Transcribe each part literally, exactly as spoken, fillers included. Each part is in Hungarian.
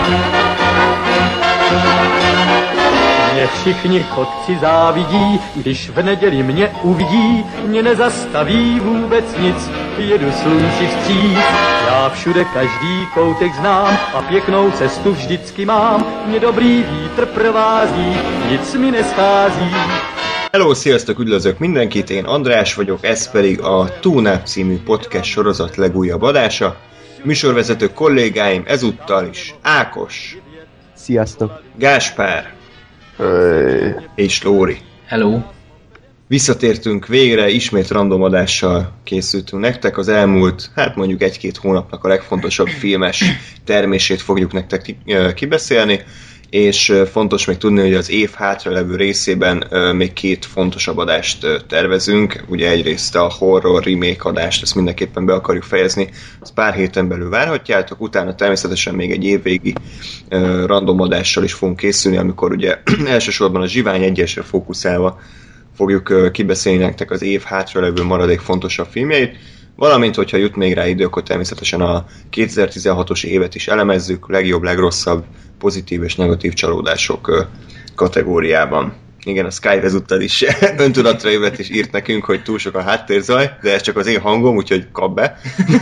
Mě všichni chodci závidí, když v neděli mě uvidí, mě nezastaví vůbec nic, jedu slunci vstříc. Já všude každý koutek znám a pěknou cestu vždycky mám, mě dobrý vítr provází, nic mi neschází. Hello, sziasztok, üdvözlök mindenkit, én András vagyok, ez pedig a Tune című podcast sorozat legújabb adása. Műsorvezető kollégáim ezúttal is Ákos. Sziasztok. Gáspár. Hey. És Lóri. Hello. Visszatértünk végre, ismét random adással készültünk nektek. Az elmúlt, hát mondjuk egy-két hónapnak a legfontosabb filmes termését fogjuk nektek kibeszélni, és fontos még tudni, hogy az év hátralevő részében még két fontosabb adást tervezünk. Ugye egyrészt a horror remake adást, ezt mindenképpen be akarjuk fejezni, azt pár héten belül várhatjátok, utána természetesen még egy évvégi random adással is fogunk készülni, amikor ugye elsősorban a Zsivány egyesre fókuszálva fogjuk kibeszélni nektek az év hátralevő maradék fontosabb filmjeit, valamint, hogyha jut még rá idő, akkor természetesen a kétezer-tizenhatos évet is elemezzük, legjobb, legrosszabb, pozitív és negatív csalódások kategóriában. Igen, a Skype ezúttal is öntudatra ébredt és írt nekünk, hogy túl sok a háttérzaj, de ez csak az én hangom, úgyhogy kap be.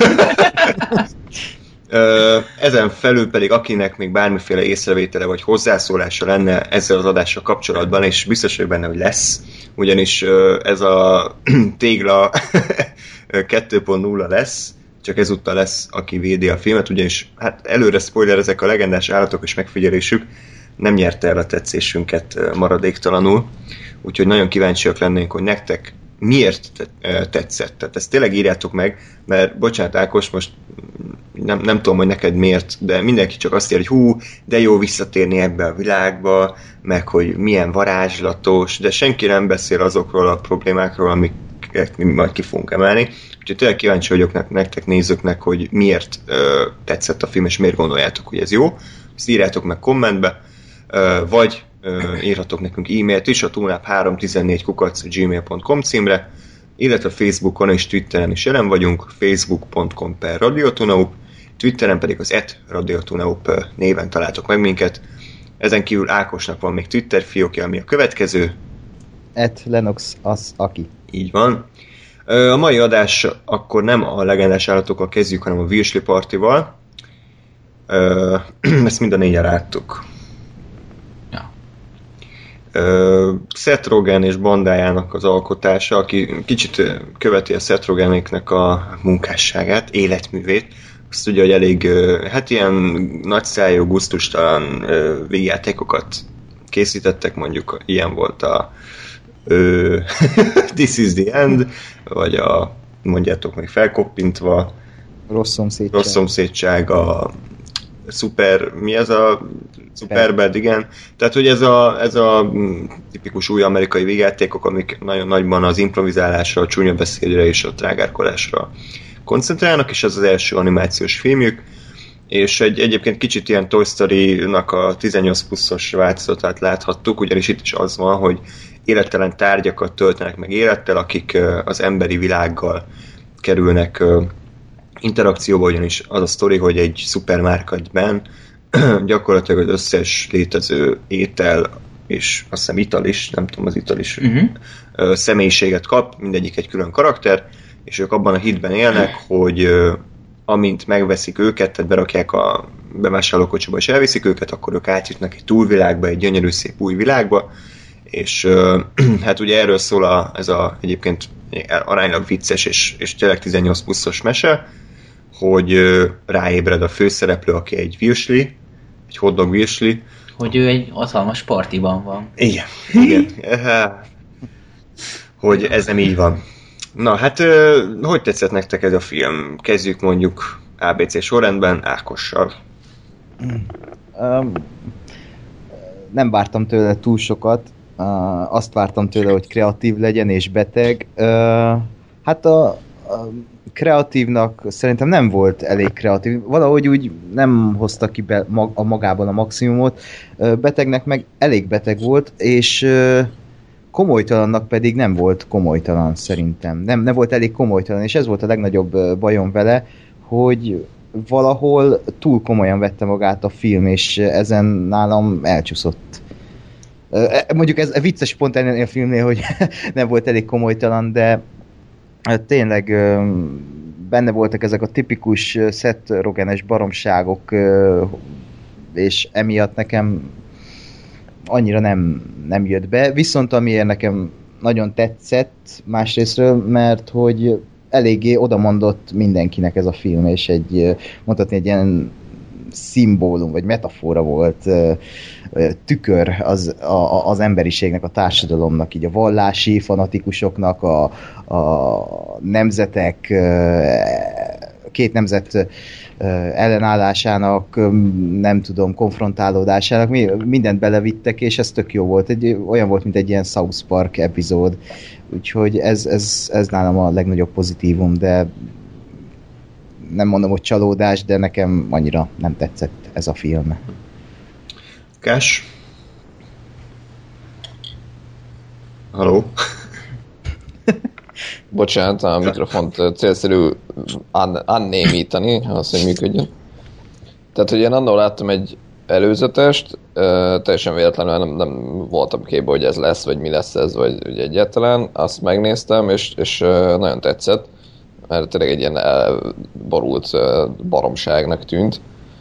Ezen felül pedig akinek még bármiféle észrevétele vagy hozzászólása lenne ezzel az adással kapcsolatban, és biztos vagyok benne, hogy lesz, ugyanis ez a tégla kettő pont nulla lesz, csak ezúttal lesz, aki védi a filmet, ugyanis hát előre spoiler, ezek a legendás állatok és megfigyelésük nem nyerte el a tetszésünket maradéktalanul, úgyhogy nagyon kíváncsiak lennénk, hogy nektek miért tetszett. Tehát ezt tényleg írjátok meg, mert bocsánat Ákos, most nem, nem tudom, hogy neked miért, de mindenki csak azt ír, hogy hú, de jó visszatérni ebbe a világba, meg hogy milyen varázslatos, de senki nem beszél azokról a problémákról, amiket mi majd ki fogunk emelni. Úgyhogy tényleg kíváncsi vagyok nektek, nézőknek, hogy miért ö, tetszett a film, és miért gondoljátok, hogy ez jó. Ezt írjátok meg kommentbe, ö, vagy ö, írhatok nekünk e-mailt is, a tunap három tizennégy kukac gmail pont com címre, illetve Facebookon és Twitteren is jelen vagyunk, facebook pont com per radiotunaup, Twitteren pedig az et radiotunaup néven találtok meg minket. Ezen kívül Ákosnak van még Twitter fiókja, ami a következő. Et Lenox az aki. Így van. A mai adás akkor nem a legendás állatokkal kezdjük, hanem a Virsli Partival. Ezt mind a négyen láttuk. Ja. Seth Rogen és bandájának az alkotása, aki kicsit követi a Seth Rogenéknek a munkásságát, életművét. Azt tudja, hogy elég, hát ilyen nagyszájú, gusztustalan végjátékokat készítettek, mondjuk ilyen volt a Ö, This is the End, vagy a, mondjátok meg, felkoppintva, Rossz szomszédság, rossz szomszédság, a szuper, mi ez a Superbad, igen. Tehát, hogy ez a, ez a tipikus új amerikai végjátékok, amik nagyon nagyban az improvizálásra, a csúnya beszédre és a trágárkodásra koncentrálnak, és ez az első animációs filmjük, és egy, egyébként kicsit ilyen Toy Story-nak a tizennyolc pluszos változatát láthattuk, ugyanis itt is az van, hogy élettelen tárgyakat töltenek meg élettel, akik az emberi világgal kerülnek interakcióba, ugyanis az a sztori, hogy egy szupermarketben gyakorlatilag az összes létező étel, és azt hiszem ital is, nem tudom, az ital is uh-huh. személyiséget kap, mindegyik egy külön karakter, és ők abban a hitben élnek, hogy amint megveszik őket, tehát berakják a bevásárlókocsiba és elviszik őket, akkor ők átjutnak egy túlvilágba, egy gyönyörű szép új világba, és uh, hát ugye erről szól a, ez a egyébként aránylag vicces és, és tényleg tizennyolc pluszos mese, hogy uh, ráébred a főszereplő, aki egy virsli, egy hotdog virsli. Hogy ő egy hatalmas partiban van. Igen, igen. Hogy ez nem így van. Na, hát uh, hogy tetszett nektek ez a film? Kezdjük mondjuk á bé cé sorrendben, Ákossal. Um, nem vártam tőle túl sokat. Uh, azt vártam tőle, hogy kreatív legyen és beteg. Uh, hát a, a kreatívnak szerintem nem volt elég kreatív. Valahogy úgy nem hozta ki be mag, a magában a maximumot. Uh, betegnek meg elég beteg volt, és uh, komolytalannak pedig nem volt komolytalan szerintem. Nem, nem volt elég komolytalan, és ez volt a legnagyobb bajom vele, hogy valahol túl komolyan vette magát a film, és ezen nálam elcsúszott. Mondjuk ez vicces pont ennél a filmnél, hogy nem volt elég komolytalan, de tényleg benne voltak ezek a tipikus Seth Rogenes baromságok, és emiatt nekem annyira nem, nem jött be. Viszont amiért nekem nagyon tetszett másrésztről, mert hogy eléggé odamondott mindenkinek ez a film, és egy, mondhatni, egy ilyen szimbólum, vagy metafora volt, tükör az, a, az emberiségnek, a társadalomnak, így a vallási fanatikusoknak, a, a nemzetek, két nemzet ellenállásának, nem tudom, konfrontálódásának, mindent belevittek, és ez tök jó volt. Egy, olyan volt, mint egy ilyen South Park epizód. Úgyhogy ez, ez, ez nálam a legnagyobb pozitívum, de nem mondom, hogy csalódás, de nekem annyira nem tetszett ez a film. Kás? Halló? Bocsánat, a mikrofont célszerű unnémítani, az, hogy működjön. Tehát, hogy én annól láttam egy előzetest, teljesen véletlenül nem, nem voltam képbe, hogy ez lesz, vagy mi lesz ez, vagy, vagy egyáltalán. Azt megnéztem, és, és nagyon tetszett, mert tényleg egy ilyen borult baromságnak tűnt.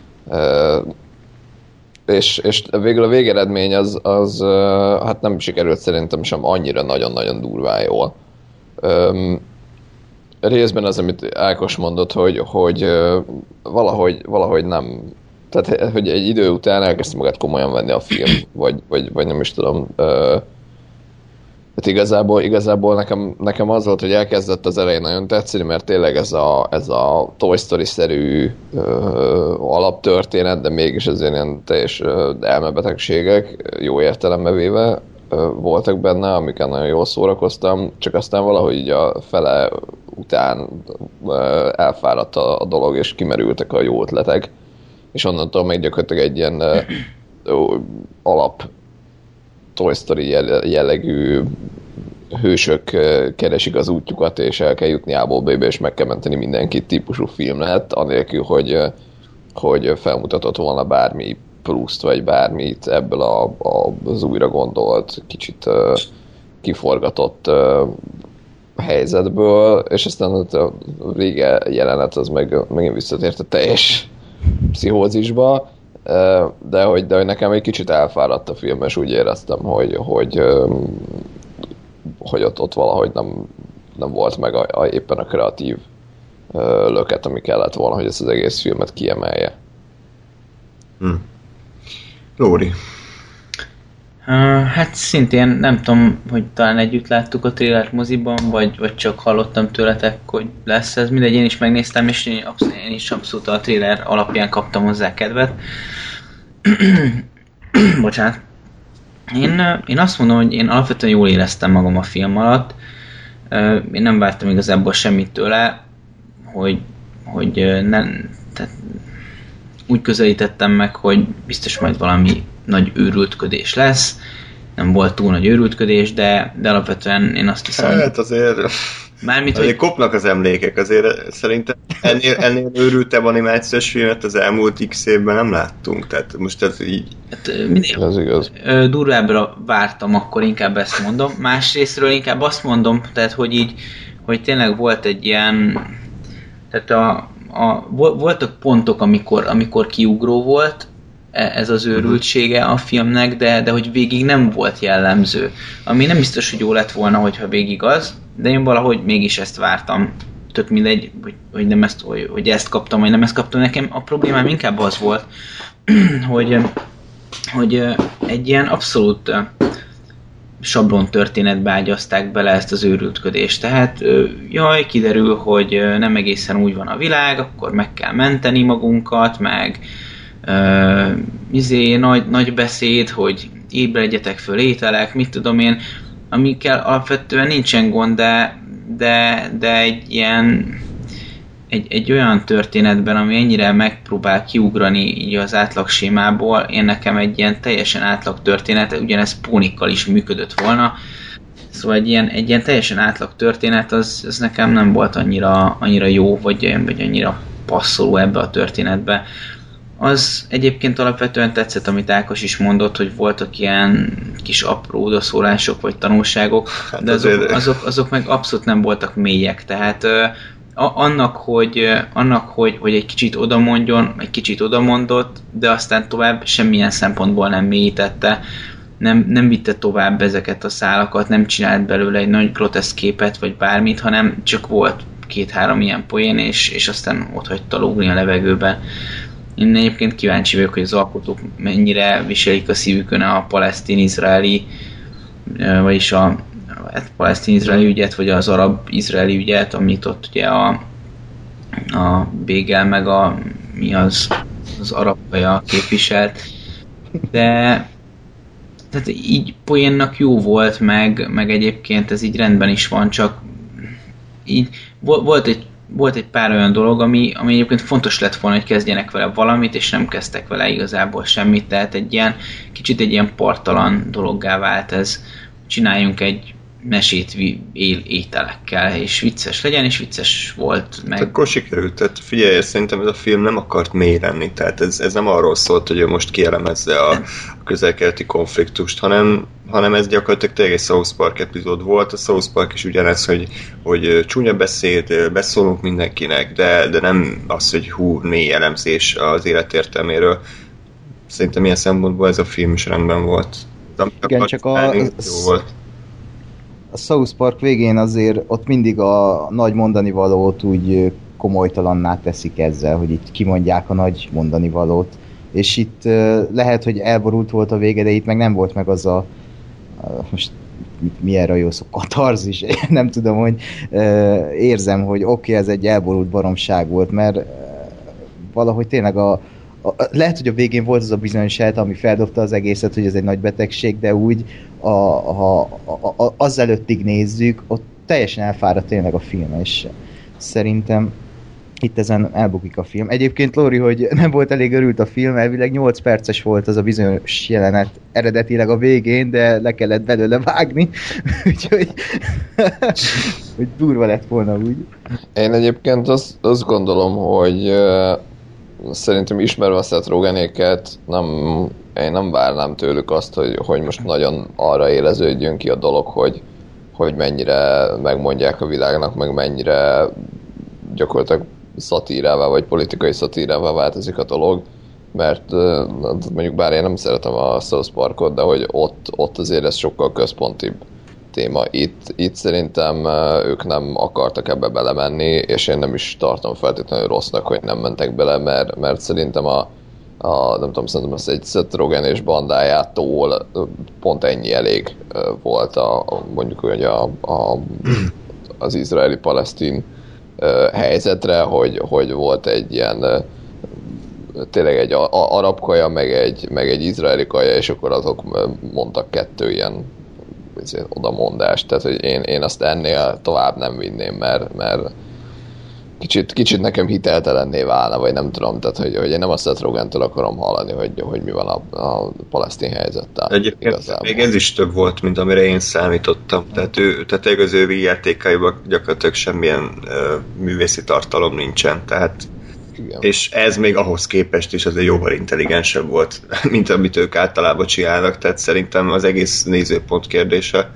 És, és végül a végeredmény az, az hát nem sikerült szerintem sem annyira nagyon-nagyon durván jól. Um, részben az, amit Ákos mondott, hogy, hogy uh, valahogy, valahogy nem, tehát hogy egy idő után elkezdte magát komolyan venni a film, vagy, vagy, vagy nem is tudom. Uh, hát igazából, igazából nekem, nekem az volt, hogy elkezdett az elején nagyon tetszeni, mert tényleg ez a, ez a Toy Story-szerű uh, alaptörténet, de mégis azért ilyen teljes uh, elmebetegségek, jó értelembe véve voltak benne, amiken nagyon jól szórakoztam, csak aztán valahogy így a fele után elfáradt a, a dolog, és kimerültek a jó ötletek, és onnantól még gyakorlatilag egy ilyen uh, alap Toy Story jellegű hősök keresik az útjukat, és el kell jutni A-ból B-be, és meg kell menteni mindenkit típusú film lett, anélkül, hogy, hogy felmutatott volna bármi pluszt, vagy bármit ebből a, a, az újra gondolt, kicsit uh, kiforgatott uh, helyzetből, és aztán a vége jelenet az meg megint visszatért a teljes pszichózisba, uh, de, hogy, de hogy nekem egy kicsit elfáradt a film, és úgy éreztem, hogy, hogy, um, hogy ott, ott valahogy nem, nem volt meg a, a, éppen a kreatív uh, löket, ami kellett volna, hogy ezt az egész filmet kiemelje. Hmm. Lóri. Uh, hát szintén nem tudom, hogy talán együtt láttuk a trailert moziban, vagy, vagy csak hallottam tőletek, hogy lesz ez. Mindegy, én is megnéztem, és én, abszolút, én is abszolút a trailer alapján kaptam hozzá kedvet. Bocsánat. Én, én azt mondom, hogy én alapvetően jól éreztem magam a film alatt. Uh, én nem vártam igazából semmit tőle, hogy, hogy nem... Tehát, úgy közelítettem meg, hogy biztos majd valami nagy őrültködés lesz. Nem volt túl nagy őrültködés, de, de alapvetően én azt hiszem... Hát azért... Mármint, azért hogy... kopnak az emlékek, azért szerintem ennél, ennél őrültebb animációs filmet az elmúlt x évben nem láttunk, tehát most ez így... Hát, mindig, ez igaz. Durvábbra vártam, akkor inkább ezt mondom. Másrésztről inkább azt mondom, tehát hogy így, hogy tényleg volt egy ilyen... Tehát a A, voltak pontok, amikor, amikor kiugró volt ez az őrültsége a filmnek, de, de hogy végig nem volt jellemző. Ami nem biztos, hogy jó lett volna, hogyha végig az, de én valahogy mégis ezt vártam. Tök mindegy, hogy, hogy, nem ezt, hogy, hogy ezt kaptam, vagy nem ezt kaptam. Nekem a problémám inkább az volt, hogy, hogy egy ilyen abszolút sablon történetbe ágyazták bele ezt az őrültködést. Tehát jaj, kiderül, hogy nem egészen úgy van a világ, akkor meg kell menteni magunkat, meg uh, izé, nagy, nagy beszéd, hogy ébredjetek föl, ételek, mit tudom én, amikkel alapvetően nincsen gond, de, de, de egy ilyen egy, egy olyan történetben, ami ennyire megpróbál kiugrani így az átlag sémából, én nekem egy ilyen teljesen átlag történet, ugyanez Pónikkal is működött volna, szóval egy ilyen, egy ilyen teljesen átlag történet, az, az nekem nem volt annyira, annyira jó, vagy, vagy annyira passzoló ebbe a történetbe. Az egyébként alapvetően tetszett, amit Ákos is mondott, hogy voltak ilyen kis apró odaszólások vagy tanulságok, de azok, azok, azok meg abszolút nem voltak mélyek, tehát a, annak, hogy, annak hogy, hogy egy kicsit odamondjon, egy kicsit odamondott, de aztán tovább semmilyen szempontból nem mélyítette, nem, nem vitte tovább ezeket a szálakat, nem csinált belőle egy nagy groteszk képet, vagy bármit, hanem csak volt két-három ilyen poén, és, és aztán ott hagyta lógni a levegőben. Én egyébként kíváncsi vagyok, hogy az alkotók mennyire viselik a szívükön a palesztin-izraeli, vagyis a, a palesztin-izraeli ügyet, vagy az arab-izraeli ügyet, amit ott ugye a, a Bégel meg a, mi az, az arab kaja képviselt. De tehát így poénnak jó volt, meg, meg egyébként ez így rendben is van, csak így volt egy Volt egy pár olyan dolog, ami, ami egyébként fontos lett volna, hogy kezdjenek vele valamit, és nem kezdtek vele igazából semmit, tehát egy ilyen, kicsit egy ilyen parttalan dologgá vált ez. Csináljunk egy mesét él ételekkel, és vicces legyen, és vicces volt. Meg... Akkor sikerült, tehát figyelj, szerintem ez a film nem akart mély lenni, tehát ez, ez nem arról szólt, hogy ő most kielemezze a, a közel-keleti konfliktust, hanem, hanem ez gyakorlatilag tényleg egy South Park epizód volt. A South Park is ugyanez, hogy, hogy csúnya beszéd, beszólunk mindenkinek, de, de nem az, hogy hú, mély elemzés az életértelméről. Szerintem ilyen szempontból ez a film is rendben volt. Igen, csak a... Jó volt. A South Park végén azért ott mindig a nagy mondani valót úgy komolytalanná teszik ezzel, hogy itt kimondják a nagy mondani valót. És itt lehet, hogy elborult volt a vége, de itt meg nem volt meg az a, most milyen rajósz, a katarzis, nem tudom, hogy érzem, hogy oké, okay, ez egy elborult baromság volt, mert valahogy tényleg a lehet, hogy a végén volt az a bizonyos sejt, ami feldobta az egészet, hogy ez egy nagy betegség, de úgy, a, ha a, a, az előttig nézzük, ott teljesen elfáradt tényleg a film, és szerintem itt ezen elbukik a film. Egyébként, Lóri, hogy nem volt elég örült a film, elvileg nyolc perces volt az a bizonyos jelenet eredetileg a végén, de le kellett belőle vágni, úgyhogy hogy durva lett volna úgy. Én egyébként azt, azt gondolom, hogy szerintem ismerve a Seth Rogenéket, nem, én nem várnám tőlük azt, hogy, hogy most nagyon arra éleződjön ki a dolog, hogy, hogy mennyire megmondják a világnak, meg mennyire gyakorlatilag szatírává, vagy politikai szatírává változik a dolog, mert mondjuk bár én nem szeretem a South Parkot, de hogy ott, ott azért ez sokkal központibb téma. Itt, itt szerintem ők nem akartak ebbe belemenni, és én nem is tartom feltétlenül rossznak, hogy nem mentek bele, mert, mert szerintem a, a nem tudom, szerintem az egy Seth Rogen és bandájától pont ennyi elég volt a, a mondjuk, hogy a, a, az izraeli-palesztin helyzetre, hogy, hogy volt egy ilyen tényleg egy arab kaja, meg egy, meg egy izraeli kaja, és akkor azok mondtak kettő ilyen odamondást, tehát hogy én, én azt ennél tovább nem vinném, mert, mert kicsit, kicsit nekem hiteltelenné válna, vagy nem tudom, tehát hogy, hogy én nem a Seth Rogentől akarom hallani, hogy, hogy mi van a, a palesztin helyzettel. Egyébként igazából. Még ez is több volt, mint amire én számítottam, tehát, ő, tehát az ő játékaiban gyakorlatilag semmilyen uh, művészi tartalom nincsen, tehát igen. És ez még ahhoz képest is azért jóval intelligensebb volt, mint amit ők általában csinálnak, tehát szerintem az egész nézőpont kérdése.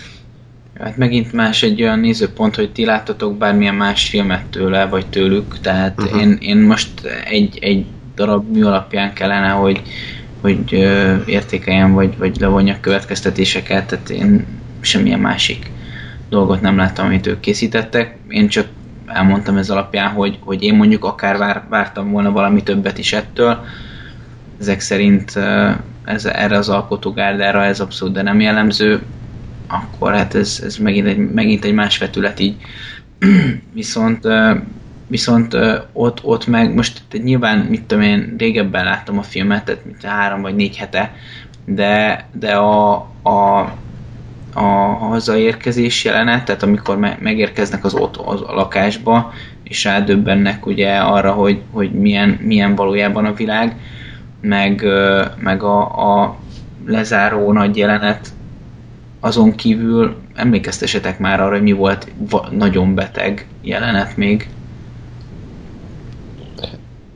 Hát megint más egy olyan nézőpont, hogy ti láttatok bármilyen más filmet tőle, vagy tőlük, tehát uh-huh. én, én most egy, egy darab mű alapján kellene, hogy, hogy ö, értékeljem, vagy, vagy levonjak következtetéseket, tehát én semmilyen másik dolgot nem láttam, amit ők készítettek, én csak elmondtam ez alapján, hogy, hogy én mondjuk akár vár, vártam volna valami többet is ettől. Ezek szerint ez, erre az alkotógárdára ez abszolút de nem jellemző, akkor hát ez, ez megint, egy, megint egy más vetület így. viszont viszont ott, ott meg most nyilván, mit tudom én, régebben láttam a filmet, tehát mint három vagy négy hete, de, de a, a a hazaérkezés jelenet, tehát amikor me- megérkeznek az ott az a lakásba, és rádöbbennek ugye arra, hogy, hogy milyen, milyen valójában a világ, meg, meg a, a lezáró nagy jelenet, azon kívül emlékeztessetek már arra, hogy mi volt va- nagyon beteg jelenet még.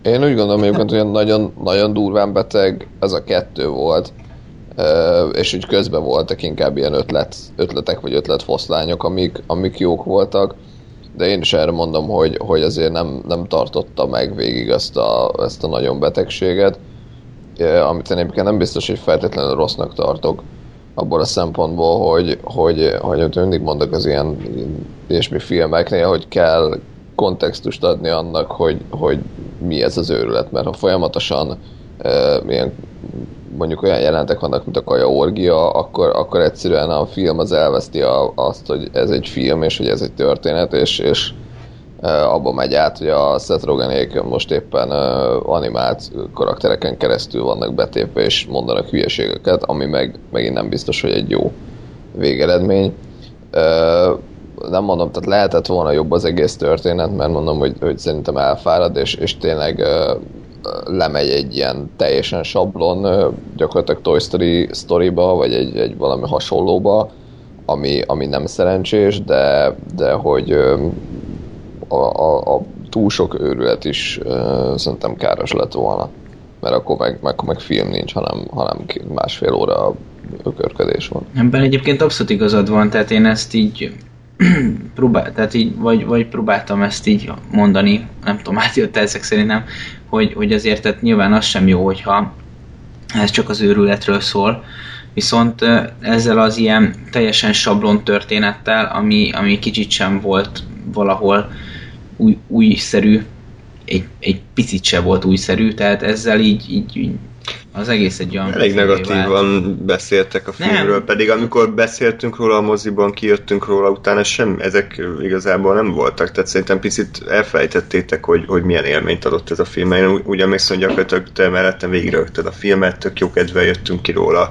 Én úgy gondolom egyébként, hogy nagyon, nagyon durván beteg ez a kettő volt, és úgy közben voltak inkább ilyen ötlet, ötletek vagy ötletfoszlányok, amik, amik jók voltak, de én is erre mondom, hogy, hogy azért nem, nem tartotta meg végig ezt a, ezt a nagyon betegséget, amit én egyébként nem biztos, hogy feltétlenül rossznak tartok, abból a szempontból, hogy, hogy, hogy mindig mondok az ilyen ilyesmi filmeknél, hogy kell kontextust adni annak, hogy, hogy mi ez az őrület, mert ha folyamatosan e, ilyen, mondjuk olyan jelentek vannak, mint a kaja orgia, akkor, akkor egyszerűen a film az elveszti a, azt, hogy ez egy film, és hogy ez egy történet, és, és e, abba megy át, hogy a Seth Rogenék most éppen e, animált karaktereken keresztül vannak betépve, és mondanak hülyeségeket, ami meg megint nem biztos, hogy egy jó végeredmény. E, nem mondom, tehát lehetett volna jobb az egész történet, mert mondom, hogy, hogy szerintem elfárad, és, és tényleg uh, lemegy egy ilyen teljesen sablon, uh, gyakorlatilag Toy Story sztoriba, vagy egy, egy valami hasonlóba, ami, ami nem szerencsés, de, de hogy uh, a, a, a túl sok őrület is uh, szerintem káros lett volna. Mert akkor meg, meg, meg film nincs, hanem, hanem másfél óra ökörködés van. Ebben egyébként abszolút igazad van, tehát én ezt így próbál, tehát így, vagy, vagy próbáltam ezt így mondani, nem tudom, átjött ezek szerint nem, hogy, hogy azért tehát nyilván az sem jó, hogyha ez csak az őrületről szól, viszont ezzel az ilyen teljesen sablon történettel, ami, ami kicsit sem volt valahol új, újszerű, egy, egy picit se volt újszerű, tehát ezzel így, így, így az egész egy olyan... Elég negatívan vált. Beszéltek a filmről, nem. Pedig amikor beszéltünk róla a moziban, kijöttünk róla, utána sem, ezek igazából nem voltak, tehát szerintem picit elfelejtettétek, hogy, hogy milyen élményt adott ez a film. Én úgy emlékszem, hogy gyakorlatilag te mellettem végigrögted a filmet, tök jó kedvel jöttünk ki róla.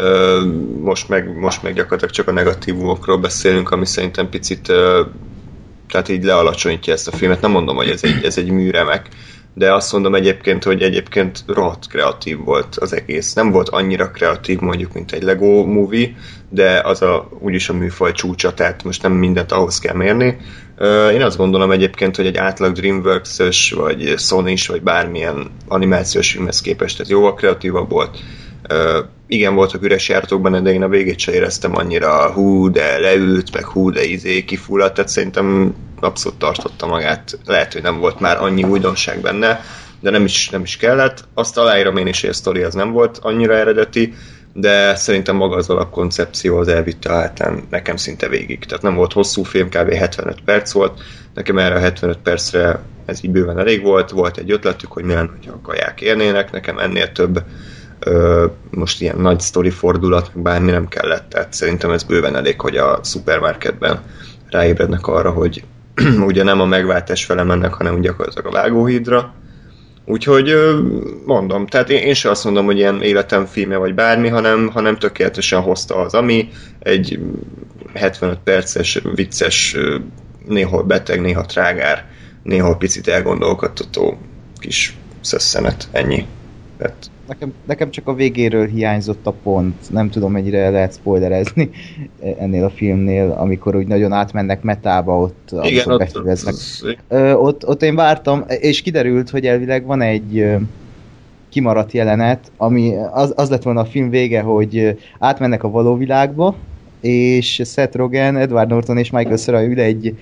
Most meg, most meg gyakorlatilag csak a negatívumokról beszélünk, ami szerintem picit tehát így lealacsonyítja ezt a filmet. Nem mondom, hogy ez egy, ez egy műremek, de azt mondom egyébként, hogy egyébként rohadt kreatív volt az egész. Nem volt annyira kreatív mondjuk, mint egy Lego movie, de az a, úgyis a műfaj csúcsa, tehát most nem mindent ahhoz kell mérni. Én azt gondolom egyébként, hogy egy átlag DreamWorks-ös, vagy Sony-s, vagy bármilyen animációs filmhez képest, tehát jóval kreatívabb volt. Igen, voltak üres járatokban, de én a végét se éreztem annyira hú, de leült, meg hú, de izé kifulladt, tehát szerintem abszolút tartotta magát. Lehet, hogy nem volt már annyi újdonság benne, de nem is, nem is kellett. Azt aláírom én is, hogy a sztori az nem volt annyira eredeti, de szerintem maga az alapkoncepció az elvitte a hátán nekem szinte végig. Tehát nem volt hosszú film, kb. hetvenöt perc volt, nekem erre a hetvenöt percre ez így bőven elég volt, volt egy ötletük, hogy milyen, hogyha a kaják érnének, nekem ennél több Ö, most ilyen nagy sztori fordulat, bármi nem kellett, tehát szerintem ez bőven elég, hogy a szupermarketben ráébrednek arra, hogy ugye nem a megváltás fele mennek, hanem gyakorlatilag a vágóhídra. Úgyhogy mondom, tehát én, én sem azt mondom, hogy ilyen életem filmje vagy bármi, hanem, hanem tökéletesen hozta az, ami egy hetvenöt perces, vicces, néhol beteg, néha trágár, néhol picit elgondolkodtató kis szösszenet, ennyi. Tehát Nekem, nekem csak a végéről hiányzott a pont, nem tudom, mennyire lehet spoilerezni ennél a filmnél, amikor úgy nagyon átmennek metába, ott, igen, amikor befejeznek. Ott, ott én vártam, és kiderült, hogy elvileg van egy kimaradt jelenet, ami az, az lett volna a film vége, hogy átmennek a való világba, és Seth Rogen, Edward Norton és Michael Cera ül egy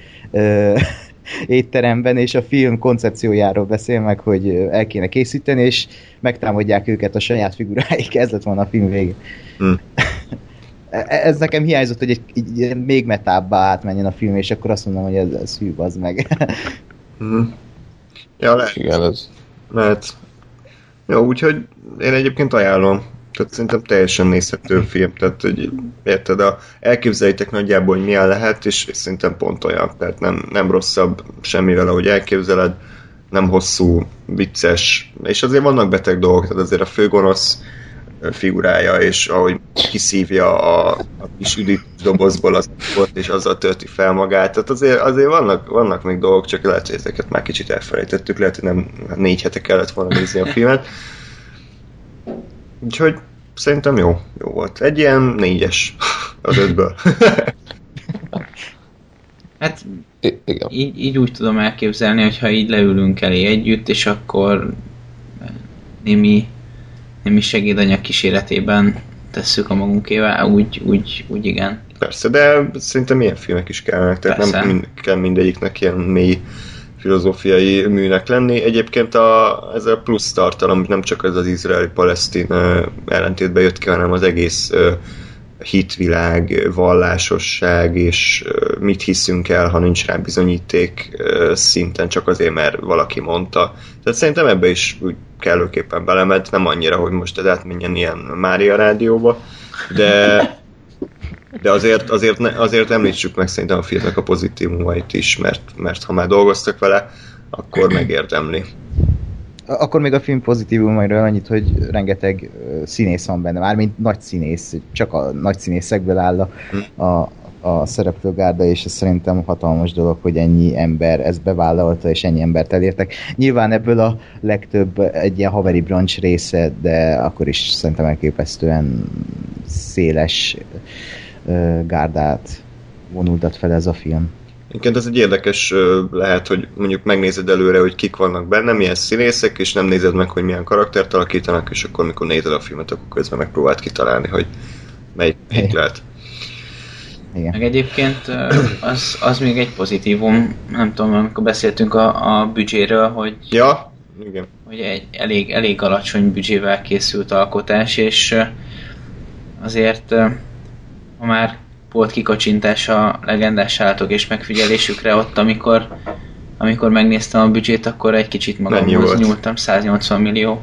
étteremben, és a film koncepciójáról beszél meg, hogy el kéne készíteni, és megtámadják őket a saját figuráik. Ez lett volna a film vége. Hmm. Ez nekem hiányzott, hogy egy, egy még metábbá átmenjen a film, és akkor azt mondom, hogy ez, ez hű, az meg. Hmm. Ja, lehet. Igen, ez... lehet. Jó, úgyhogy én egyébként ajánlom. Tehát szerintem teljesen nézhető film, tehát hogy érted, a, elképzeljétek nagyjából, hogy milyen lehet, és, és szerintem pont olyan, tehát nem, nem rosszabb semmivel, ahogy elképzeled, nem hosszú, vicces, és azért vannak beteg dolgok, tehát azért a főgonosz figurája, és ahogy kiszívja a, a kis üdít dobozból az volt, és azzal tölti fel magát, tehát azért, azért vannak, vannak még dolgok, csak lehet, hogy ezeket már kicsit elfelejtettük, lehet, hogy nem négy hete kellett volna nézni a filmet. Úgyhogy szerintem jó, jó volt. Egy ilyen négyes az ötből. Hát I- így, így úgy tudom elképzelni, hogyha így leülünk elé együtt, és akkor némi, némi segédanyag kíséretében tesszük a magunkével, úgy, úgy, úgy igen. Persze, de szerintem ilyen filmek is kellene, tehát Persze. nem mind, kell mindegyiknek ilyen mély filozófiai műnek lenni. Egyébként a, ez a plusz tartalom nem csak ez az izraeli-palesztin ellentétben jött ki, hanem az egész uh, hitvilág, vallásosság, és uh, mit hiszünk el, ha nincs rá bizonyíték uh, szinten, csak azért, mert valaki mondta. Tehát szerintem ebbe is úgy kellőképpen belemed, nem annyira, hogy most ez átmenjen ilyen Mária rádióba, de de azért, azért, ne, azért említsük meg szerintem a filmnek a pozitívumait is, mert, mert ha már dolgoztak vele, akkor megérdemli. Akkor még a film pozitívumairól annyit, hogy rengeteg színész van benne, mármint nagy színész, csak a nagy színészekből áll a, hm. a, a szereplőgárda, és ez szerintem hatalmas dolog, hogy ennyi ember ezt bevállalta, és ennyi embert elértek. Nyilván ebből a legtöbb egy ilyen haveri branch része, de akkor is szerintem elképesztően széles gárdát vonultat fel ez a film. Egyébként ez egy érdekes lehet, hogy mondjuk megnézed előre, hogy kik vannak benne, milyen színészek, és nem nézed meg, hogy milyen karaktert alakítanak, és akkor mikor nézed a filmet, akkor közben megpróbáld kitalálni, hogy melyik melyik lehet. Igen. Meg egyébként az, az még egy pozitívum, nem tudom, amikor beszéltünk a, a büdzséről, hogy, ja, igen. hogy egy elég, elég alacsony büdzsével készült alkotás, és azért ha már volt kikacsintás a legendás állatok és megfigyelésükre ott, amikor, amikor megnéztem a büdzsét, akkor egy kicsit magamhoz nyúltam, száznyolcvan millió.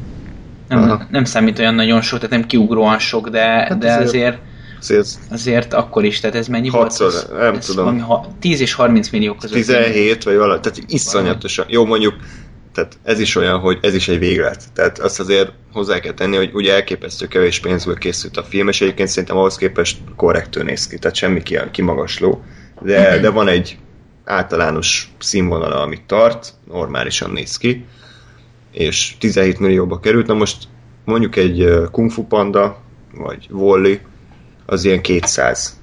Nem, nem számít olyan nagyon sok, tehát nem kiugróan sok, de, hát de azért, azért, azért akkor is, tehát ez mennyi hatszor, volt? Ez, nem ez tudom. tíz és harminc millió között. tizenhét vagy valami, tehát iszonyatosan. Jó, mondjuk, tehát ez is olyan, hogy ez is egy véglet. Tehát azt azért hozzá kell tenni, hogy ugye elképesztő kevés pénzből készült a film, és egyébként szerintem ahhoz képest korrektül néz ki, tehát semmi kimagasló. De, de van egy általános színvonala, amit tart, normálisan néz ki, és tizenhét millióba került. Na most mondjuk egy Kung Fu Panda, vagy Wall-E, az ilyen kétszáz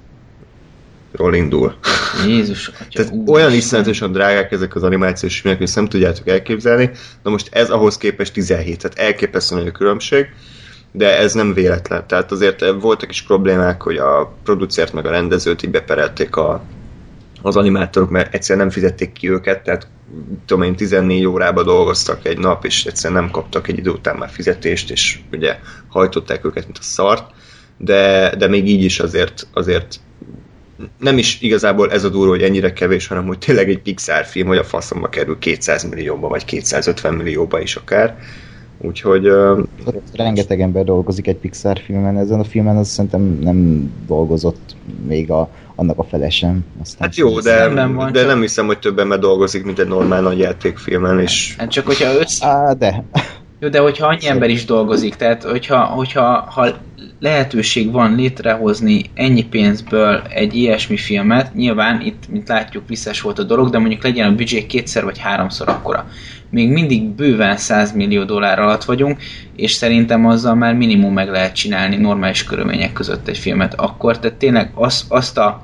ról indul. Jézus atya, tehát olyan iszonyatosan drágák ezek az animációs filmek, hogy ezt nem tudjátok elképzelni. Na most ez ahhoz képest tizenhét, tehát elképesztő nagy a különbség, de ez nem véletlen. Tehát azért voltak is problémák, hogy a producert meg a rendezőt így beperelték a, az animátorok, mert egyszerűen nem fizették ki őket, tehát tudom én, tizennégy órába dolgoztak egy nap, és egyszerűen nem kaptak egy idő után már fizetést, és ugye hajtották őket, mint a szart, de, de még így is azért, azért nem is igazából ez a durva, hogy ennyire kevés, hanem hogy tényleg egy Pixar film, hogy a faszomba kerül kétszáz millióba, vagy kétszázötven millióba is akár. Úgyhogy... Uh, rengeteg ember dolgozik egy Pixar filmen, ezen a filmen az szerintem nem dolgozott még a, annak a fele sem. Aztán hát jó, de, nem, van, de csak... nem hiszem, hogy több ember dolgozik, mint egy normál nagy játékfilmen, és... Hát csak hogyha össze... Á, de... Jó, de hogyha annyi ember is dolgozik, tehát hogyha, hogyha ha lehetőség van létrehozni ennyi pénzből egy ilyesmi filmet, nyilván itt, mint látjuk, visszás volt a dolog, de mondjuk legyen a büdzsé kétszer vagy háromszor akkora. Még mindig bőven száz millió dollár alatt vagyunk, és szerintem azzal már minimum meg lehet csinálni normális körülmények között egy filmet. Akkor, tehát tényleg az, azt a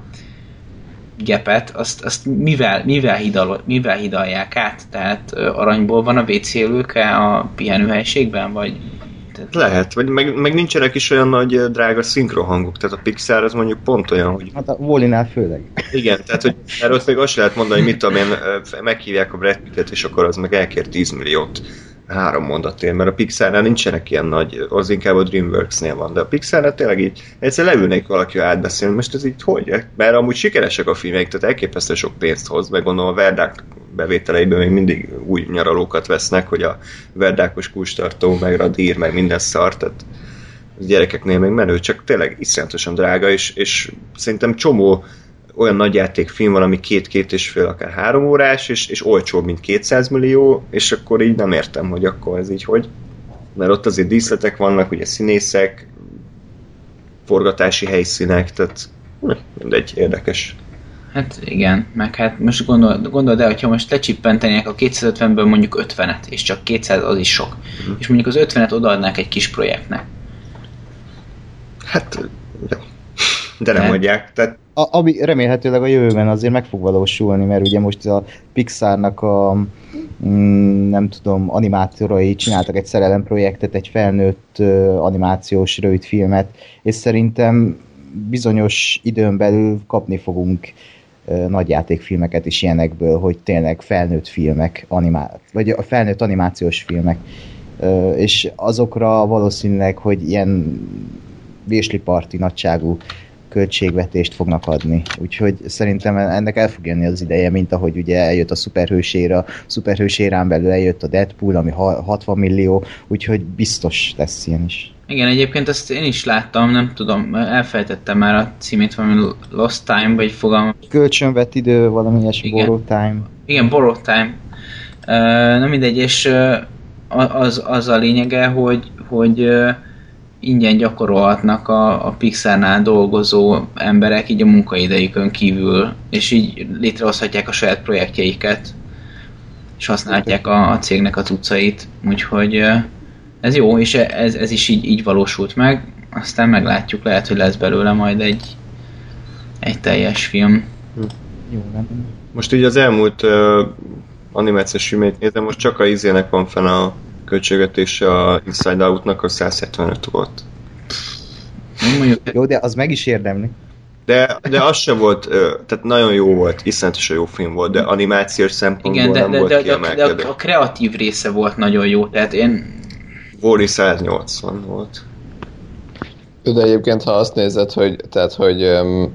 gepet, azt, azt mivel, mivel, hidal, mivel hidalják át? Tehát aranyból van a vé cé lőke a pihenőhelyiségben, vagy... Tehát... Lehet, vagy meg, meg nincsenek is olyan nagy drága szinkrohangok, tehát a Pixar az mondjuk pont olyan, hogy... Hát a Wall-E-nál főleg. Igen, tehát hogy erről még azt lehet mondani, hogy mit tudom én, meghívják a Brad Pittet, és akkor az meg elkér tíz milliót három mondatért, mert a Pixarnál nincsenek ilyen nagy, az inkább a Dreamworks-nél van, de a Pixarnál tényleg így egyszer leülnék valakivel átbeszélni, most ez így hogy? Mert amúgy sikeresek a filmek, tehát elképesztő sok pénzt hoz, meg gondolom a Verdák bevételeiből még mindig új nyaralókat vesznek, hogy a verdákos kulcstartó, meg radír, meg minden szar, tehát a gyerekeknél még menő, csak tényleg iszonyatosan drága, és, és szerintem csomó olyan nagy játékfilm van, ami két-két és fél, akár három órás, és, és olcsóbb, mint kétszáz millió, és akkor így nem értem, hogy akkor ez így hogy. Mert ott azért díszletek vannak, ugye színészek, forgatási helyszínek, tehát mindegy, érdekes. Hát igen, meg hát most gondol, gondold el, hogyha most lecsippentenék a kétszázötvenből mondjuk ötvenet, és csak kétszáz az is sok. Mm. És mondjuk az ötvenet odaadnák egy kis projektnek. Hát, de, de nem adják. Tehát... A, ami remélhetőleg a jövőben azért meg fog valósulni, mert ugye most a Pixarnak a mm, nem tudom, animátorai csináltak egy szerelem projektet, egy felnőtt uh, animációs rövidfilmet, és szerintem bizonyos időn belül kapni fogunk uh, nagyjátékfilmeket is ilyenekből, hogy tényleg felnőtt filmek, animá- vagy a felnőtt animációs filmek. Uh, és azokra valószínűleg, hogy ilyen vésliparti nagyságú költségvetést fognak adni. Úgyhogy szerintem ennek el fog jönni az ideje, mint ahogy ugye eljött a szuperhőséra, szuperhősérán belül eljött a Deadpool, ami hatvan millió, úgyhogy biztos lesz ilyen is. Igen, egyébként ezt én is láttam, nem tudom, elfelejtettem már a címét, valami Lost Time, vagy fogalmam. Kölcsönvett idő, valami ilyesmi, Borrowed Time. Igen, Borrowed Time. Uh, na mindegy, és uh, az, az a lényege, hogy, hogy uh, ingyen gyakorolhatnak a, a Pixarnál dolgozó emberek így a munkaidejükön kívül, és így létrehozhatják a saját projektjeiket, és használhatják a, a cégnek a cuccait, úgyhogy ez jó, és ez, ez is így, így valósult meg, aztán meglátjuk, lehet, hogy lesz belőle majd egy, egy teljes film. Jó, nem. Most így az elmúlt uh, animációs filmét nézem, most csak a izének van fenn a költségvetése, a Inside Out-nak a száz hetvenöt volt. Jó, de az meg is érdemli. De, de az se volt, tehát nagyon jó volt, iszonyatosan jó film volt, de animációs szempontból igen, de, nem de, volt de, kiemelkedő. de a, a kreatív része volt nagyon jó, tehát én... Wall-E száznyolcvan volt. De egyébként, ha azt nézed, hogy, tehát, hogy um,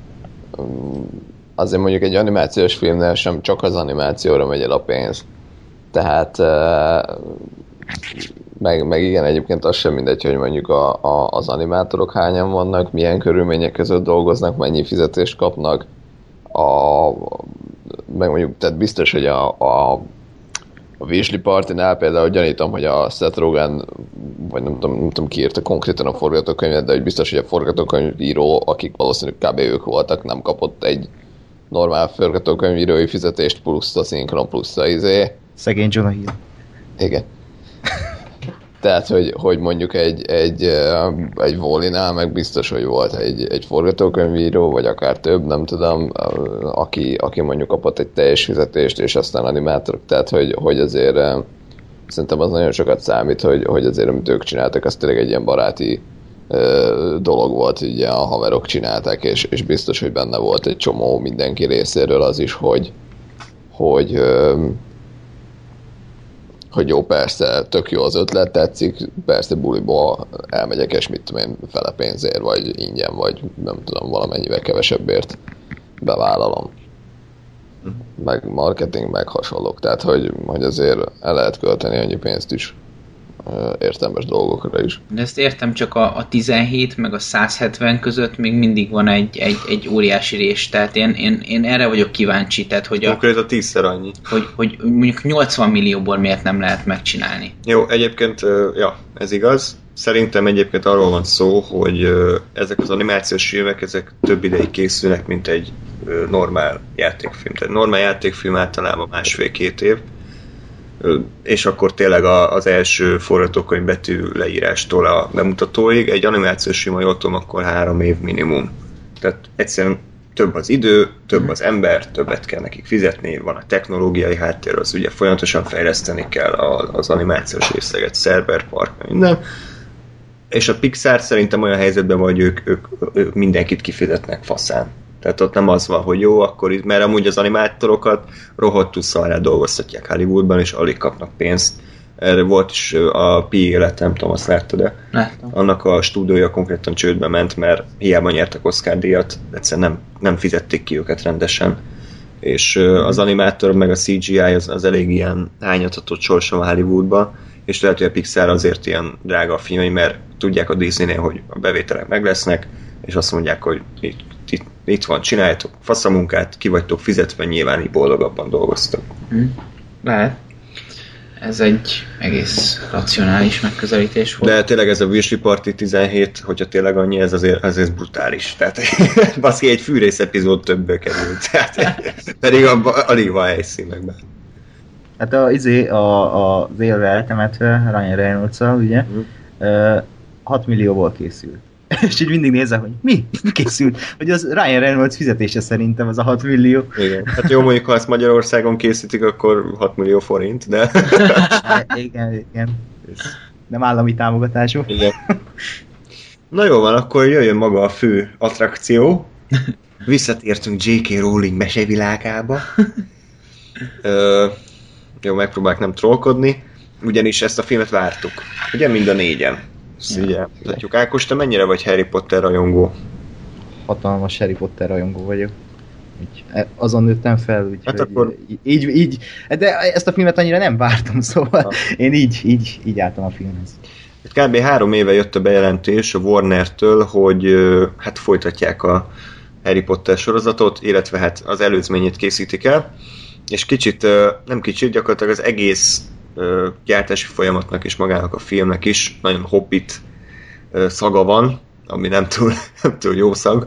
azért mondjuk egy animációs filmnél sem csak az animációra megy el a pénz. Tehát uh, meg, meg igen, egyébként az sem mindegy, hogy mondjuk a, a, az animátorok hányan vannak, milyen körülmények között dolgoznak, mennyi fizetést kapnak, a, meg mondjuk, tehát biztos, hogy a, a, a Weasley Party-nál például gyanítom, hogy a Seth Rogen, vagy nem tudom, nem tudom ki írta konkrétan a forgatókönyvet, de hogy biztos, hogy a forgatókönyvíró, akik valószínűleg kb. Ők voltak, nem kapott egy normál forgatókönyvírói fizetést, plusz a szinkron, plusz a izé. Szegény Jonah Hill. Igen. Tehát, hogy, hogy mondjuk egy, egy, egy Wall-E-nál meg biztos, hogy volt egy, egy forgatókönyvíró, vagy akár több, nem tudom, aki, aki mondjuk kapott egy teljes fizetést, és aztán animátorok. Tehát, hogy, hogy azért szerintem az nagyon sokat számít, hogy, hogy azért, amit ők csináltak, az tényleg egy ilyen baráti dolog volt, így a haverok csinálták, és, és biztos, hogy benne volt egy csomó mindenki részéről az is, hogy hogy hogy jó, persze, tök jó az ötlet, tetszik, persze buliból elmegyek, és mit tudom én, fele pénzért, vagy ingyen, vagy nem tudom, valamennyivel kevesebbért bevállalom. Meg marketing, meg hasonlók. Tehát, hogy, hogy azért el lehet költeni annyi pénzt is értelmes dolgokra is. De ezt értem, csak a, a tizenhét meg a száz hetven között még mindig van egy, egy, egy óriási rés, tehát én, én, én erre vagyok kíváncsi, tehát hogy a, Konkrét a tízszer annyi. Hogy, hogy mondjuk nyolcvan millióból miért nem lehet megcsinálni. Jó, egyébként, ja, ez igaz. Szerintem egyébként arról van szó, hogy ezek az animációs filmek, ezek több ideig készülnek, mint egy normál játékfilm. Tehát normál játékfilm általában másfél-két év, és akkor tényleg az első forgatókönyv betű leírástól a bemutatóig. Egy animációs film, ha jól tudom, akkor három év minimum. Tehát egyszerűen több az idő, több az ember, többet kell nekik fizetni, van a technológiai háttér, az ugye folyamatosan fejleszteni kell az animációs részleget, szerverpark, minden. És a Pixar szerintem olyan helyzetben van, hogy ők, ők, ők mindenkit kifizetnek faszán. Tehát ott nem az van, hogy jó, akkor itt, mert amúgy az animátorokat rohadtul szarrá dolgoztatják Hollywoodban, és alig kapnak pénzt. Erre volt is a Pi élet, nem tudom, azt láttad-e? Láttam. Annak a stúdiója konkrétan csődbe ment, mert hiába nyertek Oscar-díjat, egyszerűen nem, nem fizették ki őket rendesen. És az animátor meg a cé gé í az, az elég ilyen hányatatott sorsa a Hollywoodban, és lehet, hogy a Pixar azért ilyen drága a filmei, mert tudják a Disneynél, hogy a bevételek meg lesznek, és azt mondják, hogy itt, itt, itt van, csináljátok faszamunkát, ki vagytok fizetve, nyilván így boldogabban dolgoztok. Hmm. Lehet. Ez egy egész racionális megközelítés volt. De tényleg ez a Weasley Party tizenhét, hogyha tényleg annyi, ez azért, azért brutális. Tehát baszki, egy fűrész epizód többbe került. Tehát, pedig abban alig van helyszínekben. Hát a, izé, a, a vélve eltemetve Ryan Reynolds-al, ugye, mm. uh, hat millióból készült. és így mindig nézem, hogy mi? Mi készült? Hogy az Ryan Reynolds fizetése szerintem az a hat millió. Igen. Hát jó, mondjuk, ha ezt Magyarországon készítik, akkor hat millió forint, de... igen, igen. Nem állami támogatású. Igen. Na jó van, akkor jöjjön maga a fő attrakció. Visszatértünk dzsé ká. Rowling mesevilágába. Ö, jó, megpróbálok nem trollkodni, ugyanis ezt a filmet vártuk. Ugye mind a négyen. Ezt így elmutatjuk. Ákos, te mennyire vagy Harry Potter rajongó? Hatalmas Harry Potter rajongó vagyok. Így, azon nőttem fel, úgyhogy hát akkor... így, így, de ezt a filmet annyira nem vártam, szóval ha. én így, így, így álltam a filmhez. Kb. három éve jött a bejelentés a Warner-től, hogy hát folytatják a Harry Potter sorozatot, illetve hát az előzményét készítik el, és kicsit, nem kicsit, gyakorlatilag az egész gyártási folyamatnak és magának a filmnek is nagyon Hobbit szaga van, ami nem túl, nem túl jó szag.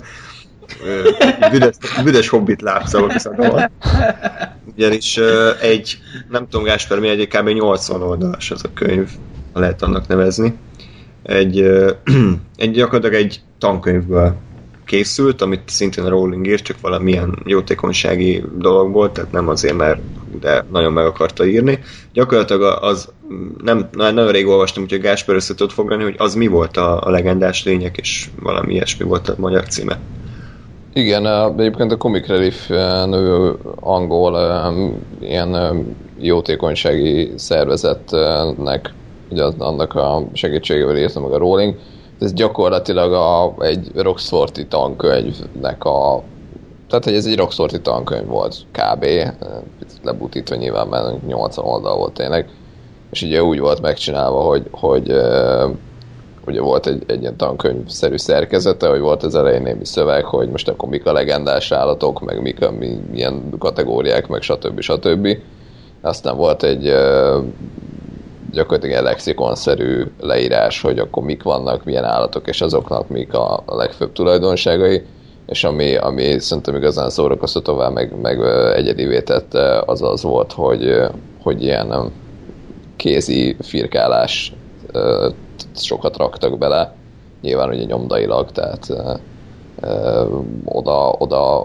Büdös, büdös Hobbit lábszavak szaga van. Ugyanis egy, nem tudom Gáspár, mi egy kb. nyolcvan oldalas az a könyv, ha lehet annak nevezni. Egy, egy gyakorlatilag egy tankönyvből készült, amit szintén a Rowling írt, csak valamilyen jótékonysági dologból, tehát nem azért, mert de nagyon meg akarta írni. Gyakorlatilag az, nem, nagyon rég olvastam, úgyhogy Gáspár össze tudott foglalni, hogy az mi volt a, a legendás lények, és valami ilyesmi volt a magyar címe. Igen, egyébként a Comic Relief nevű angol ilyen jótékonysági szervezetnek, ugye annak a segítségével írta meg a Rowling. Ez gyakorlatilag a, egy Roxforti tankönyvnek a... Tehát, hogy ez egy Roxforti tankönyv volt, kb. Lebutítva nyilván, mert nyolcvan oldal volt tényleg. És ugye úgy volt megcsinálva, hogy, hogy ugye volt egy, egy ilyen tankönyvszerű szerkezete, hogy volt az elején némi szöveg, hogy most akkor mik a legendás állatok, meg mik a mi, milyen kategóriák, meg stb. stb. Aztán volt egy gyakorlatilag egy lexikonszerű leírás, hogy akkor mik vannak, milyen állatok, és azoknak mik a, a legfőbb tulajdonságai, és ami, ami szerintem igazán szórakoztatóvá, meg, meg egyedivé tette, az az volt, hogy, hogy ilyen kézi firkálás sokat raktak bele, nyilván ugye nyomdailag, tehát ö, ö, oda, oda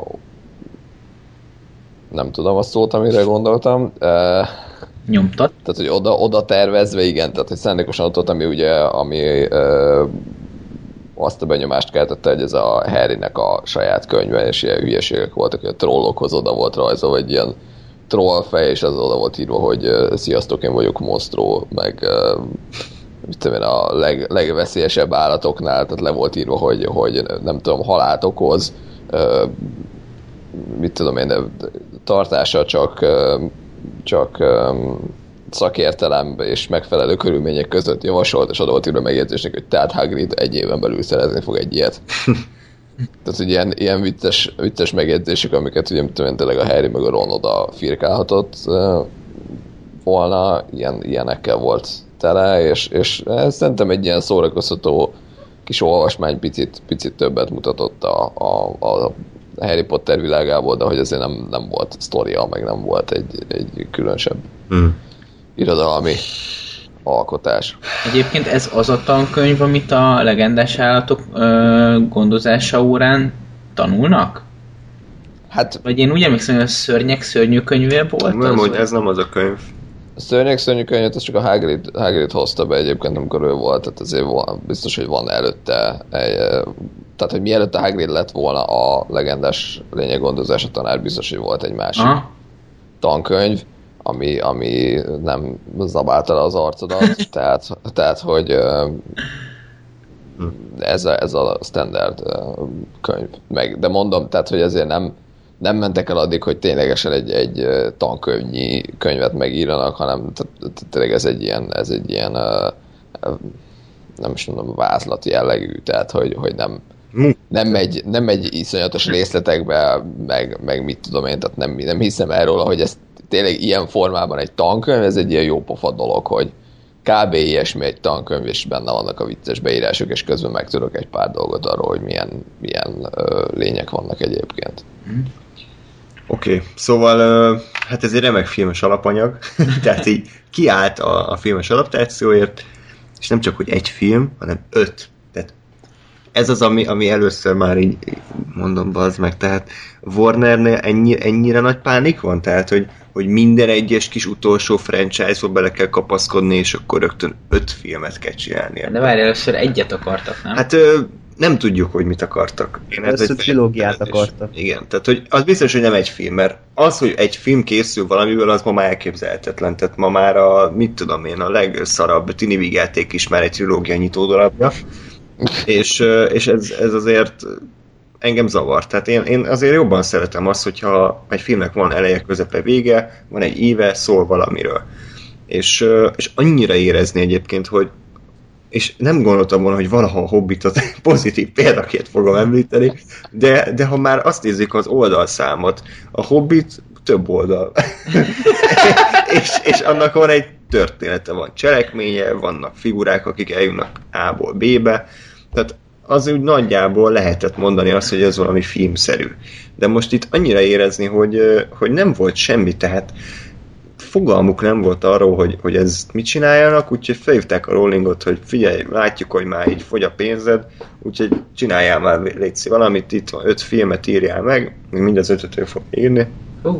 nem tudom a szót, amire gondoltam. Ö, Nyomtat. Tehát, hogy oda, oda tervezve, igen, tehát, hogy szándékosan ott, ami ugye, ami ö, azt a benyomást keltette, hogy ez a Harrynek a saját könyve, és ilyen hülyeségek voltak, hogy a trollokhoz oda volt rajzolva egy ilyen trollfej, és az oda volt írva, hogy sziasztok, én vagyok monsztró, meg ö, mit tudom én, a leg, legveszélyesebb állatoknál, tehát le volt írva, hogy, hogy nem tudom, halált okoz, ö, mit tudom én, de tartása csak, ö, csak ö, szakértelem és megfelelő körülmények között javasolt, és oda volt írva megjegyzésnek, hogy tehát Hagrid egy éven belül szerezni fog egy ilyet. Tehát, hogy ilyen, ilyen vicces, vicces megjegyzések, amiket ugye, mit tudom én, tényleg a Harry meg a Ron oda firkálhatott ö, volna, ilyen, ilyenekkel volt tele, és, és szerintem egy ilyen szórakoztató kis olvasmány picit, picit többet mutatott a, a, a Harry Potter világából, de hogy azért nem, nem volt sztoria, meg nem volt egy, egy különösebb hmm. irodalmi alkotás. Egyébként ez az a tankönyv, amit a legendás állatok ö, gondozása órán tanulnak? Hát, vagy én úgy emlékszem, hogy a szörnyek szörnyű könyvél volt? Nem, az, hogy vagy? ez nem az a könyv. A szörnyek szörnyű könyvet, ez csak a Hagrid, Hagrid hozta be egyébként, amikor ő volt, tehát azért van, biztos, hogy van előtte egy, tehát, hogy mielőtt a Hagrid lett volna a legendás lényeggondozása tanár, biztos, hogy volt egy másik Aha. tankönyv, ami, ami nem zabálta le az arcodat, tehát, tehát, hogy ez a, ez a standard könyv. Meg, de mondom, tehát, hogy ezért nem nem mentek el addig, hogy ténylegesen egy, egy tankönyvnyi könyvet megírjanak, hanem tényleg ez egy ilyen, ez egy ilyen nem is mondom, vázlati jellegű, tehát hogy, hogy nem, nem, megy, nem megy iszonyatos részletekbe, meg, meg mit tudom én, tehát nem, nem hiszem erről, hogy ez tényleg ilyen formában egy tankönyv, ez egy ilyen jó pofa dolog, hogy kb. Ilyesmi egy tankönyv, és benne vannak a vicces beírások, és közben megtudok egy pár dolgot arról, hogy milyen, milyen ö, lények vannak egyébként. Oké, okay. Szóval hát ez egy remek filmes alapanyag, tehát így kiállt a, a filmes adaptációért, és nem csak, hogy egy film, hanem öt. Tehát ez az, ami, ami először már így mondom, bazd meg, tehát Warnernél ennyi, ennyire nagy pánik van? Tehát, hogy, hogy minden egyes kis utolsó franchise-ba bele kell kapaszkodni, és akkor rögtön öt filmet kell csinálni. De várj, először egyet akartak, nem? Hát ö, nem tudjuk, hogy mit akartak. Én először trilógiát akartak. Igen, tehát hogy az biztos, hogy nem egy film, mert az, hogy egy film készül valamiből, az ma már elképzelhetetlen. Tehát ma már a, mit tudom én, a legszarabb tini vígjáték is már egy trilógia nyitódalapja. és és ez, ez azért engem zavar. Tehát én, én azért jobban szeretem azt, hogyha egy filmnek van eleje, közepe, vége, van egy íve, szól valamiről. És, és annyira érezni egyébként, hogy és nem gondoltam volna, hogy valaha a Hobbitot pozitív példaként fogom említeni, de, de ha már azt nézzük az oldalszámot, a Hobbit több oldal. és, és annak van egy története, van cselekménye, vannak figurák, akik eljönnek A-ból B-be, tehát az úgy nagyjából lehetett mondani azt, hogy ez valami filmszerű. De most itt annyira érezni, hogy, hogy nem volt semmi, tehát fogalmuk nem volt arról, hogy, hogy ez mit csináljanak, úgyhogy felhívták a Rowlingot, hogy figyelj, látjuk, hogy már így fogy a pénzed, úgyhogy csináljál már, légy valamit, itt van, öt filmet írjál meg, mind az ötöt ő fog írni. Uh.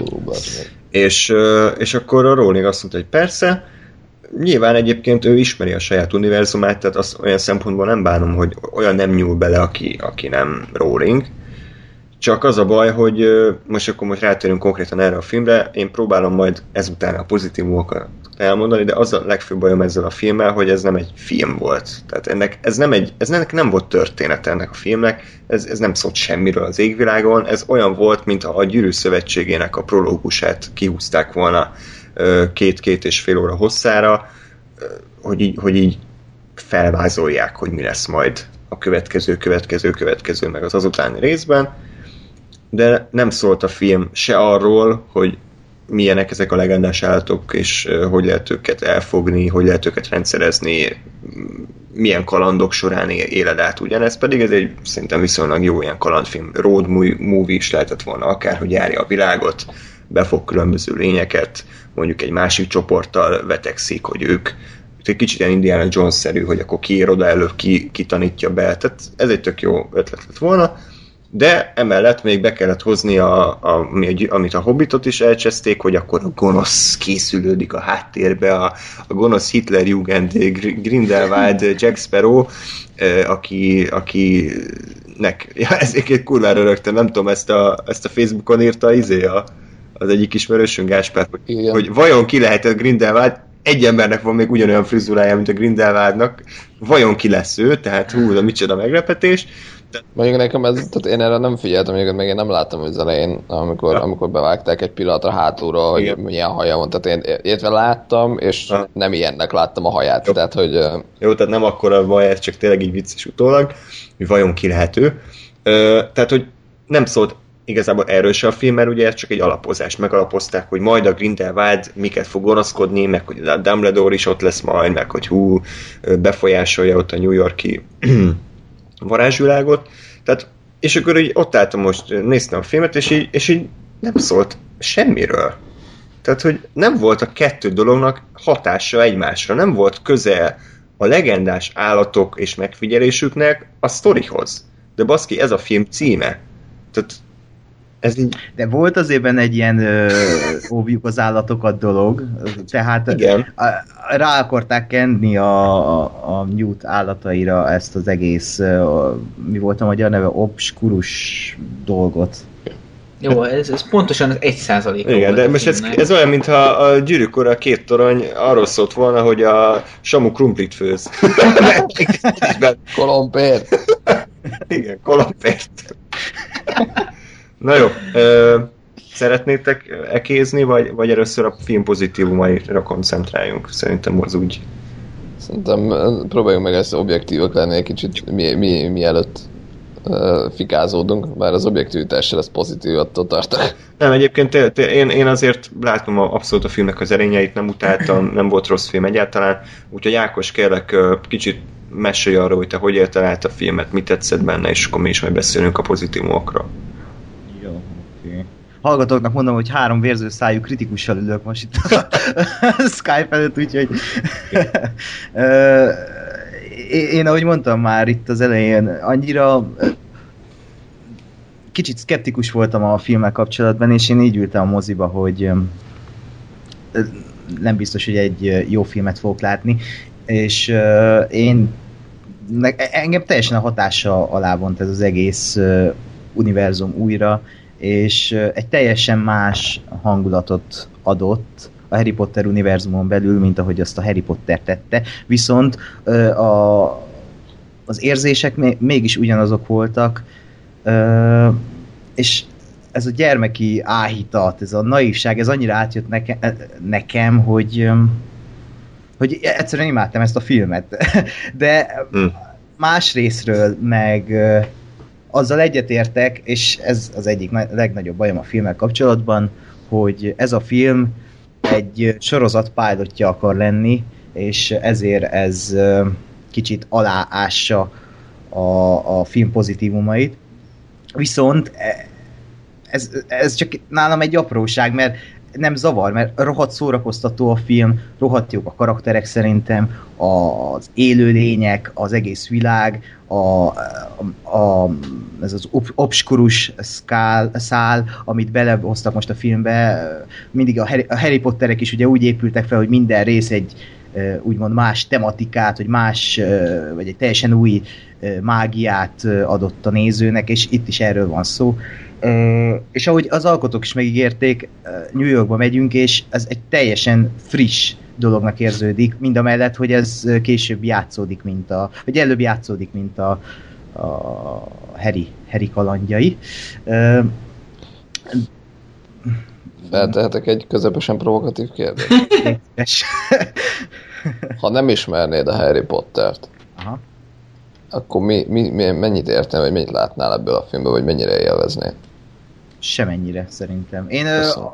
És, és akkor a Rowling azt mondta, hogy persze, nyilván egyébként ő ismeri a saját univerzumát, tehát azt olyan szempontból nem bánom, hogy olyan nem nyúl bele, aki, aki nem Rowling. Csak az a baj, hogy most akkor most rátérünk konkrétan erre a filmre, én próbálom majd ezután a pozitívumokat elmondani, de az a legfőbb bajom ezzel a filmmel, hogy ez nem egy film volt. Tehát ennek, ez nem egy, ez ennek nem volt története ennek a filmnek, ez, ez nem szólt semmiről az égvilágon, ez olyan volt, mintha a Gyűrű Szövetségének a prológusát kihúzták volna két-két és fél óra hosszára, hogy így, hogy így felvázolják, hogy mi lesz majd a következő, következő, következő, meg az azutáni részben, de nem szólt a film se arról, hogy milyenek ezek a legendás állatok, és hogy lehet őket elfogni, hogy lehet őket rendszerezni, milyen kalandok során éled át ugyanez, pedig ez egy szerintem viszonylag jó ilyen kalandfilm, road movie is lehetett volna akár, hogy járja a világot, befog különböző lényeket, mondjuk egy másik csoporttal vetekszik, hogy ők egy kicsit ilyen Indiana Jones-szerű, hogy akkor ki ér oda előbb, ki, ki tanítja be, tehát ez egy tök jó ötlet lett volna, de emellett még be kellett hozni, a, a, amit a Hobbitot is elcseszték, hogy akkor a gonosz készülődik a háttérbe, a, a gonosz Hitlerjugend, Grindelwald, Jack Sparrow, aki, akinek, ja, ezért kurvára rögtem, nem tudom, ezt a, ezt a Facebookon írta izé a, az egyik ismerősünk, Gáspár, hogy, hogy vajon ki lehet a Grindelwald, egy embernek van még ugyanolyan frizurája, mint a Grindelwaldnak, vajon ki lesz ő, tehát hú, de micsoda meglepetés. Mondjuk nekem ez, tehát én erre nem figyeltem, mondjuk meg én nem láttam az elején, amikor, ja. amikor bevágták egy pillanatra hátulra, hogy igen. milyen haja van, tehát én értve láttam, és ha. nem ilyennek láttam a haját, jó. tehát hogy... Jó, tehát nem akkora baj, ez csak tényleg így vicces utólag, hogy vajon ki lehet ő. Ö, tehát, hogy nem szólt igazából erről se a film, mert ugye ez csak egy alapozás. Megalapozták, hogy majd a Grindelwald miket fog gonoszkodni, meg hogy a Dumbledore is ott lesz majd, meg hogy hú, befolyásolja ott a New York-i varázsvilágot. Tehát, és akkor így ott álltam most, néztem a filmet, és így, és így nem szólt semmiről. Tehát, hogy nem volt a kettő dolognak hatása egymásra, nem volt közel a legendás állatok és megfigyelésüknek a sztorihoz. De baszki, ez a film címe. Tehát ez így... De volt azért benne egy ilyen ö, óvjuk az állatokat dolog, tehát igen. A, a, rá akarták kenni a, a, a Newt állataira ezt az egész, ö, mi volt a magyar neve, obskurus dolgot. Jó, ez, ez pontosan az egy százalék. Igen, de most ez, ez olyan, mintha a Gyűrűk Ura, a két torony arról szólt volna, hogy a Samu krumplit főz. Kolompért. Igen, kolompért. Na jó, ö, szeretnétek ekézni, vagy, vagy először a film pozitívumaira koncentráljunk? Szerintem az úgy. Szerintem próbáljunk meg ezt objektívak lenni egy kicsit, mi, mi, mielőtt uh, fikázódunk, bár az objektivitással ez pozitív, attól tartok. Nem, egyébként té- té- én, én azért látom a, abszolút a filmnek az erényeit, nem utáltam, nem volt rossz film egyáltalán, úgyhogy Ákos, kérlek, kicsit mesélj arról, hogy te hogy élted át a filmet, mit tetszett benne, és akkor mi is majd beszélünk a pozitívumokról. Jó, oké. Hallgatóknak mondom, hogy három vérző szájú kritikussal ülök most itt a Skype előtt, úgyhogy én ahogy mondtam már itt az elején, annyira kicsit szkeptikus voltam a filmmel kapcsolatban, és én így ültem a moziba, hogy nem biztos, hogy egy jó filmet fogok látni, és én engem teljesen a hatása alá vont ez az egész univerzum újra, és egy teljesen más hangulatot adott a Harry Potter univerzumon belül, mint ahogy azt a Harry Potter tette, viszont a, az érzések mégis ugyanazok voltak, és ez a gyermeki áhítat, ez a naivság, ez annyira átjött neke, nekem, hogy hogy egyszerűen imádtam ezt a filmet. De hmm. más részről meg azzal egyetértek, és ez az egyik legnagyobb bajom a filmmel kapcsolatban, hogy ez a film egy sorozat pilotja akar lenni, és ezért ez kicsit aláássa a, a film pozitívumait. Viszont ez, ez csak nálam egy apróság, mert nem zavar, mert rohadt szórakoztató a film, rohadt jók a karakterek szerintem, az élőlények, az egész világ, a, a, a, ez az obskurus szkál, szál, amit belehoztak most a filmbe, mindig a Harry, a Harry Potterek is ugye úgy épültek fel, hogy minden rész egy úgymond más tematikát, vagy más, vagy egy teljesen új mágiát adott a nézőnek, és itt is erről van szó. Uh, és ahogy az alkotók is megígérték, uh, New Yorkba megyünk, és ez egy teljesen friss dolognak érződik, mindamellett, hogy ez később játszódik, mint a, vagy előbb játszódik, mint a, a Harry, Harry kalandjai. Uh, Feltehetek egy közepesen provokatív kérdést? Ha nem ismernéd a Harry Pottert, aha, akkor mi, mi, mi, mennyit értem, vagy mennyit látnál ebből a filmből, vagy mennyire élveznéd? Semennyire, szerintem. Én...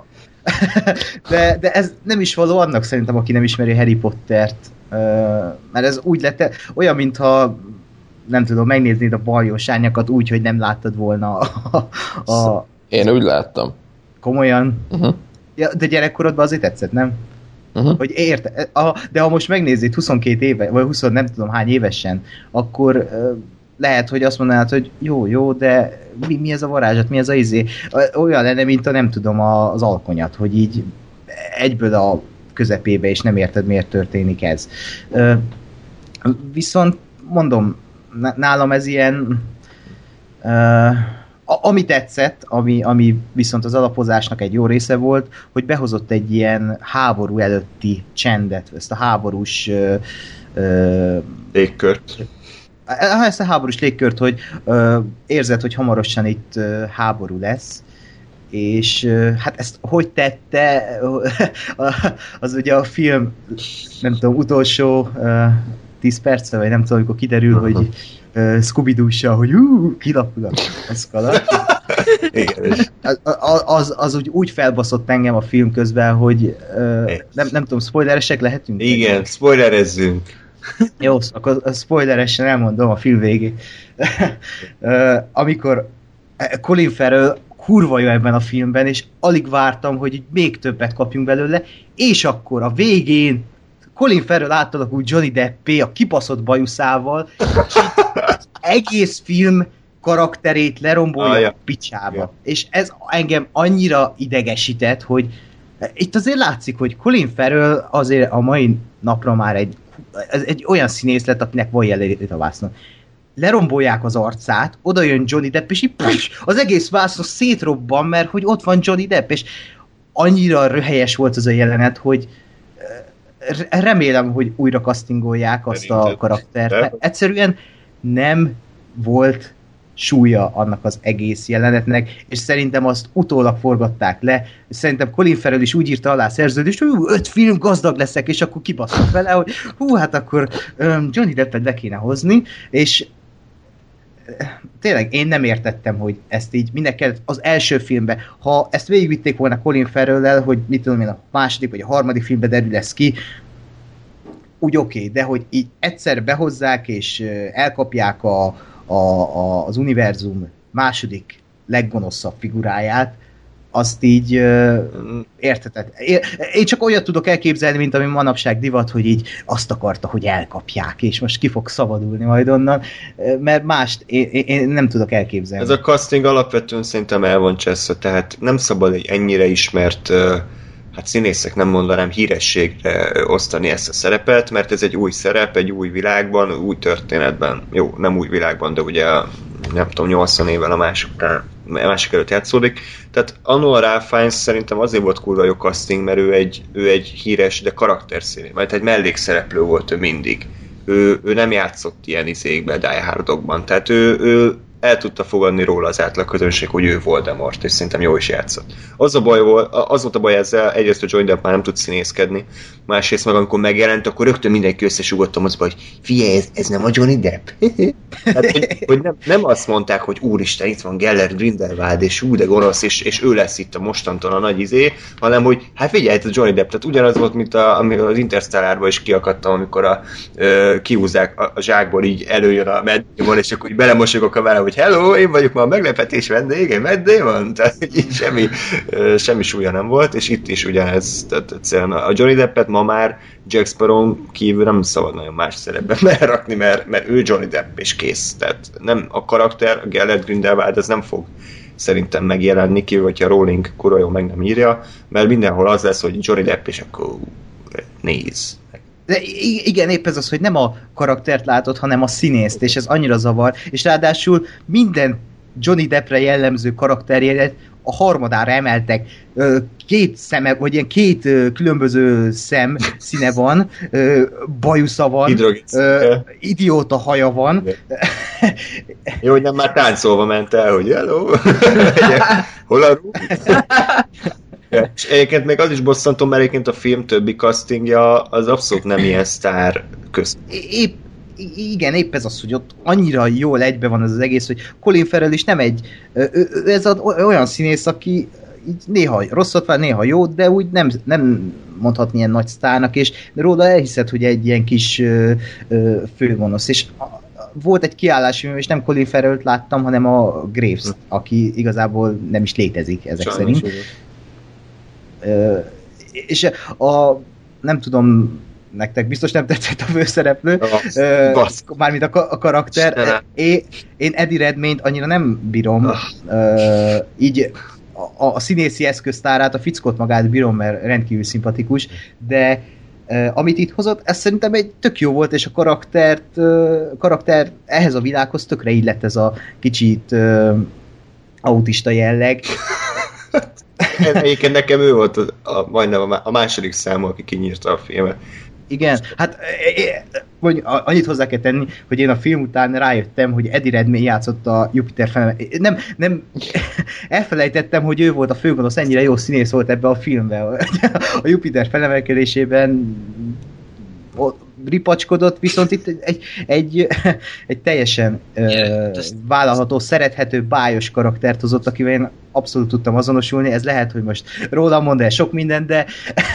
de, de ez nem is való annak szerintem, aki nem ismeri Harry Pottert. Mert ez úgy lett, olyan, mintha nem tudom, megnéznéd a Baljós árnyakat úgy, hogy nem láttad volna a... a... Én úgy láttam. Komolyan? Uh-huh. Ja, de gyerekkorodban azért tetszett, nem? Uh-huh. Hogy érte, de ha most megnézzét huszonkét éve, vagy húsz nem tudom hány évesen, akkor uh, lehet, hogy azt mondanád, hogy jó, jó, de mi, mi ez a varázslat, mi ez a izé? Olyan lenne, mint a nem tudom, a, az alkonyat, hogy így egyből a közepébe, és nem érted, miért történik ez. Uh, viszont mondom, nálam ez ilyen... Uh, ami tetszett, ami, ami viszont az alapozásnak egy jó része volt, hogy behozott egy ilyen háború előtti csendet, ezt a háborús ö, ö, légkört. Ezt a háborús légkört, hogy ö, érzed, hogy hamarosan itt ö, háború lesz, és ö, hát ezt hogy tette, az ugye a film, nem tudom, utolsó ö, tíz perce, vagy nem tudom, amikor kiderül, uh-huh. hogy uh, Scooby-Doo-sa, hogy hú, kilapul a aszkala. az, az, az úgy, úgy felbaszott engem a film közben, hogy uh, nem, nem tudom, spoileresek lehetünk? Igen, meg? Spoilerezzünk. Jó, akkor spoileresen elmondom a film végén. uh, amikor Colin Farrell kurva jó ebben a filmben, és alig vártam, hogy még többet kapjunk belőle, és akkor a végén Colin Farrell átalakul Johnny Deppé a kibaszott bajuszával, és az egész film karakterét lerombolja ah, ja. a picsába. Ja. És ez engem annyira idegesített, hogy itt azért látszik, hogy Colin Farrell azért a mai napra már egy, egy olyan színész lett, akinek van jelenlét a vásznon. Lerombolják az arcát, oda jön Johnny Depp, és így pff, az egész vászon szétrobban, mert hogy ott van Johnny Depp, és annyira röhelyes volt az a jelenet, hogy remélem, hogy újra castingolják azt a karaktert. Egyszerűen nem volt súlya annak az egész jelenetnek, és szerintem azt utólag forgatták le. Szerintem Colin Farrell is úgy írta alá a szerződést, hogy hú, öt film gazdag leszek, és akkor kibasztott vele, hogy hú, hát akkor um, Johnny Deppet le kéne hozni, és tényleg én nem értettem, hogy ezt így mindenki az első filmben, ha ezt végigvitték volna Colin Farrell-el, hogy mit tudom én, a második vagy a harmadik filmben derül lesz ki, úgy oké, okay, de hogy így egyszer behozzák és elkapják a, a, a, az univerzum második leggonoszabb figuráját, azt így uh, értheted. Én, én csak olyat tudok elképzelni, mint ami manapság divat, hogy így azt akarta, hogy elkapják, és most ki fog szabadulni majd onnan, mert mást én, én nem tudok elképzelni. Ez a casting alapvetően szerintem el van cseszve, tehát nem szabad egy ennyire ismert, hát színészek nem mondanám hírességre osztani ezt a szerepet, mert ez egy új szerep, egy új világban, új történetben. Jó, nem új világban, de ugye nem tudom, nyolcvan évvel a másik után, a másik előtt játszódik. Tehát anno a Ralph Fiennes szerintem azért volt kurva jó casting, mert ő egy, ő egy híres, de karakterszíné, mert egy mellékszereplő volt ő mindig. Ő, ő nem játszott ilyen izékben, Die Hardokban, tehát ő, ő el tudta fogadni róla az átlag közönség, hogy ő Voldemort, és szerintem jó is játszott. Az, a baj volt, az volt a baj ezzel, egyrészt, hogy Johnny Depp már nem tud színészkedni, másrészt meg amikor megjelent, akkor rögtön mindenki összesugott a mozba, hogy figyelj, ez, ez nem a Johnny Depp? hát, hogy, hogy nem, nem azt mondták, hogy úristen, itt van Gellert Grindelwald, és ú, de gonosz, és, és ő lesz itt a mostantól a nagy izé, hanem, hogy hát figyelj, ez a Johnny Depp, tehát ugyanaz volt, mint a, ami az Interstellárban is kiakadtam, amikor a, ö, kiúzzák a, a zsákból, így előjön a Matt Damon, és akkor így belemosogok a vele, hogy hello, én vagyok ma a meglepetés vendége, Matt Damon, tehát semmi, ö, semmi súlya nem volt, és itt is ugyanez, tehát egyszerűen a Johnny Deppet ma már Jack Sparrow kívül nem szabad nagyon más szerepben berakni, mert, mert ő Johnny Depp, és kész. Tehát nem a karakter, a Gellert Grindelwald, ez nem fog szerintem megjelenni ki, hogyha Rowling kurva jó meg nem írja, mert mindenhol az lesz, hogy Johnny Depp, és akkor néz. De igen, épp ez az, hogy nem a karaktert látod, hanem a színészt, és ez annyira zavar, és ráadásul minden Johnny Deppre jellemző karakterjét a harmadára emeltek, két szeme, vagy ilyen két különböző szem színe van, bajusza van, idióta haja van. Jó, hogy nem már táncolva ment el, hogy hello, hol a rúg? Ja, és egyébként még az is bosszantó, mert egyébként a film többi castingja az abszolút nem ilyen sztár közt. Épp, igen, épp ez az, hogy ott annyira jól egybe van az, az egész, hogy Colin Farrell is nem egy, ez az olyan színész, aki így néha rosszat vár, néha jó, de úgy nem, nem mondhatni ilyen nagy sztárnak, és róla elhiszed, hogy egy ilyen kis ö, ö, főgonosz, és a, volt egy kiállásfilm, és nem Colin Farrellt láttam, hanem a Graves, hm. aki igazából nem is létezik ezek Sajnos szerint. Ö, és a, nem tudom, nektek biztos nem tetszett a főszereplő, uh, mármint a, a karakter. Én, én Eddie Redmayne-t annyira nem bírom, uh, így a, a színészi eszköztárát, a fickót magát bírom, mert rendkívül szimpatikus, de uh, amit itt hozott, ez szerintem egy tök jó volt, és a karaktert, uh, karakter ehhez a világhoz tökre így lett ez a kicsit uh, autista jelleg. Egyébként nekem ő volt a, a, majdnem a második számú, aki kinyírta a filmet. Igen, hát vagy annyit hozzá kell tenni, hogy én a film után rájöttem, hogy Eddie Redmayne játszott a Jupiter felemelkedésében. Nem, nem, elfelejtettem, hogy ő volt a főgonosz, ennyire jó színész volt ebbe a filmben. A Jupiter felemelkedésében ripacskodott, viszont itt egy, egy, egy teljesen uh, vállalható, szerethető, bájos karaktert hozott, akivel én abszolút tudtam azonosulni. Ez lehet, hogy most rólam mond el sok minden, de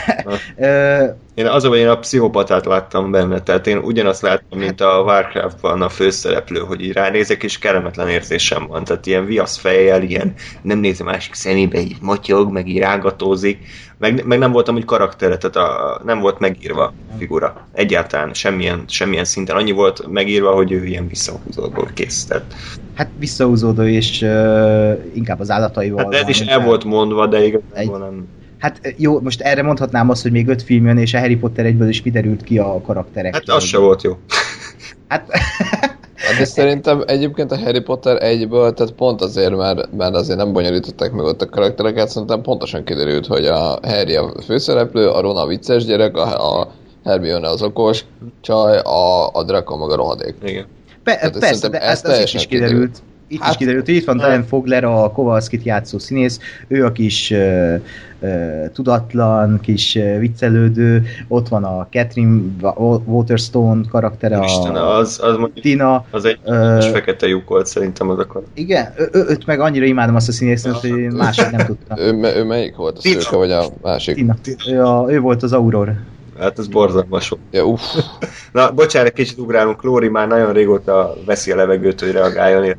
uh, én az, hogy én a pszichopatát láttam benne, tehát én ugyanazt láttam, mint a Warcraftban a főszereplő, hogy így ránézek, és kellemetlen érzésem van, tehát ilyen viasz fejjel, ilyen nem néz a másik szemébe, így motyog, meg így rángatózik, meg, meg nem voltam úgy karaktere, tehát a, nem volt megírva a figura. Egyáltalán semmilyen, semmilyen szinten. Annyi volt megírva, hogy ő ilyen visszahúzódó kész. Tehát... Hát visszahúzódó, és uh, inkább az állataival. Hát ez is el volt mondva, de igazából nem... Hát jó, most erre mondhatnám azt, hogy még öt film jön, és a Harry Potter egyből is kiderült ki a karakterek. Hát az se volt jó. Hát... Hát de szerintem egyébként a Harry Potter egyből, tehát pont azért, mert, mert azért nem bonyolították meg ott a karaktereket, szerintem pontosan kiderült, hogy a Harry a főszereplő, a Ron a vicces gyerek, a, a Hermione az okos csaj, a, a Draco meg a rohadék. Igen. Pe- persze, de ez, ez is kiderült. kiderült. Itt hát, is kiderült, hogy itt van Diane Fogler, a Kowalskit játszó színész, ő a kis uh, uh, tudatlan, kis uh, viccelődő, ott van a Catherine Waterstone karaktere, Isten, az, az mondjuk, Tina. Az egy uh, fekete lyuk volt szerintem az akar. Igen, ő, őt meg annyira imádom azt a színészt, hogy másik nem tudtam. ő, ő melyik volt a szőke, vagy a másik? Tina. Ő, a, ő volt az Aurora. Hát ez borzalmas volt. Ja, uff. Na, bocsánat, kicsit ugrálunk, Lóri már nagyon régóta veszi a levegőt, hogy reagáljon.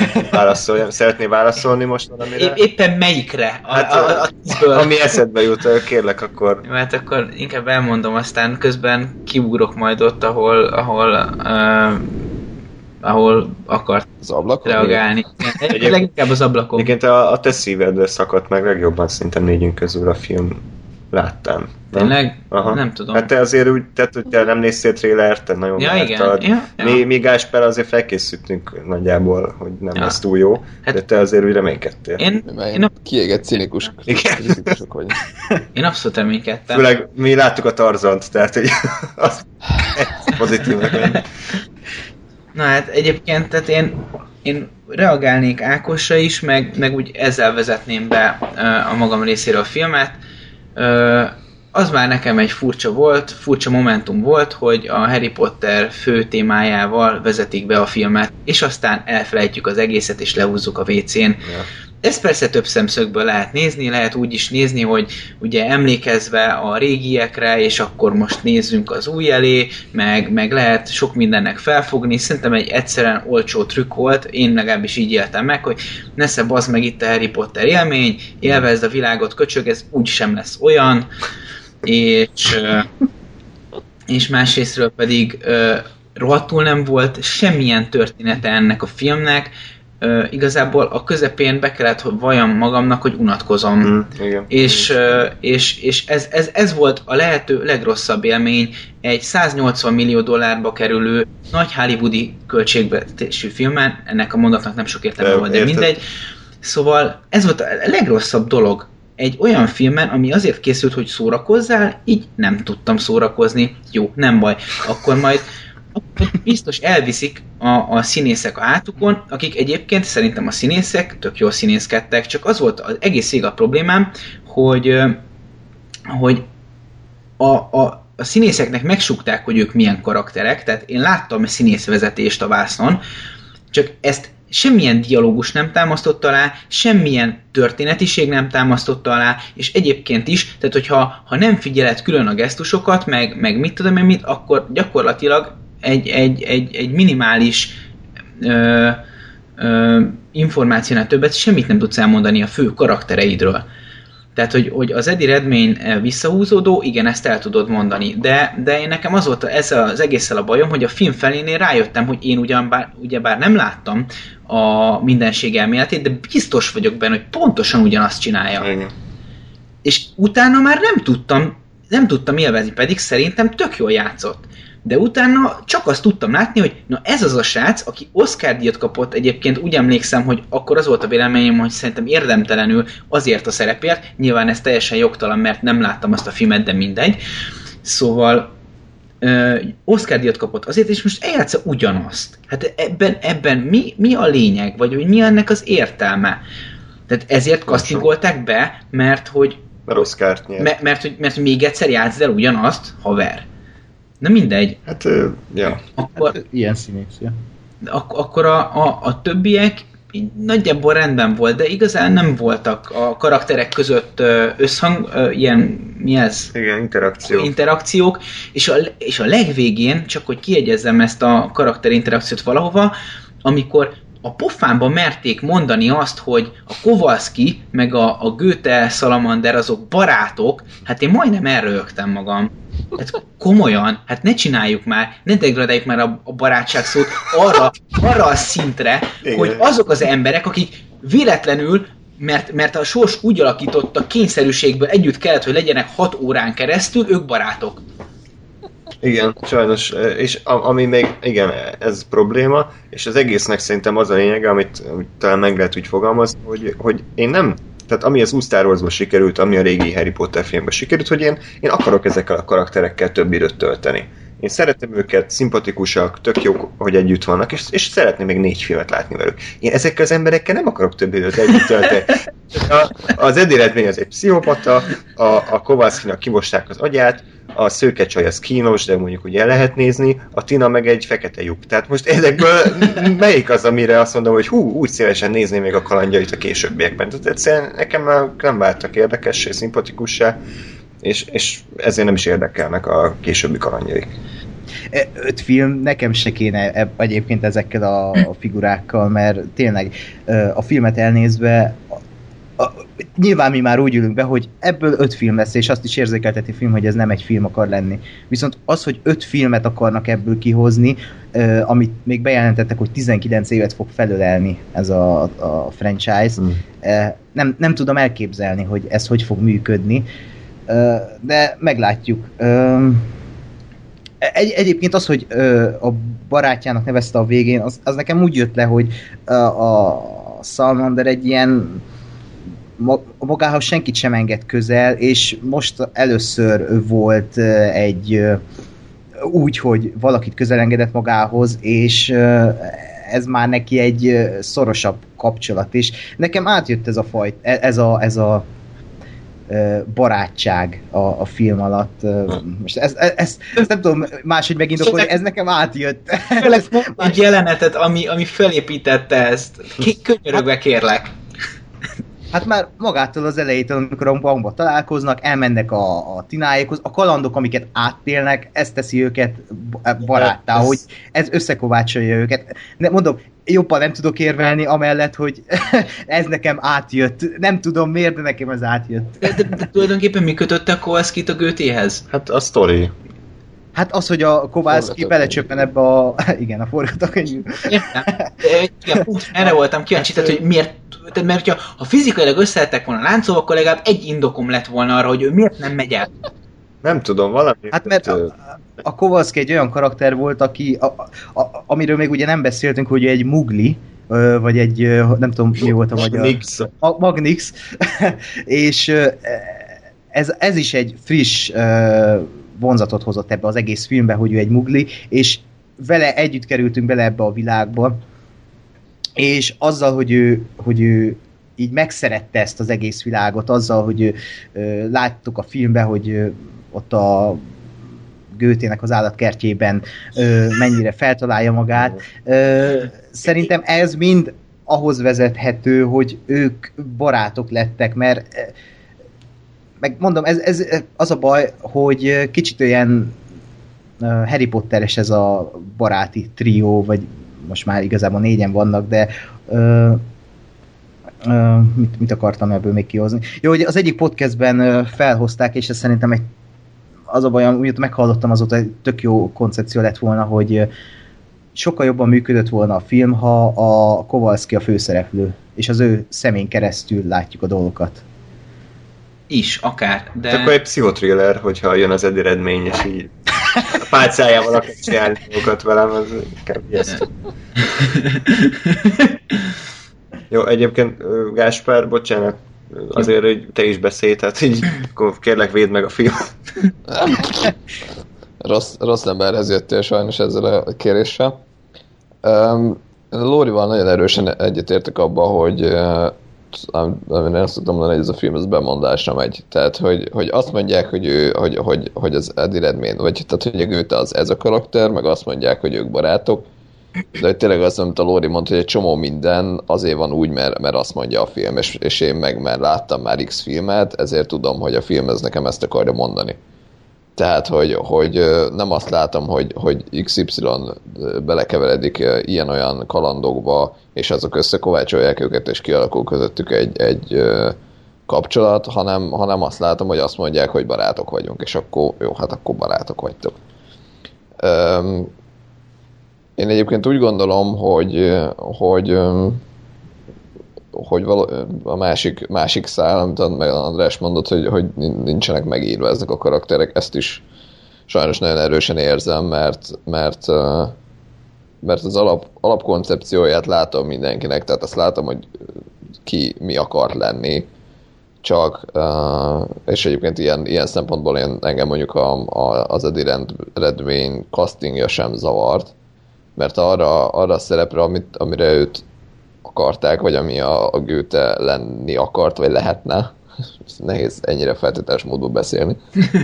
Válaszolj, szeretnél válaszolni most valamire? É- éppen melyikre? A, Hát, a, a, a tízből. ami eszedbe jut, kérlek, akkor... Jó, hát akkor inkább elmondom, aztán közben kiugrok majd ott, ahol, ahol, uh, ahol akart Az ablakon? reagálni. Egyéb- Leginkább az ablakon. Egyébként a, a te szíved szakadt meg legjobban szerintem négyünk közül a film láttán. Nem? Tényleg? Aha. Nem tudom. Hát te azért úgy, tehát, hogy te nem néztél trélert, te nagyon Ja, vártad. igen. Ja, Mi, ja. mi Gáspár azért felkészültünk nagyjából, hogy nem Ja. lesz túl jó, Hát- de te azért úgy reménykedtél. Én, Mert én, kiégett cinikus Igen. kritikusok vagy. én abszolút reménykedtem. Főleg mi láttuk a Tarzant, tehát hogy az pozitívnak lenni. Na hát egyébként, tehát én, én reagálnék Ákosra is, meg, meg úgy ezzel vezetném be uh, a magam részéről a filmet. Uh, az már nekem egy furcsa volt, furcsa momentum volt, hogy a Harry Potter fő témájával vezetik be a filmet, és aztán elfelejtjük az egészet, és lehúzzuk a vécén. Ja. Ezt persze több szemszögből lehet nézni, lehet úgy is nézni, hogy ugye emlékezve a régiekre, és akkor most nézzünk az új elé, meg, meg lehet sok mindennek felfogni. Szerintem egy egyszerűen olcsó trükk volt, én legalábbis így éltem meg, hogy nesze bazd meg itt a Harry Potter élmény, élvezd a világot, köcsög, ez úgy sem lesz olyan, és, és másrésztről pedig rohadtul nem volt semmilyen története ennek a filmnek. Uh, igazából a közepén be kellett, hogy valljam magamnak, hogy unatkozom. Mm, igen. És, uh, és, és ez, ez, ez volt a lehető legrosszabb élmény egy száznyolcvan millió dollárba kerülő nagy hollywoodi költségvetésű filmen, ennek a mondatnak nem sok értelme De, volt, de érted. mindegy. Szóval ez volt a legrosszabb dolog. Egy olyan filmen, ami azért készült, hogy szórakozzál, így nem tudtam szórakozni. Jó, nem baj. Akkor majd akkor biztos elviszik a, a színészek a hátukon, akik egyébként szerintem a színészek tök jól színészkedtek, csak az volt az egész ég a problémám, hogy, hogy a, a, a színészeknek megsukták, hogy ők milyen karakterek, tehát én láttam a színészvezetést a vásznon, csak ezt semmilyen dialógus nem támasztotta alá, semmilyen történetiség nem támasztotta alá, és egyébként is, tehát hogyha ha nem figyeled külön a gesztusokat, meg, meg mit tudom én mit, akkor gyakorlatilag egy, egy, egy, egy minimális ö, ö, információnál többet semmit nem tudsz elmondani a fő karaktereidről. Tehát, hogy, hogy az Eddie Redmayne visszahúzódó, igen, ezt el tudod mondani, de, de én nekem az volt ezzel az egésszel a bajom, hogy a film felénél rájöttem, hogy én ugyanbár, ugyebár nem láttam a mindenség elméletét, de biztos vagyok benne, hogy pontosan ugyanazt csinálja. Igen. És utána már nem tudtam, nem tudtam élvezni, pedig szerintem tök jól játszott. De utána csak azt tudtam látni, hogy na ez az a srác, aki Oscar-díjat kapott, egyébként úgy emlékszem, hogy akkor az volt a véleményem, hogy szerintem érdemtelenül azért a szerepért, nyilván ez teljesen jogtalan, mert nem láttam azt a filmet, de mindegy. Szóval uh, Oscar-díjat kapott azért, és most eljátsza ugyanazt. Hát ebben, ebben mi, mi a lényeg, vagy hogy mi ennek az értelme? Tehát ezért castingolták be, mert hogy Mert Oscart nyert. mert, mert, hogy, mert hogy még egyszer játszd el ugyanazt, haver. Na mindegy. Hát, ö, ja. Akkor, Hát, ilyen színész, ja. ak- akkor a, a, a többiek így nagyjából rendben volt, de igazán nem voltak a karakterek között ö, összhang, ö, ilyen, mi ez? Igen, interakció. interakciók, és a, és a legvégén, csak hogy kiegyezzem ezt a karakterinterakciót valahova, amikor a pofánba merték mondani azt, hogy a Kowalski meg a, a Goethe Salamander azok barátok, hát én majdnem elröhögtem magam. Hát komolyan, hát ne csináljuk már, ne degradáljuk már a, a barátság szót arra, arra a szintre, Igen. hogy azok az emberek, akik véletlenül, mert, mert a sors úgy alakította, kényszerűségből együtt kellett, hogy legyenek hat órán keresztül, ők barátok. Igen, sajnos, és a- ami még, igen, ez probléma, és az egésznek szerintem az a lényege, amit, amit talán meg lehet úgy fogalmazni, hogy, hogy én nem, tehát ami az új Star Warsban sikerült, ami a régi Harry Potter filmben sikerült, hogy én, én akarok ezekkel a karakterekkel több időt tölteni. Én szeretem őket, szimpatikusak, tök jók, hogy együtt vannak, és, és szeretném még négy filmet látni velük. Én ezekkel az emberekkel nem akarok több időt együtt tölteni. A, az Eddie Redmayne az egy pszichopata, a, a Kowalskinak kimosták az agyát, a szőke csaj az kínos, de mondjuk úgy el lehet nézni, a Tina meg egy fekete lyuk. Tehát most ezekből melyik az, amire azt mondom, hogy hú, úgy szívesen nézném még a kalandjait a későbbiekben. Tehát egyszerűen nekem már nem váltak érdekessé, szimpatikussá, és, és ezért nem is érdekelnek a későbbi kalandjaik. öt film nekem se kéne eb- egyébként ezekkel a, a figurákkal, mert tényleg a filmet elnézve a, a, nyilván mi már úgy ülünk be, hogy ebből öt film lesz, és azt is érzékelteti a film, hogy ez nem egy film akar lenni. Viszont az, hogy öt filmet akarnak ebből kihozni, uh, amit még bejelentettek, hogy tizenkilenc évet fog felölelni ez a, a franchise, mm. uh, nem, nem tudom elképzelni, hogy ez hogy fog működni, uh, de meglátjuk. Uh, egy, egyébként az, hogy uh, a barátjának nevezte a végén, az, az nekem úgy jött le, hogy uh, a Salamander egy ilyen magához senkit sem enged közel, és most először volt egy úgy, hogy valakit közel engedett magához, és ez már neki egy szorosabb kapcsolat is. Nekem átjött ez a fajt, ez a, ez a barátság a, a film alatt. Most ezt, ezt, ezt nem tudom máshogy megindokolni, ez nekem átjött. Egy jelenetet, ami, ami felépítette ezt. Könyörögve kérlek. Hát már magától az elejétől, amikor a bankba találkoznak, elmennek a, a tinájékhoz, a kalandok, amiket áttélnek, ez teszi őket baráttá, ez... hogy ez összekovácsolja őket. De mondom, jobban nem tudok érvelni, amellett, hogy ez nekem átjött. Nem tudom miért, de nekem ez átjött. De, de, de tulajdonképpen mi kötötte a Kowalskit a Goethehez? Hát a sztori. Hát az, hogy a Kowalski belecsöppen ebbe a... Igen, a forgatókönyv. Értem. Igen, pont erre voltam kíváncsi, tehát, hogy miért... Tehát, mert ha, ha fizikailag összehettek volna láncolva, akkor legalább egy indokom lett volna arra, hogy ő miért nem megy el. Nem tudom, valami... Hát mert a, a Kowalski egy olyan karakter volt, aki, a, a, a, amiről még ugye nem beszéltünk, hogy egy mugli, vagy egy, nem tudom, mi volt a magyar... Magnix. A, Magnix. És ez, ez is egy friss vonzatot hozott ebbe az egész filmbe, hogy ő egy mugli, és vele együtt kerültünk bele ebbe a világba, és azzal, hogy ő, hogy ő így megszerette ezt az egész világot, azzal, hogy ő, ö, láttuk a filmben, hogy ö, ott a Goethének az állatkertjében ö, mennyire feltalálja magát. Ö, szerintem ez mind ahhoz vezethető, hogy ők barátok lettek, mert meg mondom, ez, ez az a baj, hogy kicsit olyan Harry Potteres ez a baráti trió, vagy most már igazából négyen vannak, de uh, uh, mit, mit akartam ebből még kihozni? Jó, hogy az egyik podcastben uh, felhozták, és ez szerintem egy, az a baj, úgy meghallottam azóta, egy tök jó koncepció lett volna, hogy uh, sokkal jobban működött volna a film, ha a Kowalski a főszereplő, és az ő szemén keresztül látjuk a dolgokat. Is, akár, de... Akkor egy pszichotriller, hogyha jön az Eddie Redmayne, és így a pálcájával akar csinálni dolgokat velem, az inkább ijesztő. Jó, egyébként Gáspár, bocsánat, azért, hogy te is beszélj, tehát így, akkor kérlek, védd meg a filmet. rossz, rossz emberhez jöttél sajnos ezzel a kéréssel. Um, Lórival nagyon erősen egyetértek abban, hogy én azt tudom mondani, hogy ez a film ez bemondásra megy. Tehát, hogy, hogy azt mondják, hogy, ő, hogy, hogy, hogy az Eddie Redmayne, vagy tehát, hogy a Goethe az ez a karakter, meg azt mondják, hogy ők barátok, de hogy tényleg azt, amit a Lóri mondta, hogy egy csomó minden azért van úgy, mert, mert azt mondja a film, és, és én meg mert láttam már X filmet, ezért tudom, hogy a film ez nekem ezt akarja mondani. Tehát, hogy, hogy nem azt látom, hogy, hogy iksz ipszilon belekeveredik ilyen-olyan kalandokba, és azok összekovácsolják őket, és kialakul közöttük egy, egy kapcsolat, hanem, hanem azt látom, hogy azt mondják, hogy barátok vagyunk, és akkor jó, hát akkor barátok vagytok. Én egyébként úgy gondolom, hogy, hogy, hogy való, a másik, másik szál, amit meg András mondott, hogy, hogy nincsenek megírva ezek a karakterek, ezt is sajnos nagyon erősen érzem, mert, mert, mert az alap, alapkoncepcióját látom mindenkinek, tehát azt látom, hogy ki mi akar lenni, csak, és egyébként ilyen, ilyen szempontból én, engem mondjuk a, a, az Eddie Redmayne castingja sem zavart, mert arra, arra a szerepre, amit, amire őt akarták, vagy ami a, a Goethe lenni akart, vagy lehetne. Nehéz ennyire feltételes módban beszélni.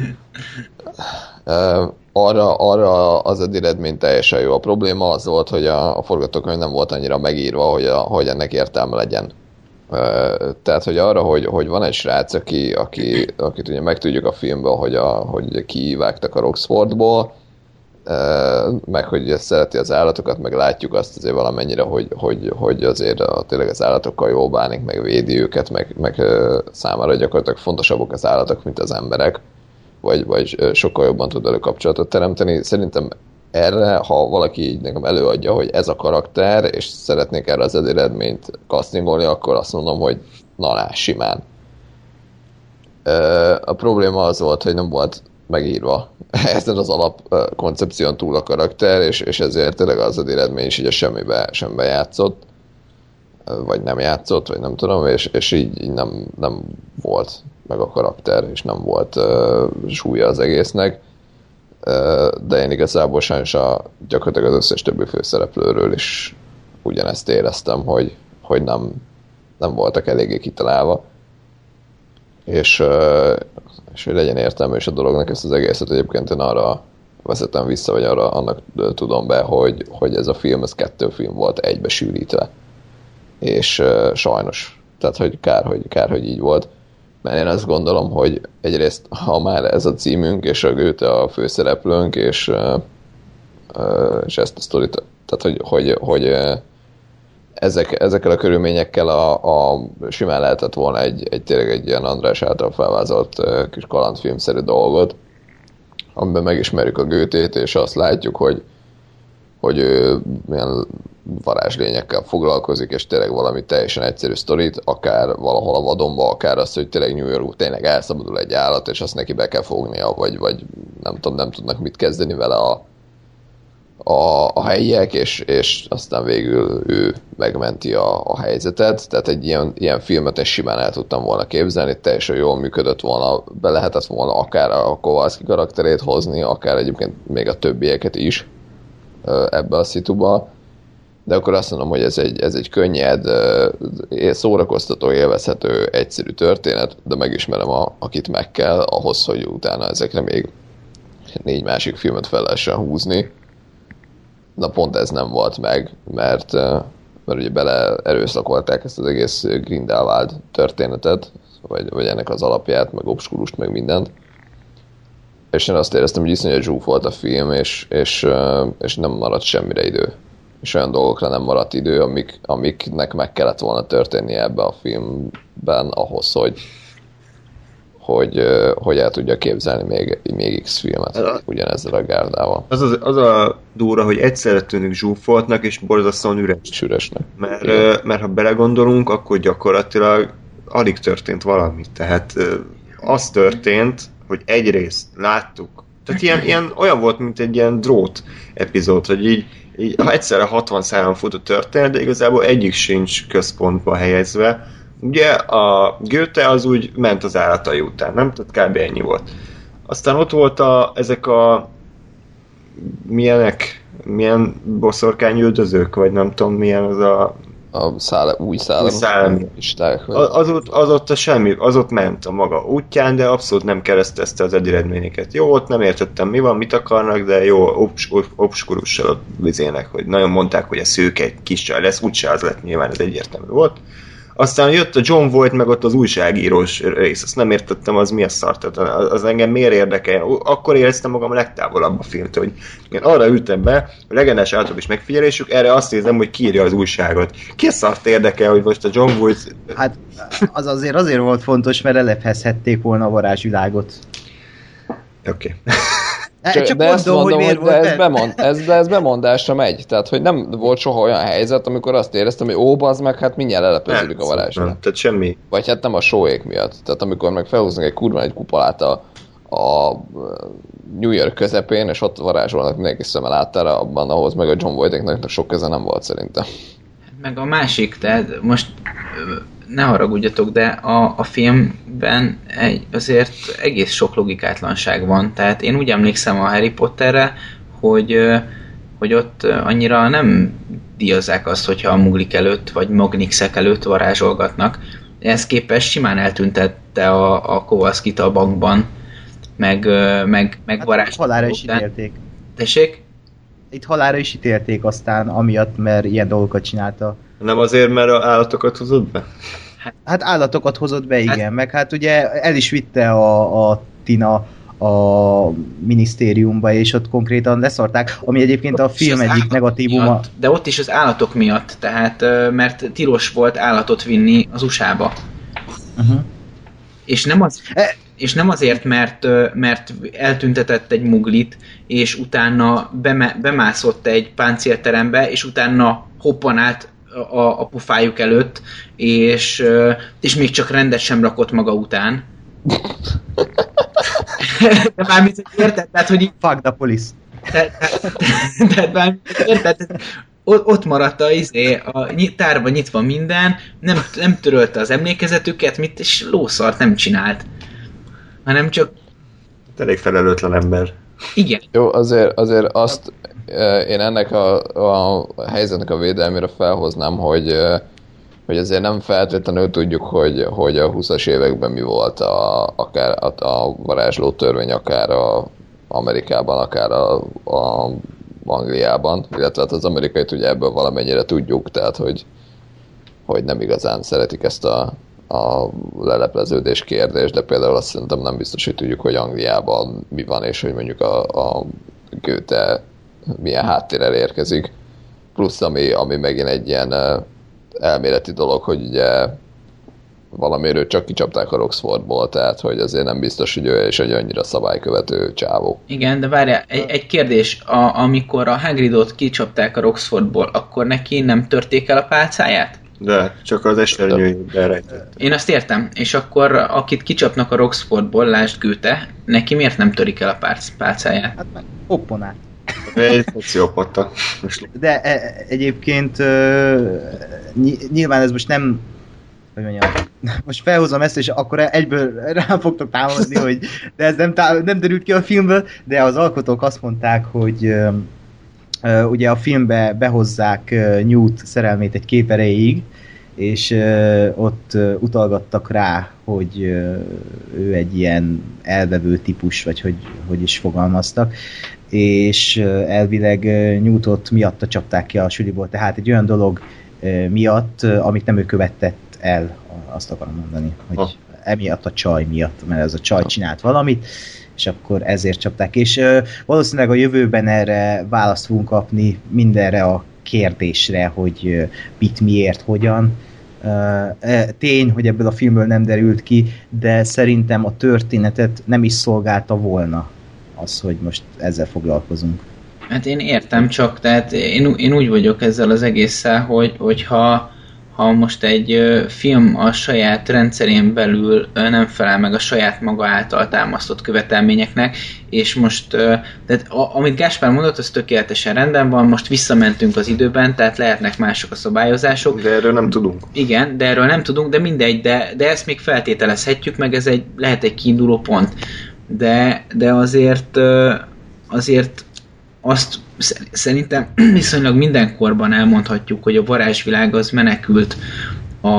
uh, arra, arra az Eddie Redmayne teljesen jó. A probléma az volt, hogy a, a forgatókönyv nem volt annyira megírva, hogy, a, hogy ennek értelme legyen. Uh, tehát, hogy arra, hogy, hogy van egy srác, aki, aki, akit ugye megtudjuk a filmben, hogy, a, hogy kivágtak a Roxfordból, meg hogy szereti az állatokat, meg látjuk azt azért valamennyire, hogy, hogy, hogy azért a, tényleg az állatokkal jól bánik, meg védi őket, meg, meg számára gyakorlatilag fontosabbak az állatok, mint az emberek, vagy, vagy sokkal jobban tud elő kapcsolatot teremteni. Szerintem erre, ha valaki így nekem előadja, hogy ez a karakter, és szeretnék erre az eredményt castingolni, akkor azt mondom, hogy na, na simán. A probléma az volt, hogy nem volt megírva ezen az alapkoncepción túl a karakter, és, és ezért tényleg az az eredmény is így a semmibe, semmibe játszott, vagy nem játszott, vagy nem tudom, és, és így, így nem, nem volt meg a karakter, és nem volt uh, súlya az egésznek, uh, de én igazából sajnos a, gyakorlatilag az összes többi főszereplőről is ugyanezt éreztem, hogy, hogy nem, nem voltak eléggé kitalálva, és uh, és hogy legyen értelme is a dolognak, ezt az egészet egyébként én arra vezetem vissza, vagy arra annak tudom be, hogy, hogy ez a film, ez kettő film volt egybe sűrítve. És uh, sajnos. Tehát, hogy kár, hogy kár, hogy így volt. Mert én azt gondolom, hogy egyrészt, ha már ez a címünk, és a Goethe a főszereplőnk, és, uh, uh, és ezt a sztorit, tehát, hogy, hogy, hogy uh, Ezek, ezekkel a körülményekkel a, a simán lehetett volna egy, egy tényleg egy ilyen András által felvázolt uh, kis kalandfilmszerű dolgot, amiben megismerjük a Goethét, és azt látjuk, hogy, hogy ő milyen varázslényekkel foglalkozik, és tényleg valami teljesen egyszerű sztorit, akár valahol a vadonba, akár azt, hogy tényleg New York tényleg elszabadul egy állat, és azt neki be kell fognia, vagy, vagy nem tudom, nem tudnak mit kezdeni vele a A, a helyiek, és, és aztán végül ő megmenti a, a helyzetet, tehát egy ilyen, ilyen filmet is simán el tudtam volna képzelni, teljesen jól működött volna, be lehetett volna akár a Kowalski karakterét hozni, akár egyébként még a többieket is ebbe a szituba, de akkor azt mondom, hogy ez egy, ez egy könnyed, szórakoztató, élvezhető, egyszerű történet, de megismerem, a, akit meg kell ahhoz, hogy utána ezekre még négy másik filmet fel lehessen húzni. Na pont ez nem volt meg, mert, mert ugye bele erőszakolták ezt az egész Grindelwald történetet, vagy, vagy ennek az alapját, meg obskurust, meg mindent. És én azt éreztem, hogy iszonyat zsúf volt a film, és, és, és nem maradt semmire idő. És olyan dolgokra nem maradt idő, amik, amiknek meg kellett volna történnie ebbe a filmben ahhoz, hogy hogy, hogy el tudja képzelni még, még X filmet ugyanezzel a gárdával. Az, az, az a durva, hogy egyszerre tűnik zsúfoltnak és borzasztóan üres. Üresnek. Mert, mert ha belegondolunk, akkor gyakorlatilag alig történt valami. Tehát az történt, hogy egyrészt láttuk. Tehát ilyen, ilyen olyan volt, mint egy ilyen drót epizód, hogy így, így ha egyszerre hatvan szálon futó történet, de igazából egyik sincs központba helyezve. Ugye a Goethe az úgy ment az állatai után, nem? Tehát kb. Ennyi volt. Aztán ott volt a, ezek a milyenek, milyen boszorkányüldözők, vagy nem tudom milyen az a... A szále, új szállam. szállam. Az, ott, az ott a semmi, az ott ment a maga útján, de abszolút nem keresztezte az eredményeket. Jó, ott nem értettem mi van, mit akarnak, de jó, obs, obskurussal ott vizének, hogy nagyon mondták, hogy a szőke egy kis csaj lesz, úgyse az lett, nyilván ez egyértelmű volt. Aztán jött a John Voight, meg ott az újságírós rész, azt nem értettem, az mi a szar, tehát az engem miért érdekel. Akkor éreztem magam legtávolabb a filmtől, hogy én arra ültem be, a legendás állatok is megfigyelésük, erre azt nézem, hogy kiírja az újságot. Ki a szart érdekel, hogy most a John Voight... Hát az azért azért volt fontos, mert elephezhették volna a varázsvilágot. Oké. Okay. Csak, csak de mondom, ezt mondom, hogy, hogy de, ez bemond, ez, de ez bemondásra megy. Tehát, hogy nem volt soha olyan helyzet, amikor azt éreztem, hogy ó, bazd meg, hát mindjárt lelepeződik a varázsvilág. Tehát semmi. Vagy hát nem a sóék miatt. Tehát amikor meg felhúznak egy kurva egy kupolát a, a New York közepén, és ott varázsolnak mindenki szemmel áttára, abban ahhoz meg a John Voight-éknek sok köze nem volt szerintem. Meg a másik, tehát most ne haragudjatok, de a, a filmben egy, azért egész sok logikátlanság van. Tehát én úgy emlékszem a Harry Potterre, hogy, hogy ott annyira nem díjazzák azt, hogyha a muglik előtt, vagy magnixek előtt varázsolgatnak. Ehhez képest simán eltüntette a, a Kowalskit a bankban, meg, meg, meg hát varázsolgató. Halálra is ítélték. Tessék? Itt halálra is ítélték aztán, amiatt, mert ilyen dolgokat csinálta. Nem azért, mert az állatokat hozott be? Hát állatokat hozott be, igen. Hát, meg hát ugye el is vitte a, a Tina a minisztériumba, és ott konkrétan leszarták, ami egyébként a film egyik negatívuma. Miatt, de ott is az állatok miatt, tehát mert tilos volt állatot vinni az u es á-ba. Uh-huh. És nem az... E- És nem azért, mert, mert eltüntetett egy muglit, és utána beme, bemászott egy páncélterembe, és utána hoppanált a, a pufájuk előtt, és, és még csak rendet sem rakott maga után. De mármint, érted? Tehát, hogy... Fuck the police. Tehát mármint, érted? Ott maradt a, izé, a tárba nyitva minden, nem, nem törölte az emlékezetüket, mit, és lószart nem csinált. Hanem csak... Elég felelőtlen ember. Igen. Jó, azért, azért azt én ennek a, a helyzetnek a védelmére felhoznám, hogy, hogy azért nem feltétlenül tudjuk, hogy, hogy a húszas években mi volt a, akár a, a varázsló törvény, akár a Amerikában, akár a, a Angliában, illetve hát az amerikait ugye ebből valamennyire tudjuk, tehát hogy, hogy nem igazán szeretik ezt a a lelepleződés kérdés, de például azt szerintem nem biztos, hogy tudjuk, hogy Angliában mi van, és hogy mondjuk a, a Goethe milyen háttérrel érkezik. Plusz, ami, ami megint egy ilyen elméleti dolog, hogy ugye valamiről csak kicsapták a Roxfordból, tehát hogy azért nem biztos, hogy ő is egy annyira szabálykövető csávó. Igen, de várjál, egy, egy kérdés, a, amikor a Hagridot kicsapták a Roxfordból, akkor neki nem törték el a pálcáját? De, csak az esernyőjében rejtett. Én azt értem, és akkor akit kicsapnak a Roxfordból, lásd Goethe, neki miért nem törik el a pálc, pálcáját? Hát meg opponát. Egy szociopata. De e- egyébként uh, ny- nyilván ez most nem, hogy mondjam, most felhozom ezt, és akkor egyből rám fogtok támadni, hogy de ez nem, tá- nem derült ki a filmből, de az alkotók azt mondták, hogy uh, uh, ugye a filmbe behozzák uh, Newt szerelmét egy kép erejéig, és uh, ott uh, utalgattak rá, hogy uh, ő egy ilyen elvevő típus, vagy hogy, hogy is fogalmaztak, és uh, elvileg uh, Newtot miatta csapták ki a suliból, tehát egy olyan dolog uh, miatt, uh, amit nem ő követett el, azt akarom mondani, hogy oh. emiatt a csaj miatt, mert ez a csaj csinált valamit, és akkor ezért csapták, és uh, valószínűleg a jövőben erre választ fogunk kapni mindenre a kérdésre, hogy uh, mit, miért, hogyan. Uh, tény, hogy ebből a filmből nem derült ki, de szerintem a történetet nem is szolgálta volna az, hogy most ezzel foglalkozunk. Hát én értem, csak tehát én, én úgy vagyok ezzel az egésszel, hogy, hogyha ha most egy film a saját rendszerén belül nem felel meg a saját maga által támasztott követelményeknek, és most, tehát amit Gáspár mondott, az tökéletesen rendben van, most visszamentünk az időben, tehát lehetnek mások a szabályozások. De erről nem tudunk. Igen, de erről nem tudunk, de mindegy, de, de ezt még feltételezhetjük, meg ez egy, lehet egy kiinduló pont. De, de azért, azért azt szerintem viszonylag mindenkorban elmondhatjuk, hogy a varázsvilág az menekült a,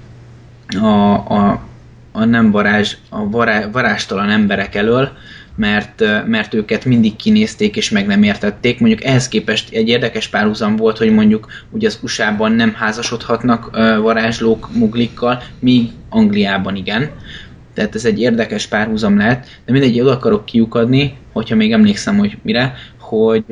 a, a, a nem varázs, a vará, varástalan emberek elől, mert, mert őket mindig kinézték és meg nem értették. Mondjuk ehhez képest egy érdekes párhuzam volt, hogy mondjuk ugye az u es á-ban nem házasodhatnak varázslók muglikkal, míg Angliában igen. Tehát ez egy érdekes párhuzam lehet, de mindegy, oda akarok kiukadni, hogyha még emlékszem, hogy mire, hogy,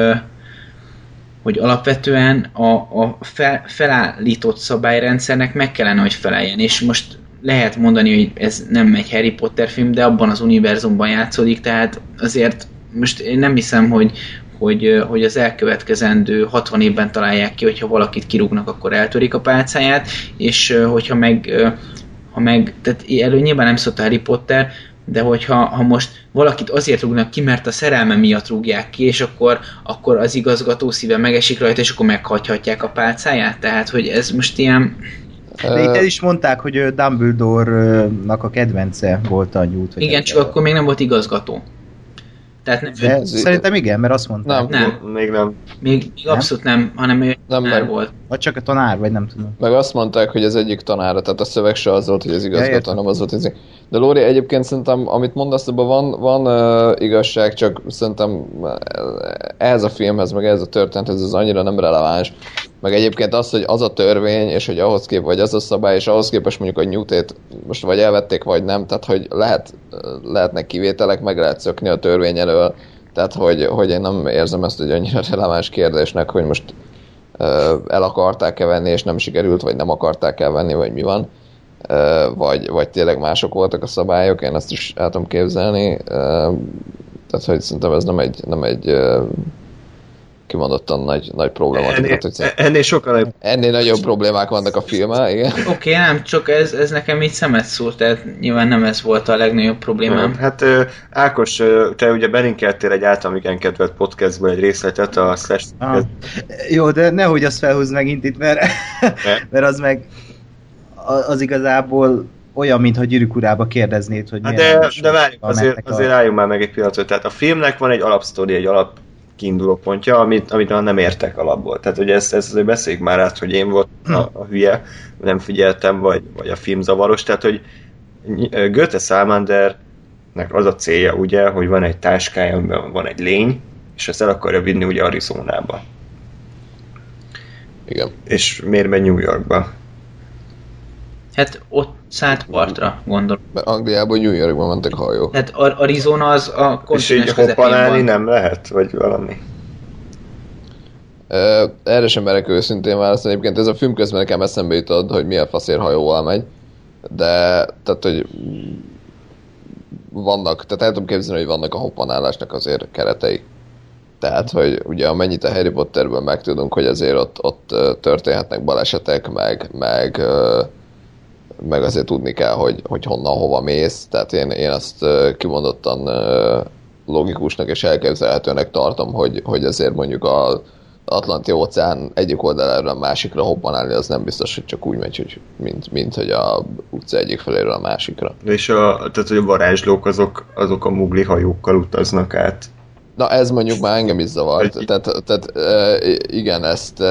hogy alapvetően a, a fel, felállított szabályrendszernek meg kellene, hogy feleljen, és most lehet mondani, hogy ez nem egy Harry Potter film, de abban az univerzumban játszódik, tehát azért most én nem hiszem, hogy, hogy, hogy az elkövetkezendő hatvan évben találják ki, hogyha valakit kirúgnak, akkor eltörik a pálcáját, és hogyha meg, ha meg tehát elő nyilván nem szólt a Harry Potter, de hogyha ha most valakit azért rúgnak ki, mert a szerelme miatt rúgják ki, és akkor, akkor az igazgató szíve megesik rajta, és akkor meghagyhatják a pálcáját, tehát hogy ez most ilyen... De itt el is mondták, hogy Dumbledore-nak a kedvence volt a Newt. Igen, csak akkor még nem volt igazgató. Tehát nem, de szerintem igen, mert azt mondták. Nem, nem. Még nem. Még, még abszolút nem, hanem ő nem tanár volt. Vagy csak a tanár, vagy nem tudom. Meg azt mondták, hogy az egyik tanára, tehát a szöveg se az volt, hogy az igazgató, nem az volt. Ez. De Lóri, egyébként szerintem, amit mondasz, abban van, van uh, igazság, csak szerintem ehhez a filmhez, meg ehhez a történethez ez annyira nem releváns, Meg egyébként az, hogy az a törvény, és hogy ahhoz kép, vagy az a szabály, és ahhoz képest mondjuk a Newt-ét most vagy elvették, vagy nem, tehát hogy lehet, lehetnek kivételek, meg lehet szökni a törvény elől, tehát hogy, hogy én nem érzem ezt egy annyira releváns kérdésnek, hogy most uh, el akarták-e venni, és nem sikerült, vagy nem akarták elvenni, vagy mi van, uh, vagy, vagy tényleg mások voltak a szabályok, én ezt is el tudom képzelni, uh, tehát hogy szerintem ez nem egy, nem egy uh, kimondottan nagy, nagy probléma. Ennél, Tehát, ennél sokkal nagyobb. Ennél nagyobb problémák vannak a filmmel, igen. Oké, okay, nem, csak ez, ez nekem így szemet szúrt, tehát nyilván nem ez volt a legnagyobb problémám. Hát Ákos, te ugye belinkeltél egy általam igen kedvelt podcastból egy részletet, a Slash... Ah. Jó, de nehogy azt felhúzz megint itt, mert, mert az meg az igazából olyan, mintha Gyűrűk urába kérdeznéd, hogy hát milyen... de, de várjuk, azért, azért a... álljunk már meg egy pillanatot. Tehát a filmnek van egy alapsztori, egy alap kiinduló pontja, amit, amit nem értek alapból. Tehát, hogy ezt, ezt azért beszéljük már át, hogy én voltam a, a hülye, nem figyeltem, vagy, vagy a film zavaros. Tehát, hogy Goethe Salmandernek az a célja, ugye, hogy van egy táskája, amiben van egy lény, és ezt el akarja vinni ugye Arizonába. Igen. És miért megy New Yorkba? Hát ott szállt partra, gondolom. Mert Angliában, New Yorkban mentek hajó. Hát Arizona az a kontinens és így közepén hoppanálni van. nem lehet? Vagy valami? Uh, erre sem merek őszintén választani. Egyébként ez a film közben nekem eszembe jutott, hogy milyen faszér hajóval megy. De, tehát, hogy vannak, tehát el tudom képzelni, hogy vannak a hoppanálásnak azért keretei. Tehát, hogy ugye amennyit a Harry Potterből megtudunk, hogy azért ott, ott történhetnek balesetek, meg, meg meg azért tudni kell, hogy, hogy honnan, hova mész. Tehát én, én azt kimondottan logikusnak és elképzelhetőnek tartom, hogy, hogy azért mondjuk az Atlanti óceán egyik oldaláról a másikra hoppanálni, az nem biztos, hogy csak úgy megy, hogy mint, mint hogy a utca egyik feléről a másikra. És a, tehát, hogy a varázslók azok, azok a mugli hajókkal utaznak át. Na ez mondjuk már engem is zavart. Tehát, tehát igen, ezt...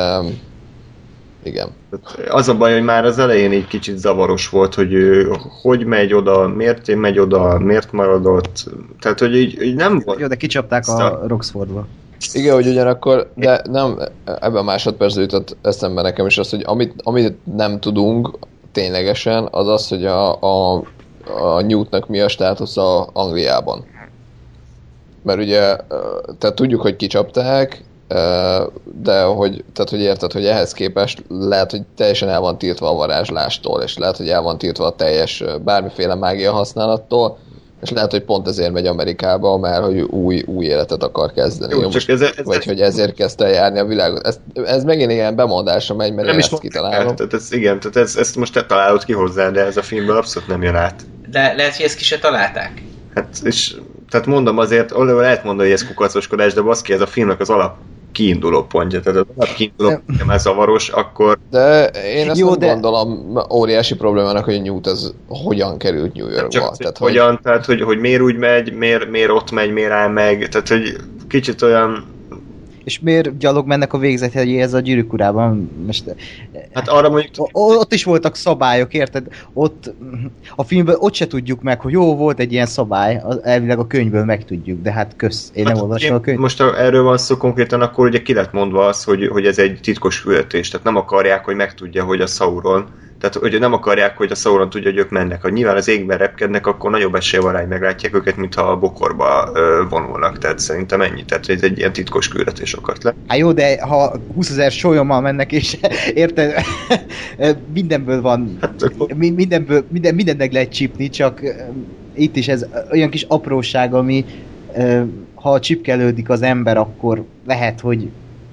Igen. Az a baj, hogy már az elején egy kicsit zavaros volt, hogy ő hogy megy oda, miért én megy oda, miért marad ott. Tehát, hogy így, így nem volt. Jó, de kicsapták a, a Roxfordba. Igen, hogy ugyanakkor, de nem, ebben a másodpercben jutott eszembe nekem is az, hogy amit, amit nem tudunk ténylegesen, az az, hogy a, a, a Newtnek mi a státusza Angliában. Mert ugye, tehát tudjuk, hogy kicsapták, de hogy, tehát, hogy érted, hogy ehhez képest lehet, hogy teljesen el van tiltva a varázslástól, és lehet, hogy el van tiltva a teljes bármiféle mágia használattól, és lehet, hogy pont ezért megy Amerikába, mert hogy új, új életet akar kezdeni. Jó, Jó, most, ez, ez, vagy hogy ezért kezdte el járni a világot. Ez, ez megint ilyen bemondásra megy, mert nem én is ezt kitalálom. Tehát ez, igen, tehát ez, ezt most te találod ki hozzá, de ez a filmből abszolút nem jön át. De lehet, hogy ezt ki se találták. Hát, és tehát mondom azért, lehet mondani, hogy ez kukacoskodás, de baszki, ez a filmnek az alap kiinduló pontja, tehát az alap kiinduló pontja már zavaros, akkor... De én ezt Jó, nem de... gondolom óriási problémának, hogy a Newt az hogyan került New Yorkba. Csak tehát, hogyan, hogy... tehát hogy, hogy miért úgy megy, miért, miért ott megy, miért áll meg, tehát hogy kicsit olyan... És miért gyalog mennek a végzetjegyéhez a Gyűrűk urában? Most, hát arra mondjuk... Ott is voltak szabályok, érted? Ott a filmben ott se tudjuk meg, hogy jó, volt egy ilyen szabály, elvileg a könyvből megtudjuk, de hát kösz, én hát nem olvasom a könyvet. Most ha erről van szó konkrétan, akkor ugye ki lett mondva az, hogy, hogy ez egy titkos küldetés, tehát nem akarják, hogy megtudja, hogy a Sauron, tehát hogy nem akarják, hogy a Sauron tudja, hogy ők mennek. Ha nyilván az égben repkednek, akkor nagyobb esélye van rá, hogy meglátják őket, mintha a bokorba ö, vonulnak. Tehát szerintem ennyi. Tehát ez egy ilyen titkos küldetés akart le. Hát jó, de ha húszezer sólyommal mennek, és érted, mindenből van, Hát, mindenből, minden, mindennek lehet csípni, csak itt is ez olyan kis apróság, ami ha csipkelődik az ember, akkor lehet, hogy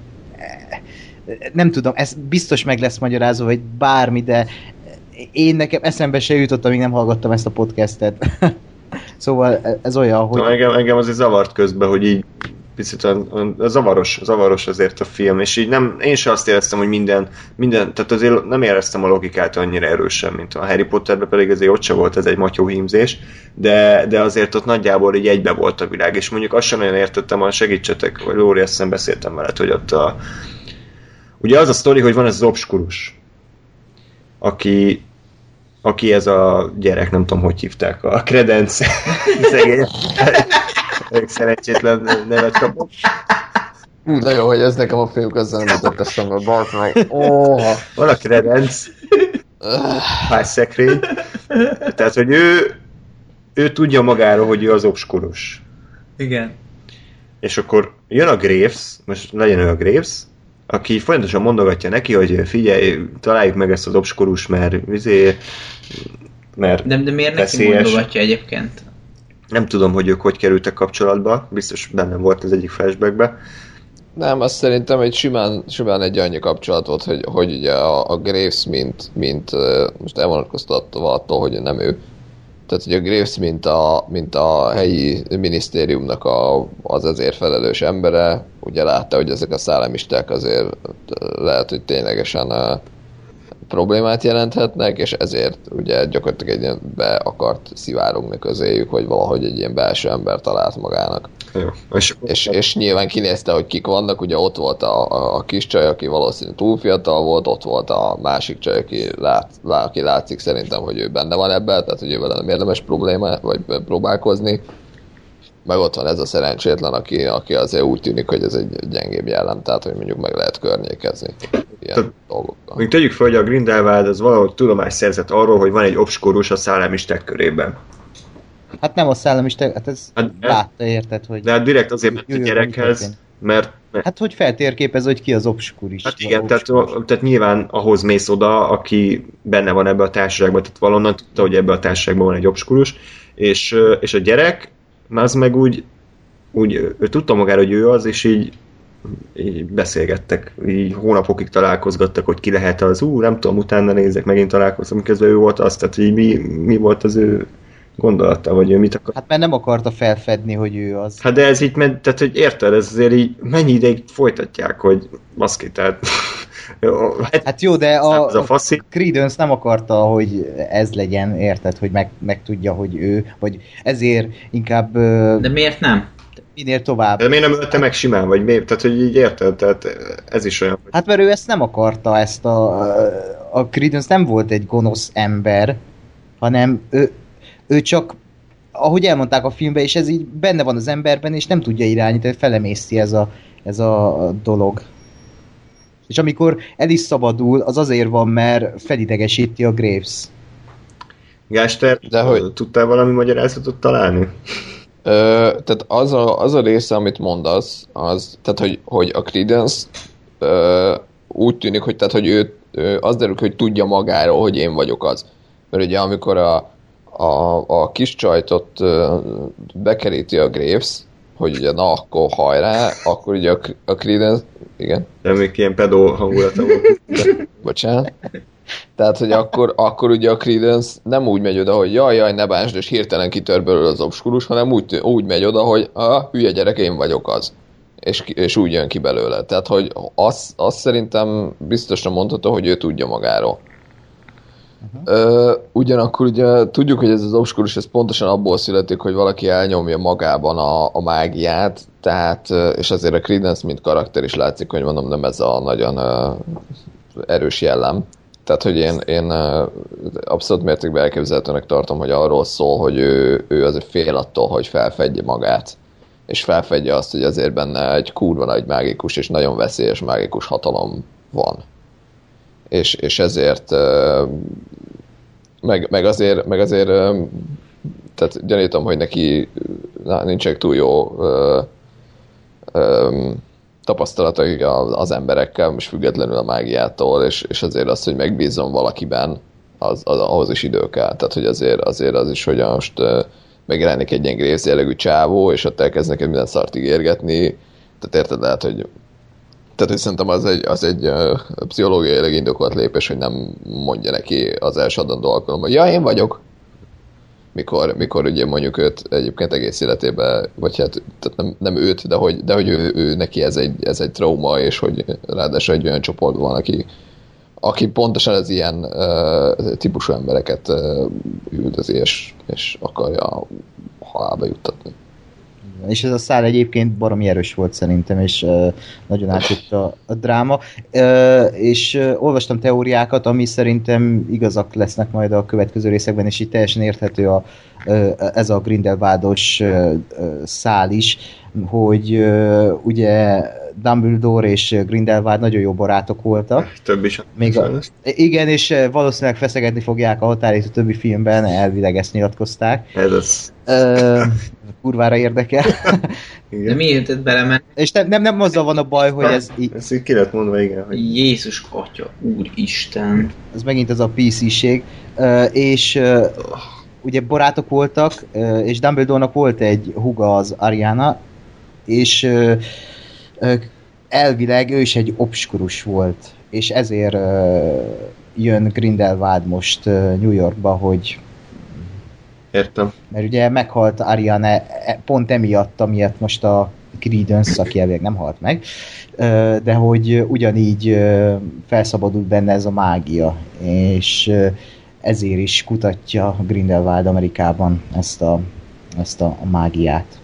nem tudom, ez biztos meg lesz magyarázva, vagy bármi, de én nekem eszembe se jutott, amíg nem hallgattam ezt a podcastet. Szóval ez olyan, hogy... Na, engem, engem azért zavart közben, hogy így picit olyan, olyan, zavaros, zavaros azért a film, és így nem, én sem azt éreztem, hogy minden, minden, tehát azért nem éreztem a logikát annyira erősen, mint a Harry Potterben, pedig azért ott se volt ez egy matyó hímzés, de, de azért ott nagyjából így egybe volt a világ, és mondjuk azt sem nagyon értettem, ha segítsetek, vagy Lóri, azt hiszem beszéltem veled, hogy ott a ugye az a sztori, hogy van ez az obskurus, aki, aki ez a gyerek, nem tudom, hogy hívták, a Credence szegény, szerencsétlen nevet kapott. Hú, de jó, hogy ez nekem a film közben nem jutott eszembe, bart meg. Oh. Van a kredenc, más szekrény. Tehát, hogy ő, ő tudja magáról, hogy ő az obskurus. Igen. És akkor jön a Graves, most legyen ő a Graves, aki folyamatosan mondogatja neki, hogy figyelj, találjuk meg ezt az obskurus, mert vizé, mert de, de miért veszélyes. Neki mondogatja egyébként? Nem tudom, hogy ők hogy kerültek kapcsolatba, biztos bennem volt az egyik flashbackbe. Nem, azt szerintem egy simán, simán egy annyi kapcsolat volt, hogy, hogy ugye a, a Graves mint, mint most elvonatkoztatva attól, hogy nem ő. Tehát, hogy a Graves mint a, mint a helyi minisztériumnak a, az ezért felelős embere, ugye látta, hogy ezek a szállamisták azért lehet, hogy ténylegesen uh, problémát jelenthetnek, és ezért ugye gyakorlatilag egy ilyen be akart szivárogni közéjük, hogy valahogy egy ilyen belső ember talált magának. Jó. És, és, és nyilván kinézte, hogy kik vannak, ugye ott volt a, a, a kis csaj, aki valószínűleg túl fiatal volt, ott volt a másik csaj, aki, lát, lá, aki látszik szerintem, hogy ő benne van ebben, tehát hogy ő vele nem érdemes problémá, vagy próbálkozni. Meg ott van ez a szerencsétlen, aki, aki azért úgy tűnik, hogy ez egy gyengébb jellem, tehát hogy mondjuk meg lehet környékezni ilyen Te, dolgokkal. Még tegyük fel, hogy a Grindelwald az valahogy tudomást szerzett arról, hogy van egy obskurus a szállámisták körében. Hát nem a szállámisták, hát ez hát, látta, érted, hogy... De hát direkt azért ment a gyerekhez, mert, mert... Hát hogy feltérképez, hogy ki az obskuris. Hát igen, tehát, tehát nyilván ahhoz mész oda, aki benne van ebbe a társaságban, tehát valonnan tudta, hogy ebbe a társaságban van egy obskurus, és, és a gyerek, az meg úgy, úgy ő tudta magára, hogy ő az, és így, így beszélgettek, így hónapokig találkozgattak, hogy ki lehet az, ú, nem tudom, utána nézek, megint találkoztam, miközben ő volt az, tehát így mi, mi volt az ő gondolata, vagy ő mit akar. Hát mert nem akarta felfedni, hogy ő az. Hát de ez így, tehát hogy érted, ez azért így mennyi ideig folytatják, hogy baszki, tehát... hát, hát jó, de a, a, a Credence nem akarta, hogy ez legyen, érted, hogy meg, meg tudja, hogy ő, vagy ezért inkább... De miért nem? Minél tovább. De miért nem ölte meg simán, vagy miért? Tehát, hogy így érted, tehát ez is olyan. Hogy... Hát mert ő ezt nem akarta, ezt a... A Credence nem volt egy gonosz ember, hanem ő, ő csak, ahogy elmondták a filmben, és ez így benne van az emberben, és nem tudja irányítani, felemészti ez a, ez a dolog. És amikor el is szabadul, az azért van, mert felidegesíti a Graves. Gáster, de hogy... tudtál valami magyarázatot találni? Ö, tehát az a, az a része, amit mondasz, az, tehát hogy, hogy a Credence ö, úgy tűnik, hogy, tehát, hogy ő, ő az derül, hogy tudja magáról, hogy én vagyok az. Mert ugye amikor a, a, a kis csajt ott ö, bekeríti a Graves, hogy ugye na, akkor hajrá, akkor ugye a, a Credence, igen. De még ilyen pedó hangulata volt. Bocsánat. Tehát, hogy akkor, akkor ugye a Credence nem úgy megy oda, hogy jaj, jaj, ne bánsd, és hirtelen kitör belőle az obskurus, hanem úgy, úgy megy oda, hogy a hülye gyerek, én vagyok az. És, és úgy jön ki belőle. Tehát, hogy azt, azt szerintem biztosan mondható, hogy ő tudja magáról. Uh-huh. Ö, ugyanakkor ugye tudjuk, hogy ez az obskurus, ez pontosan abból születik, hogy valaki elnyomja magában a, a mágiát, tehát, és azért a Credence mint karakter is látszik, hogy mondom, nem ez a nagyon uh, erős jellem. Tehát, hogy én, én abszolút mértékben elképzelhetőnek tartom, hogy arról szól, hogy ő, ő azért fél attól, hogy felfedje magát. És felfedje azt, hogy azért benne egy kurva nagy mágikus és nagyon veszélyes mágikus hatalom van. És, és ezért meg, meg azért, meg azért tehát gyanítom, hogy neki na, nincsenek túl jó ö, ö, tapasztalatai az emberekkel, most függetlenül a mágiától, és, és azért az, hogy megbízom valakiben, az, az, ahhoz is idő kell. Tehát, hogy azért, azért az is, hogy most uh, megjelenik egy ilyen Graves jellegű csávó, és ott elkezd neked minden szart ígérgetni. Tehát érted, lehet, hogy tehát, hogy szerintem az egy, az egy uh, pszichológiailag indokolt lépés, hogy nem mondja neki az első adandó alkalommal, hogy ja, én vagyok. Mikor, mikor ugye mondjuk őt egyébként egész életében, vagy hát tehát nem, nem őt, de hogy, de hogy ő, ő neki ez egy, ez egy trauma, és hogy ráadásul egy olyan csoport van, aki, aki pontosan az ilyen uh, típusú embereket uh, üldözi, és, és akarja halálba juttatni. És ez a szál egyébként baromi erős volt szerintem, és uh, nagyon átjött a, a dráma. Uh, és uh, olvastam teóriákat, ami szerintem igazak lesznek majd a következő részekben, és így teljesen érthető a, uh, ez a Grindelwaldos uh, uh, szál is, hogy uh, ugye Dumbledore és Grindelwald nagyon jó barátok voltak. Több is. Még a, igen, és valószínűleg feszegetni fogják a határait a többi filmben, elvileg ezt nyilatkozták. Ez az. Ö, kurvára érdekel. De miért tett belemenni? És nem, nem, nem azzal van a baj, hogy ez... Í- ezt így ki lett mondva, igen. Hogy... Jézus atya, úristen. Ez megint ez a pé cé-ség. Ö, és ö, ugye barátok voltak, ö, és Dumbledore-nak volt egy húga, az Ariana, és ö, ö, elvileg ő is egy obskurus volt, és ezért ö, jön Grindelwald most ö, New Yorkba, hogy Értem. mert ugye meghalt Ariana pont emiatt, amiatt most a Credence, aki elvileg nem halt meg, ö, de hogy ugyanígy ö, felszabadult benne ez a mágia, és ö, ezért is kutatja Grindelwald Amerikában ezt a, ezt a mágiát.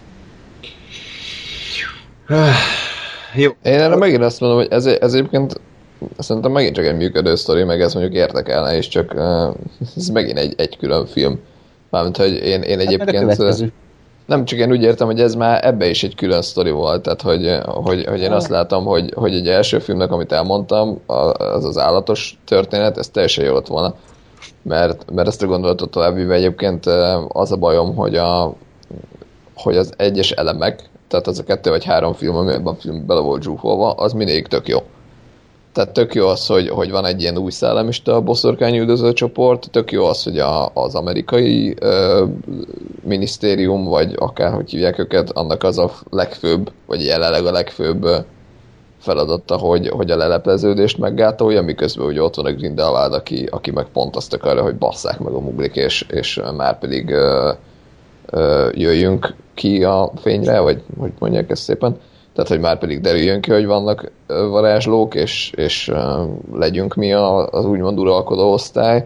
Jó. Én erre megint azt mondom, hogy ez, ez egyébként szerintem megint csak egy működő sztori, meg ez mondjuk érdekelne, és csak uh, ez megint egy, egy külön film. Mármint, hogy én, én egyébként... Hát nem csak én úgy értem, hogy ez már ebbe is egy külön sztori volt, tehát hogy, hogy, hogy én azt látom, hogy, hogy egy első filmnek, amit elmondtam, az az állatos történet, ez teljesen jó lett volna. Mert, mert ezt a gondolatot továbbvive egyébként az a bajom, hogy, a, hogy az egyes elemek, tehát az a kettő vagy három film, amiben a film bele volt zsúfolva, az mindig tök jó. Tehát tök jó az, hogy, hogy van egy ilyen új szellemista boszorkányüldöző csoport, tök jó az, hogy a, az amerikai ö, minisztérium, vagy akárhogy hívják őket, annak az a legfőbb, vagy jelenleg a legfőbb feladata, hogy, hogy a lelepleződést meggátolja, miközben ugye ott van a Grindelwald, aki, aki meg pont azt akarja, hogy basszák meg a muglik, és, és már pedig ö, ö, jöjjünk ki a fényre, vagy hogy mondják ezt szépen. Tehát, hogy már pedig derüljön ki, hogy vannak varázslók, és, és uh, legyünk mi a, az úgymond uralkodó osztály.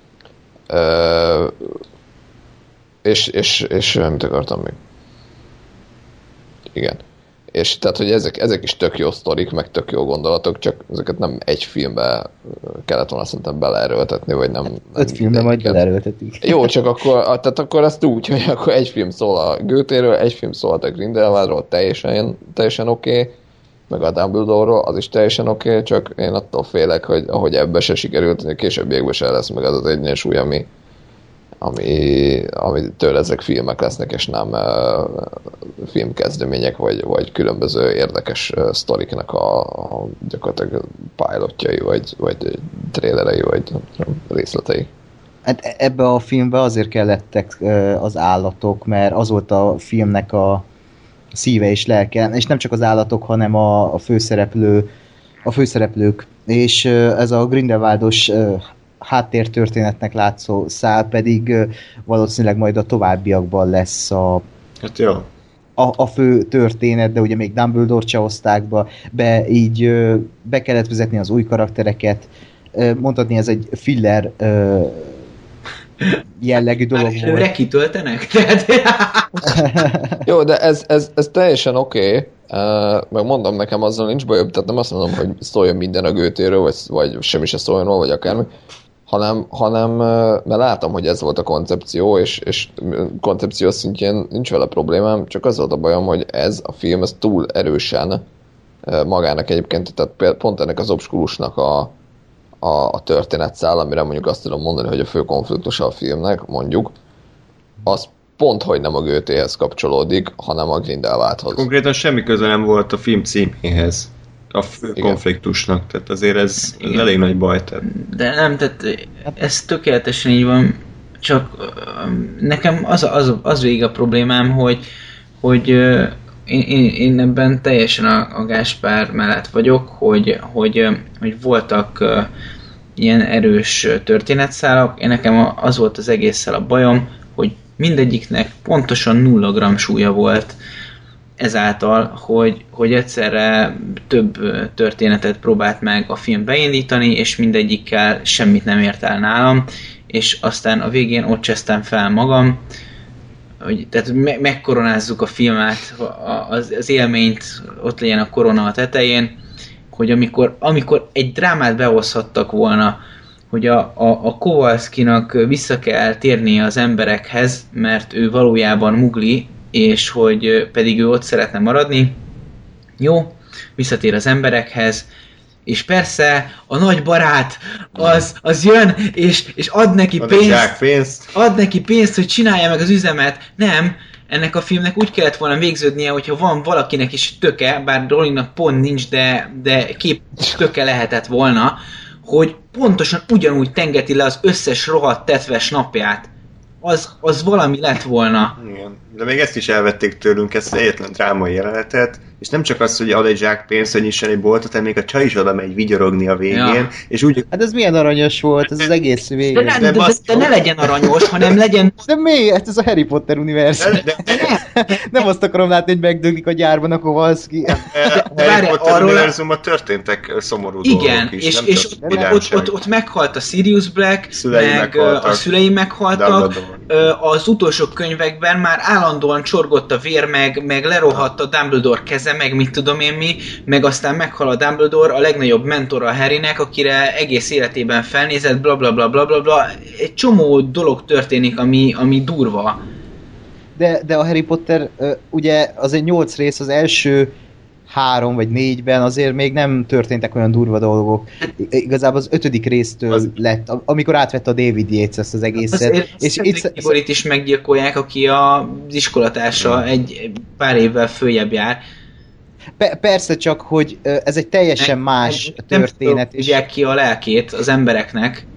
Uh, és, és, és mit akartam még? Igen. És tehát, hogy ezek, ezek is tök jó sztorik, meg tök jó gondolatok, csak ezeket nem egy filmbe kellett volna szerintem beleerőltetni, vagy nem... Öt filmben majd beleerőltetik. Jó, csak akkor, tehát akkor ezt úgy, hogy akkor egy film szól a Goethe-ről, egy film szól a Grindelwaldról, teljesen, teljesen oké, okay, meg a Dumbledore-ról, az is teljesen oké, okay, csak én attól félek, hogy ahogy ebbe se sikerült, hogy későbbiekben se lesz meg az az egyensúly, ami, ami, ami tőle ezek filmek lesznek, és nem uh, filmkezdemények, vagy, vagy különböző érdekes uh, sztoriknak a, a gyakorlatilag pilotjai, vagy, vagy trélerei, vagy részletei. Hát ebbe a filmbe azért kellettek uh, az állatok, mert az volt a filmnek a szíve és lelke, és nem csak az állatok, hanem a, a főszereplő, a főszereplők. És uh, ez a Grindelwaldos uh, háttértörténetnek látszó szál pedig uh, valószínűleg majd a továbbiakban lesz a, hát jó. a, a fő történet, de ugye még Dumbledore-t se hozták be, be, így uh, be kellett vezetni az új karaktereket. Uh, mondhatni, ez egy filler uh, jellegű dolog volt. volt. Rekitöltenek? Jó, de ez, ez, ez teljesen oké, okay. Uh, meg mondom, nekem azzal nincs bajom, tehát nem azt mondom, hogy szóljon minden a Goethe-ről, vagy, vagy semmi se szóljon róla, vagy akármi, hanem, hanem mert látom, hogy ez volt a koncepció, és, és koncepció szintjén nincs vele problémám, csak az volt a bajom, hogy ez a film, ez túl erősen magának egyébként, tehát pont ennek az obskulusnak a, a, a történetszál, amire mondjuk azt tudom mondani, hogy a fő konfliktus a filmnek, mondjuk, az pont, hogy nem a Goethe-hez kapcsolódik, hanem a Grindelwaldhoz. Konkrétan semmi köze nem volt a film címéhez, a fő igen. konfliktusnak, tehát azért ez, ez elég nagy baj. Tehát. De nem, tehát ez tökéletesen így van, csak nekem az, az, az végig a problémám, hogy, hogy én, én, én ebben teljesen a, a Gáspár mellett vagyok, hogy, hogy, hogy voltak ilyen erős történetszálak. Én nekem az volt az egésszel a bajom, hogy mindegyiknek pontosan nulla gram súlya volt ezáltal, hogy, hogy egyszerre több történetet próbált meg a film beindítani, és mindegyikkel semmit nem ért el nálam, és aztán a végén ott csesztem fel magam, hogy, tehát me- megkoronázzuk a filmet, az, az élményt, ott legyen a korona a tetején, hogy amikor, amikor egy drámát behozhattak volna, hogy a, a, a Kowalskinak vissza kell térnie az emberekhez, mert ő valójában mugli, és hogy pedig ő ott szeretne maradni. Jó, visszatér az emberekhez, és persze a nagy barát az, az jön, és, és ad neki ad pénzt, pénzt, ad neki pénzt, hogy csinálja meg az üzemet. Nem, ennek a filmnek úgy kellett volna végződnie, hogyha van valakinek is töke, bár Rollingnak pont nincs, de, de kép töke lehetett volna, hogy pontosan ugyanúgy tengeti le az összes rohadt tetves napját. Az, az valami lett volna. Igen. De még ezt is elvették tőlünk, ezt az egyetlen drámai jelenetet, és nem csak az, hogy ad egy zsák pénzt, hogy nyisson egy boltot, hanem még a csaj is oda megy vigyorogni a végén, Ja. és úgy... Hát ez milyen aranyos volt, ez az egész De, végén. ne, De, de, de, de ne legyen aranyos, hanem legyen... de mi? Hát ez a Harry Potter univerzum. De, de, de, Nem azt akarom látni, hogy megdöglik a gyárban a Kowalski. de, de várj, Harry Potter arról- univerzumban történtek szomorú Igen, dolgok is, és, nem és csak ott, vidám ott, sem. ott, ott meghalt a Sirius Black, Szülei meg meghaltak. a szülei meghaltak, Dumbledore. Ö, az utolsó könyvekben már állandóan csorgott a vér, meg, meg lerohadt a Dumbledore keze, meg mit tudom én mi, meg aztán meghal a Dumbledore, a legnagyobb mentora Harrynek, akire egész életében felnézett, bla bla bla bla bla bla. Egy csomó dolog történik, ami, ami durva. De, de a Harry Potter, ö, ugye azért nyolc rész, az első három vagy négyben azért még nem történtek olyan durva dolgok. I- Igazából az ötödik résztől Az- lett, am- amikor átvette a David Yates ezt az egészet. Azért és és itt Tiborit is meggyilkolják, aki az iskolatársa egy pár évvel följebb jár. pe- persze csak, hogy ö, ez egy teljesen más Nem történet. És, tudják ki a lelkét az embereknek.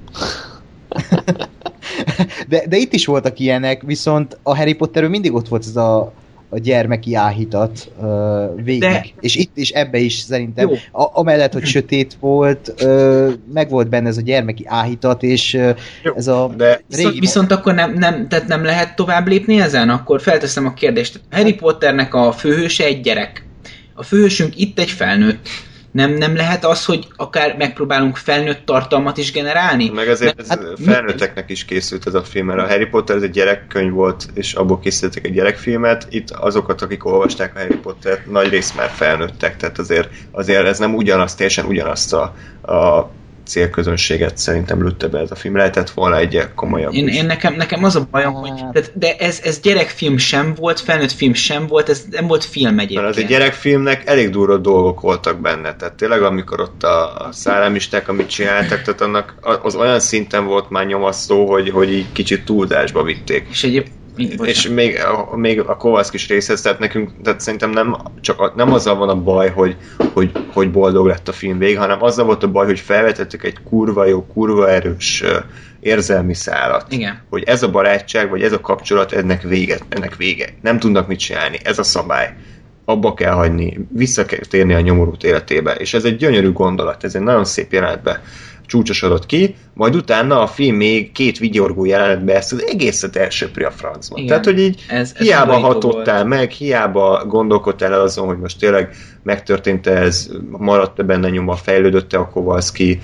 de, de itt is voltak ilyenek, viszont a Harry Potterről mindig ott volt ez a a gyermeki áhítat uh, végig. De- És itt is, ebbe is szerintem, Jó. a, amellett, hogy sötét volt, uh, meg volt benne ez a gyermeki áhítat, és uh, Jó, ez a de- Viszont, régi... viszont akkor nem, nem, tehát nem lehet tovább lépni ezen? Akkor felteszem a kérdést. Harry Potternek a főhőse egy gyerek. A főhősünk itt egy felnőtt. Nem, nem lehet az, hogy akár megpróbálunk felnőtt tartalmat is generálni? Meg azért Mert- ez hát felnőtteknek is készült ez a film, mert a Harry Potter ez egy gyerekkönyv volt, és abból készítettek egy gyerekfilmet. Itt azokat, akik olvasták a Harry Pottert, nagy rész már felnőttek, tehát azért, azért ez nem ugyanaz, teljesen ugyanazt a, a célközönséget szerintem lőtte be ez a film. Lehetett volna egy komolyabb Én, is. én nekem, nekem az a bajom, hogy tehát, de ez, ez gyerekfilm sem volt, felnőtt film sem volt, ez nem volt film egyébként. Mert az egy gyerekfilmnek elég durva dolgok voltak benne. Tehát tényleg, amikor ott a, a szállámisták, amit csináltak, tehát annak az olyan szinten volt már nyomasztó, hogy, hogy így kicsit túlzásba vitték. És egyéb... És még a, még a Kowalskis részhez, tehát nekünk, tehát szerintem nem, csak a, nem azzal van a baj, hogy, hogy, hogy boldog lett a film vég, hanem azzal volt a baj, hogy felvetettük egy kurva jó, kurva erős uh, érzelmi szálat. Igen. Hogy ez a barátság, vagy ez a kapcsolat, ennek vége, ennek vége. Nem tudnak mit csinálni, ez a szabály. Abba kell hagyni, vissza kell térni a nyomorult életébe. És ez egy gyönyörű gondolat, ez egy nagyon szép jelenetbe csúcsosodott ki, majd utána a film még két vigyorgó jelenetbe ezt az egészet elsöpri a francba. Igen. Tehát, hogy így Ez- ez hiába undorító hatottál volt. meg, hiába gondolkodtál el azon, hogy most tényleg megtörtént ez, maradt-e benne nyoma, fejlődött-e a Kowalski,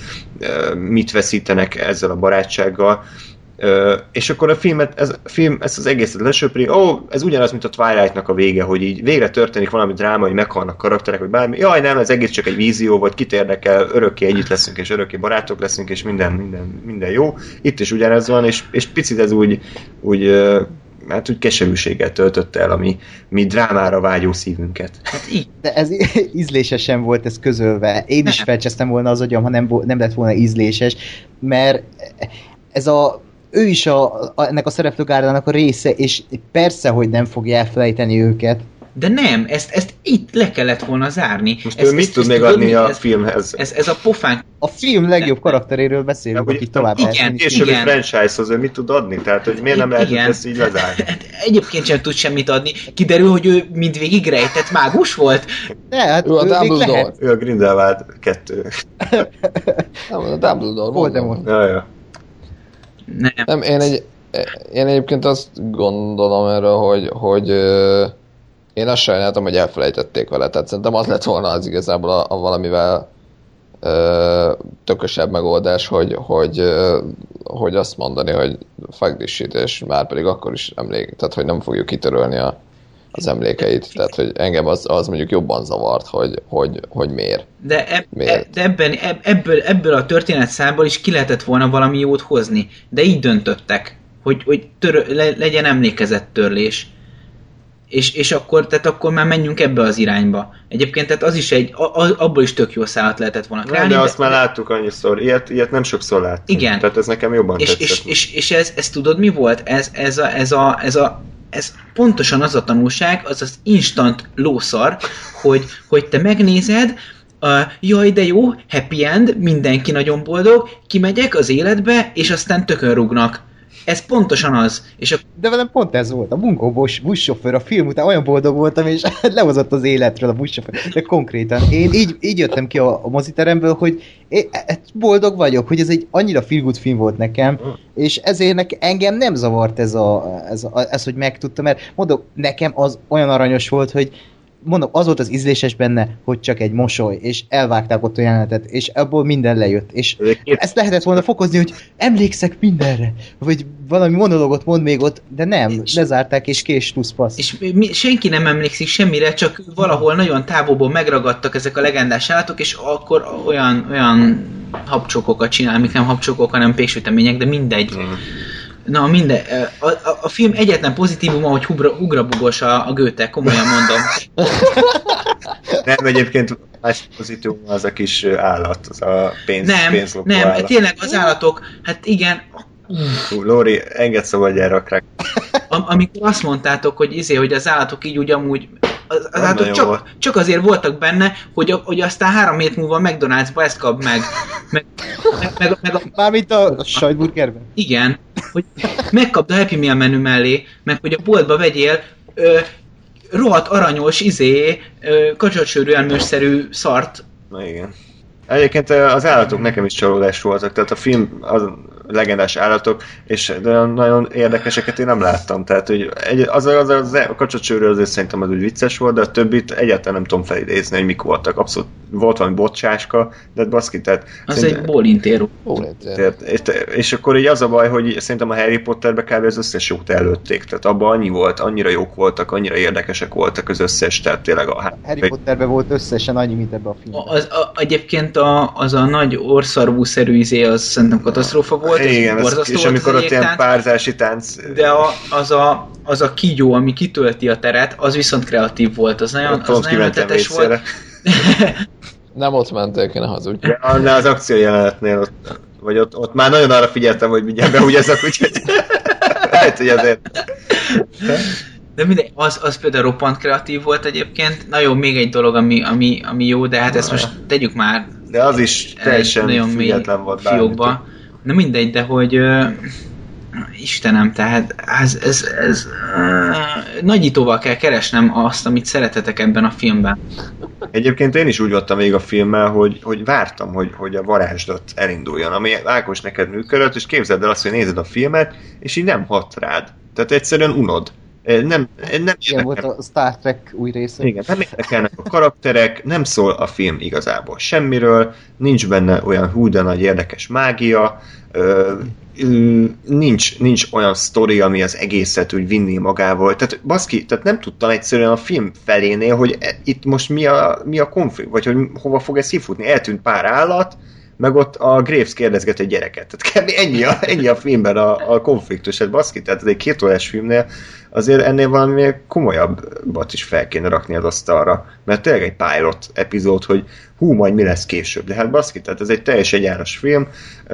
mit veszítenek ezzel a barátsággal. Ö, és akkor a filmet, ez, a film ezt az egészet lesöpri, ó, ez ugyanaz, mint a Twilight-nak a vége, hogy így végre történik valami dráma, hogy meghalnak karakterek, vagy bármi, jaj nem, ez egész csak egy vízió, vagy kit érdekel, örökké együtt leszünk, és örökké barátok leszünk, és minden, minden, minden jó. Itt is ugyanez van, és, és picit ez úgy, úgy ö, hát úgy keserűséggel töltötte el a mi, mi drámára vágyó szívünket. Hát így. De ez ízlésesen volt ez közölve. Én is Nem. felcsesztem volna az agyam, ha nem, vo- nem lett volna ízléses, mert ez a ő is a, a, ennek a szereplőgárdának a része, és persze, hogy nem fogja elfelejteni őket. De nem, ezt, ezt itt le kellett volna zárni. Most ezt, ő mit ezt- tud ezt még tudod, adni mi? a ez, filmhez? ez, ez a pofánk. A film legjobb karakteréről beszélünk, hogy akit tovább igen, lehet vinni. későbbi igen. franchise-hoz ő mit tud adni? Tehát, hogy miért nem lehet Igen. ezt így lezárni? Hát egyébként sem tud semmit adni. Kiderül, hogy ő mindvégig rejtett mágus volt. De, hát Ő a még Dumbledore. lehet. Ő a Grindelwald kettő. Nem, a Dumbledore. Voldemort. mondom. Ja, ja. Nem. Nem, én, egy, én egyébként azt gondolom erről, hogy, hogy ö, én azt sajnáltam, hogy elfelejtették vele. Tehát szerintem az lett volna az igazából a, a valamivel ö, tökösebb megoldás, hogy, hogy, ö, hogy azt mondani, hogy fuck this shit, és már pedig akkor is emlék, tehát hogy nem fogjuk kitörölni a, az emlékeit. Tehát, hogy engem az, az mondjuk jobban zavart, hogy, hogy, hogy miért. De, eb, Miért? de ebben, eb, ebből, ebből a történetszámból is ki lehetett volna valami jót hozni. De így döntöttek, hogy, hogy tör, le, legyen emlékezettörlés. És, és akkor, tehát akkor már menjünk ebbe az irányba. Egyébként tehát az is egy, a, abból is tök jó szállat lehetett volna kreálni. De, de azt de, már láttuk annyiszor, ilyet, ilyet nem sokszor láttuk. Igen. Tehát ez nekem jobban és, tetszett. És, és, és ez, ez tudod mi volt? Ez, ez, a, ez, a, ez, a, ez pontosan az a tanulság, az az instant lószar, hogy, hogy te megnézed, Uh, jaj, de jó, happy end, mindenki nagyon boldog, kimegyek az életbe, és aztán tökön rúgnak. Ez pontosan az. És a... De velem pont ez volt. A munkóbos buszsofőr a film után olyan boldog voltam, és lehozott az életről a buszsofőr. De konkrétan. Én így, így jöttem ki a, a moziteremből, hogy én boldog vagyok, hogy ez egy annyira feel good film volt nekem, és ezért nek, engem nem zavart ez, a, ez, a, ez, hogy megtudtam, mert mondom, nekem az olyan aranyos volt, hogy mondom, az volt az ízléses benne, hogy csak egy mosoly, és elvágták ott a jelenetet, és abból minden lejött, és ezt lehetett volna fokozni, hogy emlékszek mindenre, vagy valami monológot mond még ott, de nem, és lezárták, és kés tusz passz. És mi, senki nem emlékszik semmire, csak valahol nagyon távolból megragadtak ezek a legendás állatok, és akkor olyan, olyan habcsokokat csinál, amik nem habcsokok, hanem péksütemények, de mindegy. Mm. Na minden, a, a, a film egyetlen pozitívuma, hogy ugrabugos a, a Goethe, komolyan mondom. Nem, egyébként más pozitívuma az a kis állat, az a pénz, nem, pénzlopó nem, állat. tényleg az állatok, hát igen. Hú, Lóri, engedd szabadjára a crack. Am, amikor azt mondtátok, hogy izé, hogy az állatok így ugyanúgy, az, az állatok csak, csak azért voltak benne, hogy, a, hogy aztán három hét múlva a McDonald'sba ezt kap meg. meg, meg, meg, meg a, Mármint a sajtburgerben? Igen, hogy megkapd a Happy Meal menü mellé, meg hogy a boltba vegyél ö, rohadt aranyos, izé, kacsacsőrű elmősszerű szart. Na igen. Egyébként az állatok nekem is csalódás voltak, tehát a film az legendás állatok, és nagyon érdekeseket én nem láttam, tehát hogy egy, az, az, az, a kacsacsőről azért szerintem az úgy vicces volt, de a többit egyáltalán nem tudom felidézni, hogy mik voltak. Abszolút volt valami bocsáska, de baszki, tehát... Az egy bólintér. És akkor így az a baj, hogy szerintem a Harry Potterbe kb. Az összes jót előtték, tehát abban annyi volt, annyira jók voltak, annyira érdekesek voltak az összes, tehát tényleg a... Harry Potterben volt összesen annyi, mint ebben a filmben. Az, a, egyébként a, az a nagy orszarvú-szerű izé, az szerintem katasztrófa volt. Igen, ez, és volt amikor ott ilyen tánc, párzási tánc... De a, az, a, az a kígyó, ami kitölti a teret, az viszont kreatív volt, az nagyon, az nagyon ötletes volt. Nem ott mentél, kéne hazudj. Ja, annál az akció jelenetnél, ott, vagy ott, ott már nagyon arra figyeltem, hogy mindjárt behúgyazzak, úgyhogy lehet, hogy azért... De mindegy, az, az például roppant kreatív volt egyébként. Na jó, még egy dolog, ami, ami, ami jó, de hát ezt most tegyük már... De az is teljesen független volt fiókba. Na mindegy, de hogy... Uh, Istenem, tehát ez, ez, ez uh, nagyítóval kell keresnem azt, amit szeretetek ebben a filmben. Egyébként én is úgy voltam még a filmmel, hogy, hogy vártam, hogy, hogy a varázslat elinduljon, ami Ákos neked működött, és képzeld el azt, hogy nézed a filmet, és így nem hat rád. Tehát egyszerűen unod. Nem, nem ilyen volt a Star Trek új része. Igen, nem érdekelnek a karakterek, nem szól a film igazából semmiről, nincs benne olyan hú de nagy érdekes mágia, ö, ö, nincs, nincs olyan sztori, ami az egészet úgy vinni magával. Tehát baszki, tehát nem tudtam egyszerűen a film felénél, hogy itt most mi a, mi a konflikt, vagy hogy hova fog ez kifutni. Eltűnt pár állat, meg ott a Graves kérdezget egy gyereket. Tehát ennyi a, ennyi a filmben a, a konfliktus, hát baszki, tehát ez egy két órás filmnél azért ennél valami komolyabbat is fel kéne rakni az asztalra, mert tényleg egy pilot epizód, hogy hú, majd mi lesz később, de hát baszki, tehát ez egy teljes egyáras film,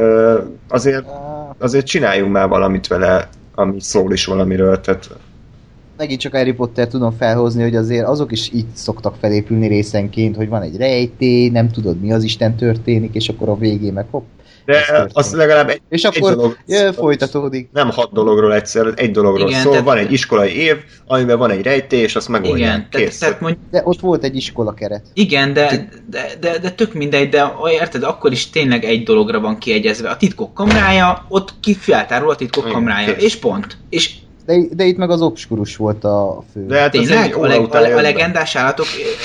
azért, azért csináljunk már valamit vele, ami szól is valamiről, tehát... Megint csak Harry Potter tudom felhozni, hogy azért azok is így szoktak felépülni részenként, hogy van egy rejtély, nem tudod mi az Isten történik, és akkor a végén meg hopp. De az legalább egy, és akkor egy dolog, jö, folytatódik. Nem hat dologról egyszer, egy dologról igen, szól, van egy iskolai év, amiben van egy rejtély, és azt megoldják. Igen, kész. Tehát, tehát mondj... De ott volt egy iskola keret. Igen, de, de, de, de tök mindegy, de érted, akkor is tényleg egy dologra van kiegyezve. A titkok kamrája, ott ki feltárul a titkok igen, kamrája, kész. És pont. És De, de itt meg az obskurus volt a fő. De hát tényleg? A, leg, a, a legendás állatok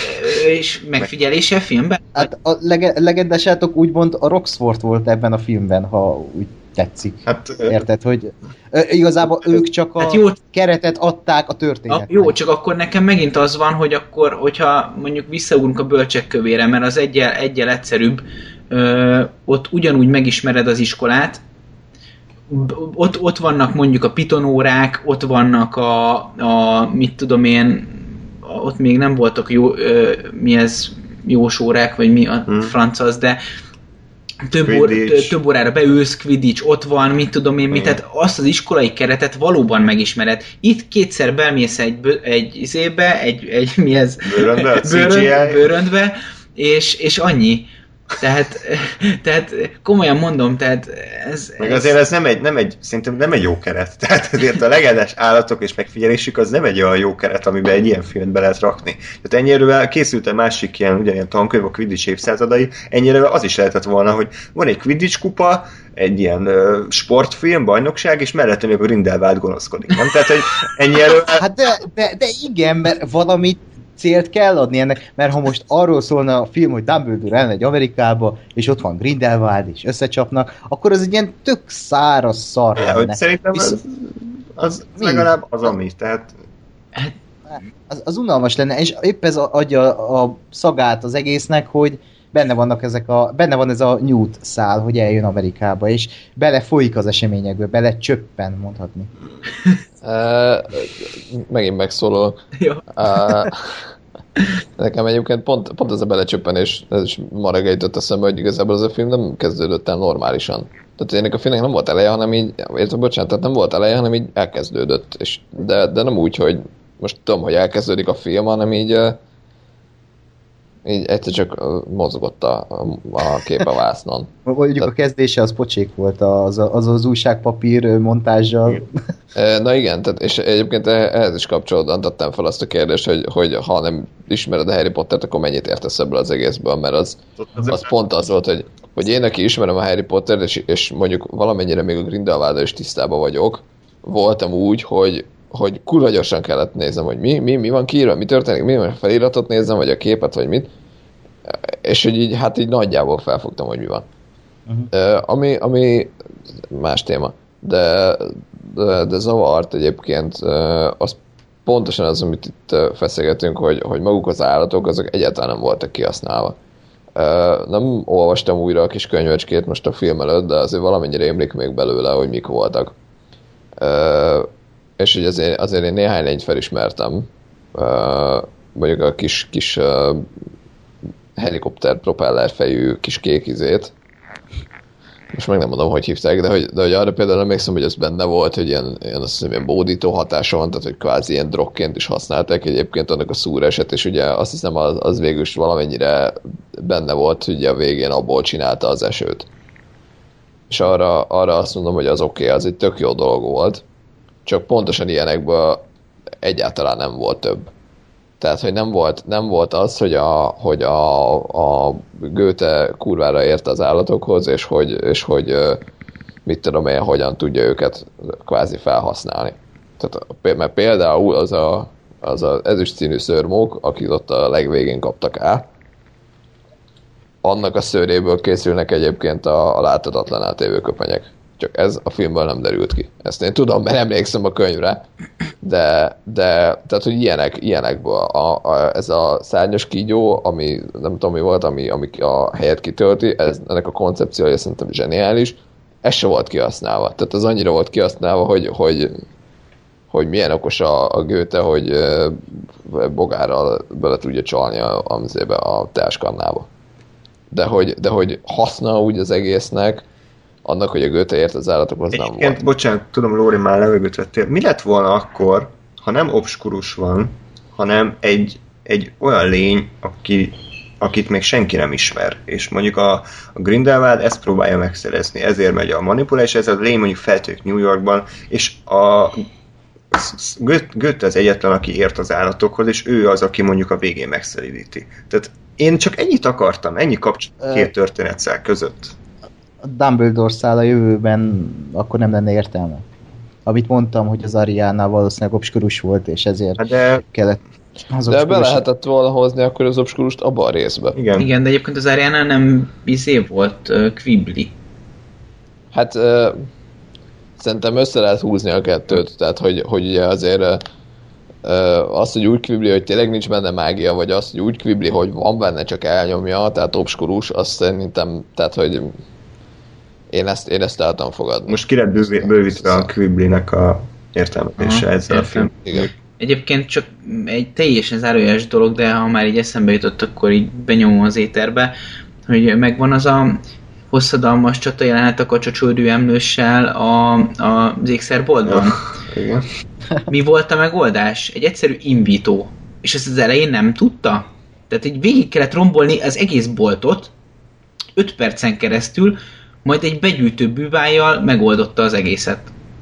és megfigyelése filmben? Hát a lege, legendás állatok úgymond a Roxford volt ebben a filmben, ha úgy tetszik. Hát, érted, hogy ö, igazából ők csak a hát jó, keretet adták a történetnek. Jó, csak akkor nekem megint az van, hogy akkor, hogyha mondjuk visszaugrunk a bölcsek kövére, mert az egyel, egyel egyszerűbb, ö, ott ugyanúgy megismered az iskolát, ott, ott vannak mondjuk a pitonórák, ott vannak a, a mit tudom én, ott még nem voltak jó, ö, mi ez, jósórák, vagy mi a hmm. franc az, de több, or, több órára beülsz, Quidditch, ott van, mit tudom én, mit, tehát azt az iskolai keretet valóban megismered. Itt kétszer belmész egy, egy izébe, egy, egy mi ez? Bőröndbe, Bőrönd, bőröndbe, és, és annyi. Tehát, tehát komolyan mondom, tehát ez... Meg ez... azért ez nem egy, nem egy, szerintem nem egy jó keret. Tehát azért a legendás állatok és megfigyelésük az nem egy olyan jó keret, amiben egy ilyen filmet be lehet rakni. Tehát ennyire készült egy másik ilyen, ugyanilyen tankönyv, a Quidditch évszázadai, ennyire az is lehetett volna, hogy van egy Quidditch kupa, egy ilyen uh, sportfilm, bajnokság, és mellette még a Grindelwald gonoszkodik, nem? Tehát, hogy ennyire... Hát de, de, de igen, mert valamit célt kell adni ennek, mert ha most arról szólna a film, hogy Dumbledore elmegy Amerikába, és ott van Grindelwald, és összecsapnak, akkor az egy ilyen tök száraz szar lenne. Hogy szerintem Visz... az, az legalább az, ami, tehát... Az, az unalmas lenne, és épp ez adja a szagát az egésznek, hogy benne vannak ezek a, benne van ez a Newt szál, hogy eljön Amerikába, és belefolyik az eseményekbe, bele csöppen, mondhatni. Uh, megint megszólok. Uh, nekem egyébként pont, pont ez a belecsöppenés, ez is ma reggel jutott eszembe, hogy igazából az a film nem kezdődött el normálisan. Tehát ennek a filmnek nem volt eleje, hanem így, értem, bocsánat, tehát nem volt eleje, hanem így elkezdődött. És de, de nem úgy, hogy most tudom, hogy elkezdődik a film, hanem így így egyszer csak mozgott a, a kép a vásznon. Mondjuk a kezdése az pocsék volt, az az, az újságpapír montázsal. Na igen, tehát, és egyébként ehhez is kapcsolódóan tettem fel azt a kérdést, hogy, hogy ha nem ismered a Harry Pottert, akkor mennyit értesz ebből az egészből, mert az, az pont az volt, hogy, hogy én, aki ismerem a Harry Pottert, és, és mondjuk valamennyire még a Grindelwald-dal is tisztában vagyok, voltam úgy, hogy hogy kurva gyorsan kellett néznem, hogy mi, mi, mi van kiírva, mi történik, mi van, a feliratot nézem, vagy a képet, vagy mit, és hogy így, hát így nagyjából felfogtam, hogy mi van. Uh-huh. Uh, ami, ami más téma, de, de, de zavart egyébként, uh, az pontosan az, amit itt uh, feszegetünk, hogy, hogy maguk az állatok, azok egyáltalán nem voltak kihasználva. Uh, nem olvastam újra a kis könyvecskét most a film előtt, de azért valamennyire emlék még belőle, hogy mik voltak. Uh, és hogy azért, azért én néhány lényt felismertem, uh, mondjuk a kis, kis uh, helikopter propellerfejű kis kék izét. Most meg nem mondom, hogy hívták, de hogy, de hogy arra például emlékszem, hogy az benne volt, hogy ilyen, ilyen, azt hiszem, ilyen bódító hatása van, tehát hogy kvázi ilyen drogként is használták egyébként annak a szúrását, és ugye azt hiszem az, az végül is valamennyire benne volt, hogy a végén abból csinálta az esőt. És arra, arra azt mondom, hogy az oké, okay, az egy tök jó dolog volt, csak pontosan ilyenekből egyáltalán nem volt több. Tehát, hogy nem volt, nem volt az, hogy a, hogy a, a Goethe kurvára ért az állatokhoz, és hogy, és hogy mit tudom én, hogyan tudja őket kvázi felhasználni. Tehát, mert például az a, az a ezüst színű szőrmók, akik ott a legvégén kaptak át, annak a szőréből készülnek egyébként a, a láthatatlan átévő köpenyek. Csak ez a filmből nem derült ki. Ezt én tudom, mert emlékszem a könyvre, de, de tehát, hogy ilyenek, ilyenekből a, a, ez a szárnyas kígyó, ami nem tudom mi volt, ami, ami a helyet kitölti, ez, ennek a koncepciója szerintem zseniális, ez se volt kihasználva. Tehát az annyira volt kihasználva, hogy, hogy, hogy milyen okos a, a Goethe, hogy bogárral bele tudja csalni a, a, a teáskannába. De hogy, de hogy haszna úgy az egésznek, annak, hogy a Goethe ért az állatokhoz nem Egyébként, volt. Bocsánat, tudom, Lóri, már levegőt vettél. Mi lett volna akkor, ha nem obskurus van, hanem egy, egy olyan lény, aki, akit még senki nem ismer. És mondjuk a, a Grindelwald ezt próbálja megszerezni. Ezért megy a manipulálás, ez a lény mondjuk feltűnik New Yorkban, és a Goethe az egyetlen, aki ért az állatokhoz, és ő az, aki mondjuk a végén megszelidíti. Tehát én csak ennyit akartam, ennyi kapcsolat két történetszál között. A Dumbledore száll a jövőben akkor nem lenne értelme. Amit mondtam, hogy az Ariánál valószínűleg obskurus volt, és ezért hát de... kellett az de be lehetett volna hozni akkor az obskurust abba a részbe. Igen, Igen, de egyébként az Ariánál nem izé volt uh, Quibbly. Hát uh, szerintem össze lehet húzni a kettőt, tehát hogy, hogy ugye azért uh, az, hogy úgy Quibbly, hogy tényleg nincs benne mágia, vagy az, hogy úgy Quibbly, hogy van benne, csak elnyomja, tehát obskurus, azt szerintem, tehát hogy Én ezt, én ezt el tudom fogadni. Most ki lett bővi- bővítve a Quibbly-nek a értelmezése ezzel a film. Igen. Egyébként csak egy teljesen zárójeles dolog, de ha már így eszembe jutott, akkor így benyomom az éterbe, hogy megvan az a hosszadalmas csata jelenet a kacsacsődő emlőssel a, a, az ékszerboltban. Igen. Mi volt a megoldás? Egy egyszerű invító. És ezt az elején nem tudta? Tehát így végig kellett rombolni az egész boltot, öt percen keresztül, majd egy begyűjtő bűvájjal megoldotta az egészet.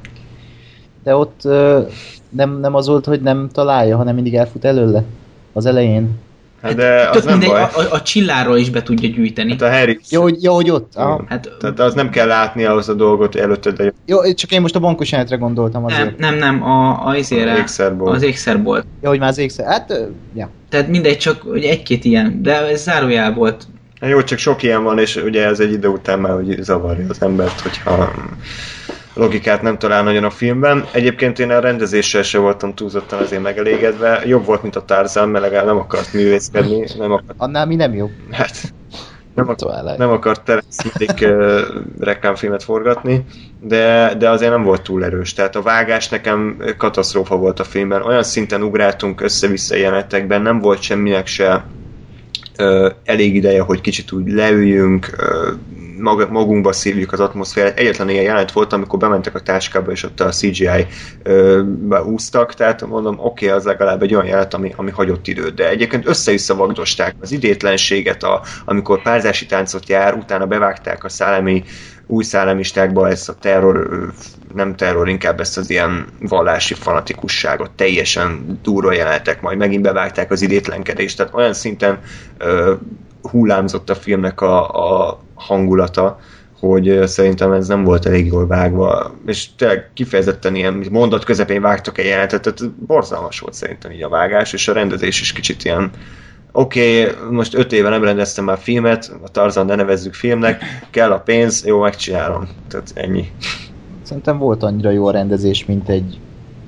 De ott ö, nem, nem az volt, hogy nem találja, hanem mindig elfut előle az elején. Hát de az Tök nem mindegy, baj. a, a, a csilláról is be tudja gyűjteni. Hát a Harry... Jó, hogy, jó, hogy ott. Aha. Hát, Tehát az nem kell látni ahhoz a dolgot előtte, de Jó, csak én most a bankos jelenetre gondoltam azért. nem, nem, nem, a, a izére, Az ékszerbolt. az ékszerbolt. Jó, hogy már az ékszer. Hát, ö, ja. Tehát mindegy, csak hogy egy-két ilyen, de ez zárójel volt. Hát jó, csak sok ilyen van, és ugye ez egy idő után már hogy zavarja az embert, hogyha logikát nem talál nagyon a filmben. Egyébként én a rendezéssel se voltam túlzottan azért megelégedve. Jobb volt, mint a Tarzan, mert legalább nem akart művészkedni, nem akart, Annál mi nem jó. hát, nem, akart, Twilight. nem akart Terence Malick uh, reklámfilmet forgatni, de, de azért nem volt túl erős. Tehát a vágás nekem katasztrófa volt a filmben. Olyan szinten ugráltunk össze-vissza jelenetekben, nem volt semminek se uh, elég ideje, hogy kicsit úgy leüljünk, uh, mag- magunkba szívjuk az atmoszférát. Egyetlen ilyen jelenet volt, amikor bementek a táskába, és ott a cé gé í-be úsztak, tehát mondom, oké, okay, az legalább egy olyan jelenet, ami, ami hagyott időt, de egyébként össze-vissza vagdosták az idétlenséget, a, amikor párzási táncot jár, utána bevágták a szellemi új szállamistákba ezt a terror, nem terror, inkább ezt az ilyen vallási fanatikusságot, teljesen durva jelenetek, majd megint bevágták az idétlenkedést, tehát olyan szinten uh, hullámzott a filmnek a, a hangulata, hogy szerintem ez nem volt elég jól vágva, és tényleg kifejezetten ilyen mondat közepén vágtak egy jelenetet, tehát borzalmas volt szerintem így a vágás, és a rendezés is kicsit ilyen oké, okay, most öt éve nem rendeztem már filmet, a Tarzan ne nevezzük filmnek, kell a pénz, jó, megcsinálom. Tehát ennyi. Szerintem volt annyira jó a rendezés, mint egy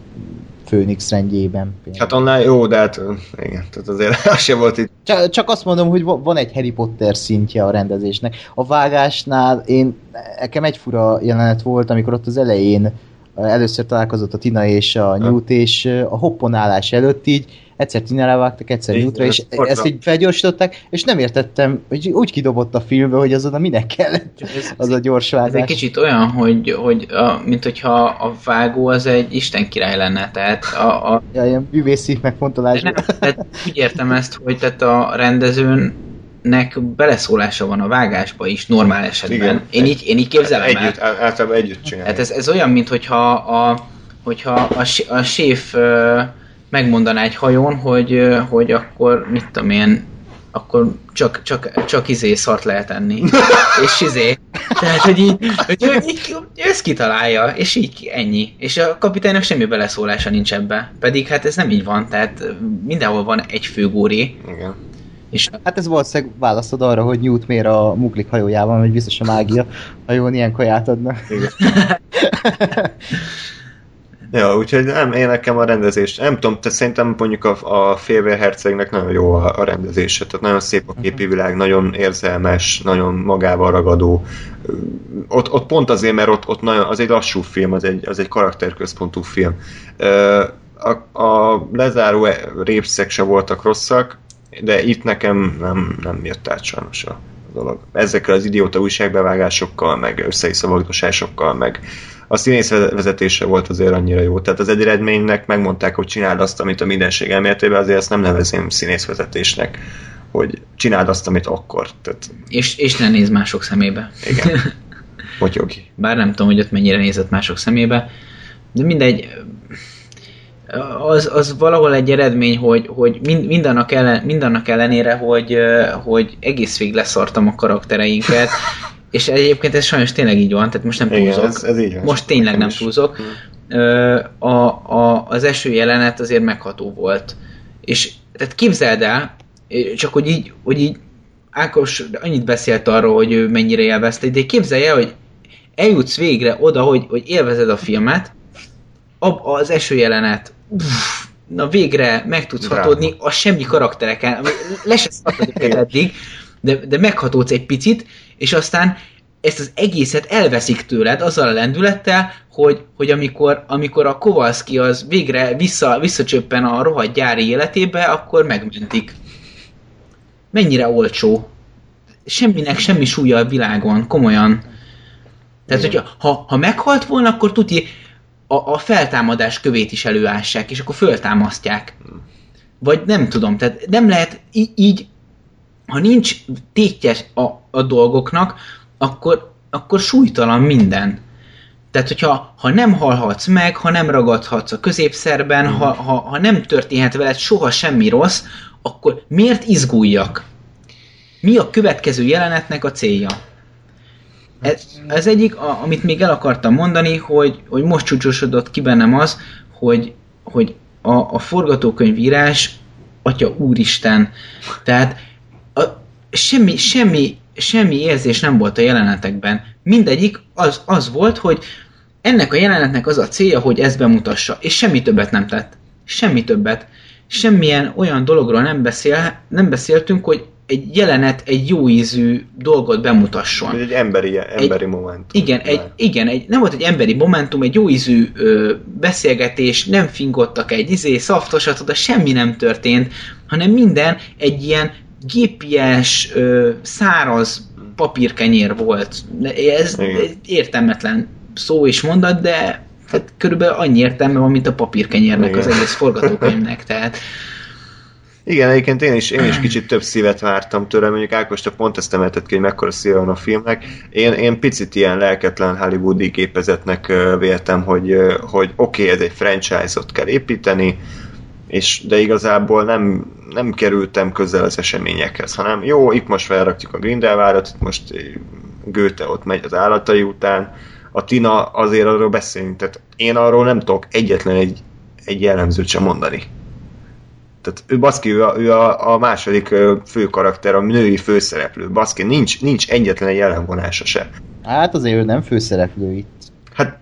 Főnix rendjében. Hát annál jó, de hát igen, tehát azért az sem volt itt. Csak, csak azt mondom, hogy van egy Harry Potter szintje a rendezésnek. A vágásnál én, nekem egy fura jelenet volt, amikor ott az elején először találkozott a Tina és a Newt, és a hopponálás előtt így egyszer Tinára vágtak, egyszer Newtra, és orra. Ezt így felgyorsították, és nem értettem, hogy úgy kidobott a filmbe, hogy az oda minek kellett az a gyors vágás. Ez egy kicsit olyan, hogy, hogy a, mint hogyha a vágó az egy Isten király lenne, tehát a... a ja, ilyen bűvészi megfontolás. nem, tehát úgy értem ezt, hogy tehát a rendezőnek beleszólása van a vágásba is, normál esetben. Igen. Én így, én így képzelem el. Együtt, általában együtt csinálják. Hát ez, ez olyan, mint hogyha a, hogyha a, a séf megmondaná egy hajón, hogy, hogy akkor, mit tudom én, akkor csak, csak, csak izé szart lehet enni. És izé. Tehát, hogy így, hogy ő, így, ő ezt kitalálja, és így ennyi. És a kapitánynak semmi beleszólása nincs ebbe. Pedig hát ez nem így van, tehát mindenhol van egy főgóri. Igen. És Hát ez valószínűleg választod arra, hogy Newt miért a Muglik hajójában, hogy biztos a mágia hajón ilyen kaját adnak. Igen. Ja, úgyhogy nem, én nekem a rendezés, nem tudom, te szerintem mondjuk a, a Félvérhercegnek nagyon jó a, a rendezése, tehát nagyon szép a képi világ, nagyon érzelmes, nagyon magával ragadó. Ott, ott pont azért, mert ott, ott nagyon, az egy lassú film, az egy, az egy karakterközpontú film. A, a lezáró répszek se voltak rosszak, de itt nekem nem, nem jött át sajnos a dolog. Ezekkel az idióta újságbevágásokkal, meg összeiszavagdosásokkal, meg a színész vezetése volt azért annyira jó. Tehát az egy eredménynek megmondták, hogy csináld azt, amit a mindenség elméletében, azért ezt nem nevezém színészvezetésnek, hogy csináld azt, amit akkor. Tehát... És, és ne nézz mások szemébe. Igen. Motyogi. Bár nem tudom, hogy ott mennyire nézett mások szemébe, de mindegy, az, az valahol egy eredmény, hogy, hogy mind, mindannak, ellen, mindannak ellenére, hogy, hogy egész végig leszartam a karaktereinket, és egyébként ez sajnos tényleg így van, tehát most nem túlzok. Igen, ez, ez így van. Most tényleg nem túlzok. A, a, az eső jelenet azért megható volt. És tehát képzeld el, csak hogy így, hogy így Ákos annyit beszélt arról, hogy ő mennyire élvezte, de képzelj el, hogy eljutsz végre oda, hogy, hogy élvezed a filmet, az eső jelenet, uff, na végre meg tudsz Dráma. hatódni a semmi karaktereken, le se szartad őket eddig, de, de meghatódsz egy picit, és aztán ezt az egészet elveszik tőled azzal a lendülettel, hogy, hogy amikor, amikor a Kowalski az végre vissza, visszacsöppen a rohadt gyári életébe, akkor megmentik. Mennyire olcsó. Semminek semmi súlya a világon, komolyan. Tehát, hogyha ha, ha meghalt volna, akkor tuti a, a feltámadás kövét is előássák, és akkor föltámasztják. Vagy nem tudom, tehát nem lehet í- így, ha nincs tétje a, a dolgoknak, akkor, akkor súlytalan minden. Tehát, hogyha ha nem halhatsz meg, ha nem ragadhatsz a középszerben, mm. ha, ha, ha nem történhet veled soha semmi rossz, akkor miért izguljak? Mi a következő jelenetnek a célja? Ez, ez egyik, a, amit még el akartam mondani, hogy, hogy most csúcsosodott ki bennem az, hogy, hogy a, a forgatókönyvírás, atya úristen, tehát a, semmi, semmi, semmi érzés nem volt a jelenetekben. Mindegyik az, az volt, hogy ennek a jelenetnek az a célja, hogy ezt bemutassa, és semmi többet nem tett. Semmi többet. Semmilyen olyan dologról nem, beszél, nem beszéltünk, hogy egy jelenet egy jó ízű dolgot bemutasson. Egy emberi, emberi egy, momentum. Igen, egy, igen egy, nem volt egy emberi momentum, egy jó ízű ö, beszélgetés, nem fingottak egy izé, szaftosat, oda semmi nem történt, hanem minden egy ilyen gépies, ö, száraz papírkenyér volt. Ez igen. Értelmetlen szó és mondat, de hát körülbelül annyi értelme van, mint a papírkenyérnek igen. Az egész forgatókönyvnek, tehát igen, egyébként én is, én is kicsit több szívet vártam tőle, mondjuk Ákos, te pont ezt emelted ki, hogy mekkora szíve van a filmnek. Én, én picit ilyen lelketlen hollywoodi gépezetnek véltem, hogy, hogy oké, okay, ez egy franchise-ot kell építeni, és, de igazából nem, nem kerültem közel az eseményekhez, hanem jó, itt most felrakjuk a Grindelwaldot, itt most Goethe ott megy az állatai után, a Tina azért arról beszélünk, tehát én arról nem tudok egyetlen egy, egy jellemzőt sem mondani. Tehát ő baszki, ő a, ő a, a második fő karakter, a női főszereplő. Baszki, nincs, nincs egyetlen egy jellemvonása se. Hát azért ő nem főszereplő itt. Hát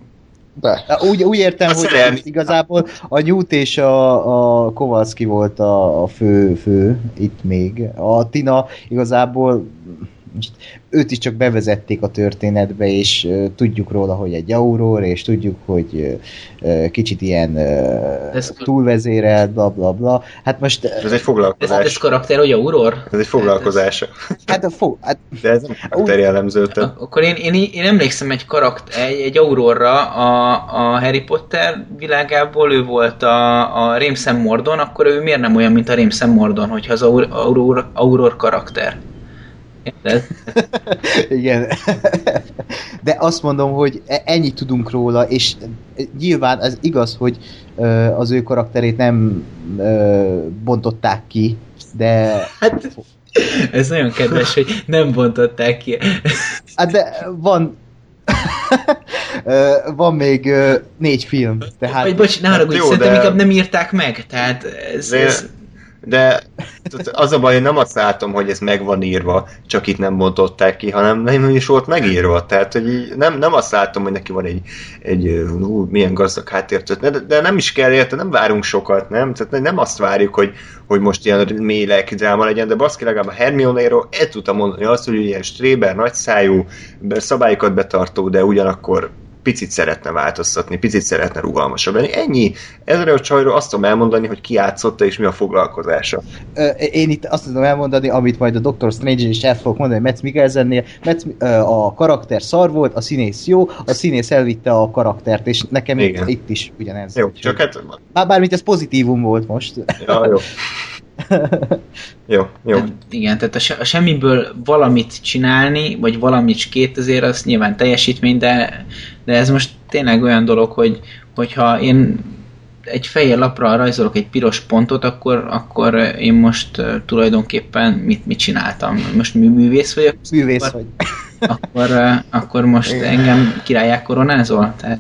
de. Úgy, úgy értem, a hogy szerelmi... igazából a Newt és a, a Kowalski volt a, a fő, fő itt még. A Tina igazából most őt is csak bevezették a történetbe, és uh, tudjuk róla, hogy egy auror, és tudjuk, hogy uh, kicsit ilyen uh, ez túlvezérelt, bla bla bla. Hát most... Ez egy foglalkozás. Ez, ez karakter, hogy auror? Ez egy foglalkozása. Hát a fog... Hát, de ez nem karakter jellemző. Akkor én, én, én emlékszem egy karakter, egy, egy aurorra a, a Harry Potter világából, ő volt a, a Rémszem Mordon, akkor ő miért nem olyan, mint a Rémszem Mordon, hogyha az auror, auror, auror karakter? Igen. De azt mondom, hogy ennyit tudunk róla, és nyilván ez igaz, hogy az ő karakterét nem bontották ki, de... Hát, ez nagyon kedves, hogy nem bontották ki. Hát de van... van még négy film. Tehát... Vagy bocs, ne haragudj, hát szerintem de... inkább nem írták meg, tehát ez... De... ez... De az a baj, nem azt látom, hogy ez meg van írva, csak itt nem bontották ki, hanem nem is volt megírva. Tehát, hogy így nem, nem azt látom, hogy neki van egy, egy ú, milyen gazdag háttértörténet, de, de nem is kell érte, nem várunk sokat, nem? Tehát nem azt várjuk, hogy, hogy most ilyen mély lelki dráma legyen, de baszki legalább a Hermione-ról el tudtam mondani azt, hogy ilyen stréber, nagyszájú, szabályokat betartó, de ugyanakkor picit szeretne változtatni, picit szeretne rugalmasabb lenni. Ennyi. Ezzel a csajról azt tudom elmondani, hogy ki játszotta és mi a foglalkozása. Én itt azt tudom elmondani, amit majd a doktor Strange is el fogok mondani, Mads Mikkelsennél. Mads, a karakter szar volt, a színész jó, a színész elvitte a karaktert, és nekem itt, itt is ugyanez. Jó, csak hát... Bár, bármint ez pozitívum volt most. Ja, jó. Jó, jó. Hát igen, tehát a, se, a semmiből valamit csinálni, vagy valamit két azért az nyilván teljesítmény, de, de ez most tényleg olyan dolog, hogy hogyha én egy fehér lapra rajzolok egy piros pontot, akkor, akkor én most uh, tulajdonképpen mit, mit csináltam? Most mű, művész vagyok? Művész akkor, vagy. Akkor, uh, akkor most engem királyák koronázol? Tehát...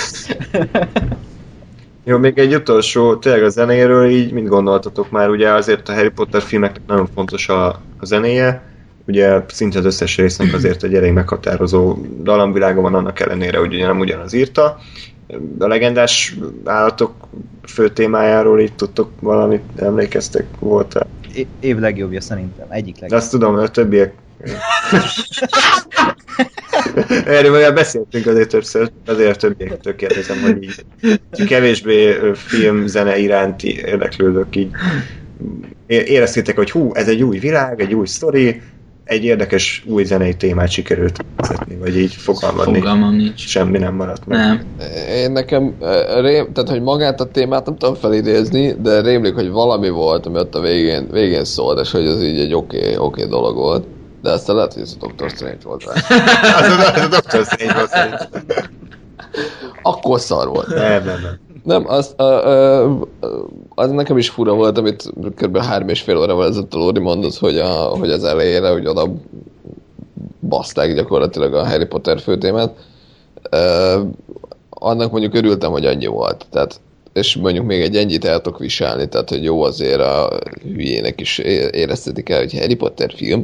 Jó, még egy utolsó, tényleg a zenéről így mit gondoltatok már? Ugye azért a Harry Potter filmeknek nagyon fontos a, a zenéje, ugye szinte az összes résznek azért egy elég meghatározó dallamvilága van, annak ellenére, hogy ugye nem ugyanaz írta. A legendás állatok fő témájáról így tudtok valamit, emlékeztek, volt-e? Év legjobbja szerintem, egyik legjobb. De azt tudom, a többiek Erről már beszéltünk azért többször, azért többiektől kérdezem, hogy így kevésbé film-zene iránti érdeklődök így. Éreztétek, hogy hú, ez egy új világ, egy új sztori, egy érdekes új zenei témát sikerült vezetni, vagy így fogalmazni. Fogalmam nincs. Semmi nem maradt meg. Nem. Én nekem, rém, tehát hogy magát a témát nem tudom felidézni, de rémlik, hogy valami volt, ami ott a végén, végén szólt, és hogy ez így egy oké, okay, oké okay dolog volt. De aztán lehet, hogy ez a doktor Strange volt rá. az, a, az a doktor Strange volt szerintem. Akkor szar volt. Nem, nem, nem. Nem, az, a, a, az nekem is fura volt, amit kb. három és fél órával ezelőtt a Lóri mondott, hogy, a, hogy az elejére, hogy oda baszták gyakorlatilag a Harry Potter főtémát. Uh, annak mondjuk örültem, hogy annyi volt. Tehát, és mondjuk még egy ennyit el tudok viselni, tehát hogy jó azért a hülyének is éreztetik el, hogy Harry Potter film.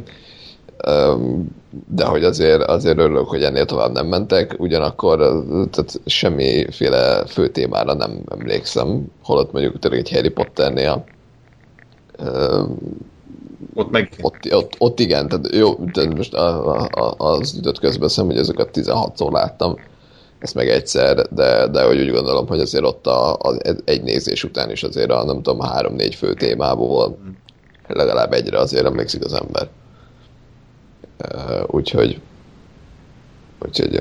De hogy azért, azért örülök, hogy ennél tovább nem mentek, ugyanakkor tehát semmiféle fő témára nem emlékszem, holott mondjuk tényleg egy Harry Potternél ott meg ott, ott, ott igen, tehát jó, tehát most a, a, az jutott közben szem, hogy ezeket tizenhatszor láttam, ezt meg egyszer, de, de hogy úgy gondolom, hogy azért ott a, a, egy nézés után is azért a nem tudom, három-négy fő témából legalább egyre azért emlékszik az ember. Uh, úgyhogy úgyhogy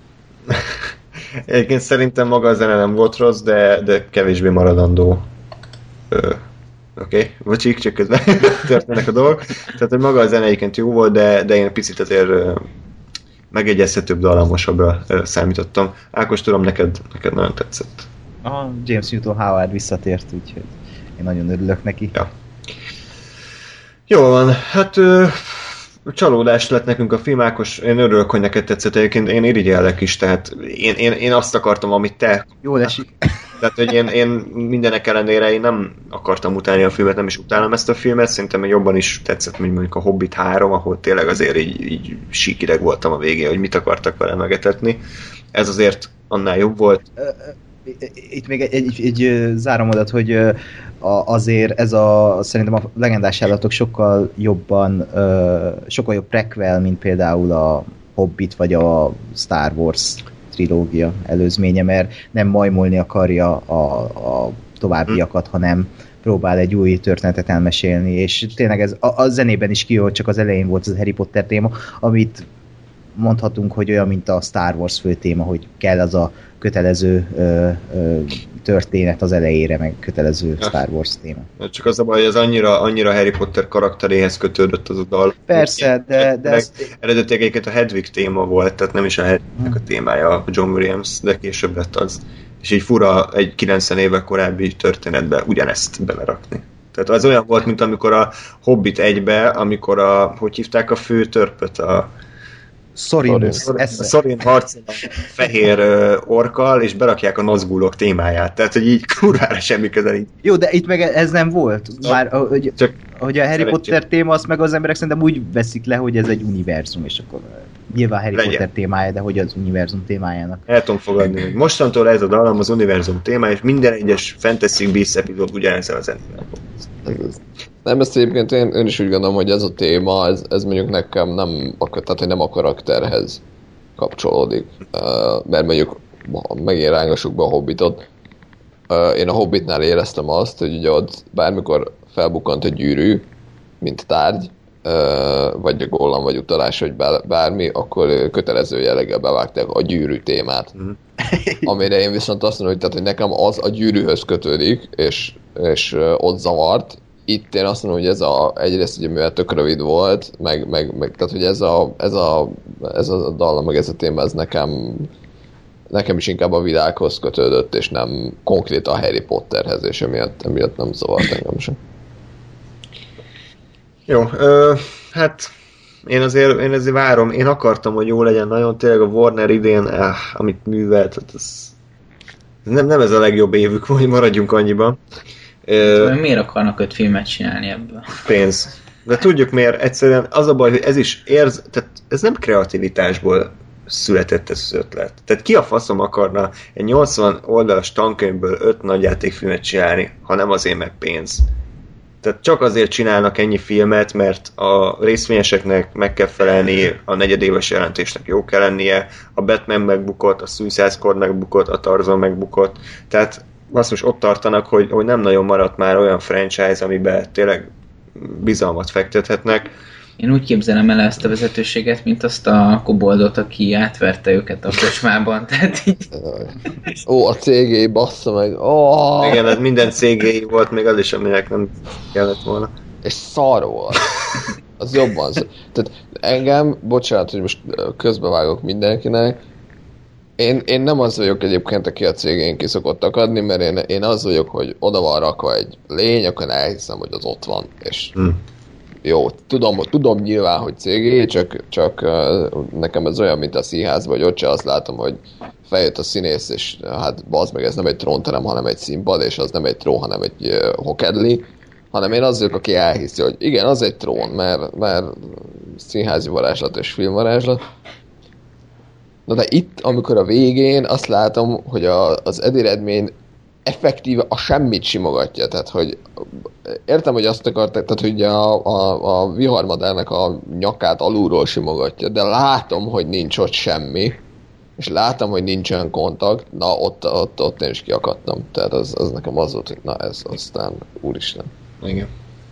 egyébként szerintem maga a zene nem volt rossz, de, de kevésbé maradandó. Uh, Oké, okay. Bocsik, csak közben történnek a dolgok. Tehát, hogy maga a zene egyébként jó volt, de, de én picit azért uh, megegyezhetőbb, dallamosabbra uh, számítottam. Ákos, tudom, neked, neked nagyon tetszett. A James Newton Howard visszatért, úgyhogy én nagyon örülök neki. Ja. Jól van, hát uh, csalódás lett nekünk a film, Ákos, én örülök, hogy neked tetszett, egyébként én irigyellek is, tehát én, én, én azt akartam, amit te. Jól esik. Tehát, hogy én, én mindenek ellenére én nem akartam utálni a filmet, nem is utálom ezt a filmet, szerintem jobban is tetszett, mint mondjuk a Hobbit három, ahol tényleg azért így, így síkideg voltam a végén, hogy mit akartak vele megetetni. Ez azért annál jobb volt. Itt még egy, egy, egy záromodat, hogy azért ez a, szerintem a legendás állatok sokkal jobban, sokkal jobb prequel, mint például a Hobbit vagy a Star Wars trilógia előzménye, mert nem majmolni akarja a, a továbbiakat, hanem próbál egy új történetet elmesélni, és tényleg ez a, a zenében is kijól, csak az elején volt az a Harry Potter téma, amit mondhatunk, hogy olyan, mint a Star Wars fő téma, hogy kell az a kötelező ö, ö, történet az elejére, meg kötelező Star Wars téma. Csak az a baj, hogy ez annyira, annyira Harry Potter karakteréhez kötődött az a dal. Persze, de... de ez... Eredetileg egyébként a Hedwig téma volt, tehát nem is a Hedwignek a témája, a John Williams, de később lett az. És így fura egy kilencven éve korábbi történetbe ugyanezt belerakni. Tehát az olyan volt, mint amikor a Hobbit egybe, amikor a, hogy hívták a fő törpöt, a Sorin, Sorin harcol a fehér uh, orkkal, és berakják a Nazgulok témáját. Tehát, hogy így kurvára semmi közel így. Jó, de itt meg ez nem volt. Már, hogy, Csak hogy a Harry Potter téma, azt meg az emberek szerintem úgy veszik le, hogy ez egy univerzum, és akkor nyilván Harry Legyen. Potter témája, de hogy az univerzum témájának. El tudom fogadni, hogy mostantól ez a dallam az univerzum témája, és minden egyes Fantasy Beasts epizód ugyanezzel az zenében. Nem, ezt egyébként én, én is úgy gondolom, hogy ez a téma, ez, ez mondjuk nekem nem, tehát, hogy nem a karakterhez kapcsolódik. Uh, mert mondjuk megint rángassuk be a Hobbitot. Uh, én a Hobbitnál éreztem azt, hogy ugye ott bármikor felbukkant a gyűrű, mint tárgy, uh, vagy a gollam, vagy utalás, vagy bármi, akkor kötelező jelleggel bevágták a gyűrű témát. Mm. Amire én viszont azt mondom, hogy, tehát, hogy nekem az a gyűrűhöz kötődik, és, és uh, ott zavart. Itt én azt mondom, hogy ez a, egyrészt ugye mivel tök rövid volt, meg, meg, meg tehát hogy ez a, ez a, ez a dallam, meg ez a téma, ez nekem, nekem is inkább a világhoz kötődött, és nem konkrétan a Harry Potterhez, és emiatt, emiatt nem zavart engem sem. Jó, ö, hát én azért, én azért várom, én akartam, hogy jó legyen nagyon, tényleg a Warner idén, eh, amit művelt, ez, nem, nem ez a legjobb évük, hogy maradjunk annyiban. Uh, miért akarnak öt filmet csinálni ebből? Pénz. De tudjuk miért, egyszerűen az a baj, hogy ez is érz, tehát ez nem kreativitásból született ez az ötlet. Tehát ki a faszom akarna egy nyolcvan oldalas tankönyvből öt nagyjátékfilmet csinálni, ha nem azért meg pénz. Tehát csak azért csinálnak ennyi filmet, mert a részvényeseknek meg kell felelni, a negyedéves jelentésnek jó kell lennie, a Batman megbukott, a Suicide Squad megbukott, a Tarzan megbukott. Tehát azt most ott tartanak, hogy, hogy nem nagyon maradt már olyan franchise, amiben tényleg bizalmat fektethetnek. Én úgy képzelem el ezt a vezetőséget, mint azt a koboldot, aki átverte őket a kocsmában. Tehát így... Ó, a cégé, bassza meg. Oh! Igen, hát minden cégé volt, még az is, aminek nem kellett volna. És szar volt. Az jobban. Tehát engem, bocsánat, hogy most közbevágok mindenkinek, én, én nem az vagyok egyébként, aki a cégén ki szokott akadni, mert én, én az vagyok, hogy oda van rakva egy lény, akkor elhiszem, hogy az ott van. És hmm. jó, tudom, tudom nyilván, hogy cégé, csak, csak uh, nekem ez olyan, mint a színházban, hogy ott se azt látom, hogy feljött a színész, és hát bazd meg, ez nem egy trónterem, hanem egy színpad, és az nem egy trón, hanem egy uh, hokedli, hanem én az vagyok, aki elhiszi, hogy igen, az egy trón, mert, mert színházi varázslat és filmvarázslat. Na de itt, amikor a végén azt látom, hogy a, az eredmény effektíve a semmit simogatja, tehát hogy értem, hogy azt akarták, tehát hogy a, a, a viharmadárnak a nyakát alulról simogatja, de látom, hogy nincs ott semmi, és látom, hogy nincsen kontakt, na ott, ott, ott én is kiakadtam, tehát az, az nekem az volt, hogy na ez aztán úristen. Igen.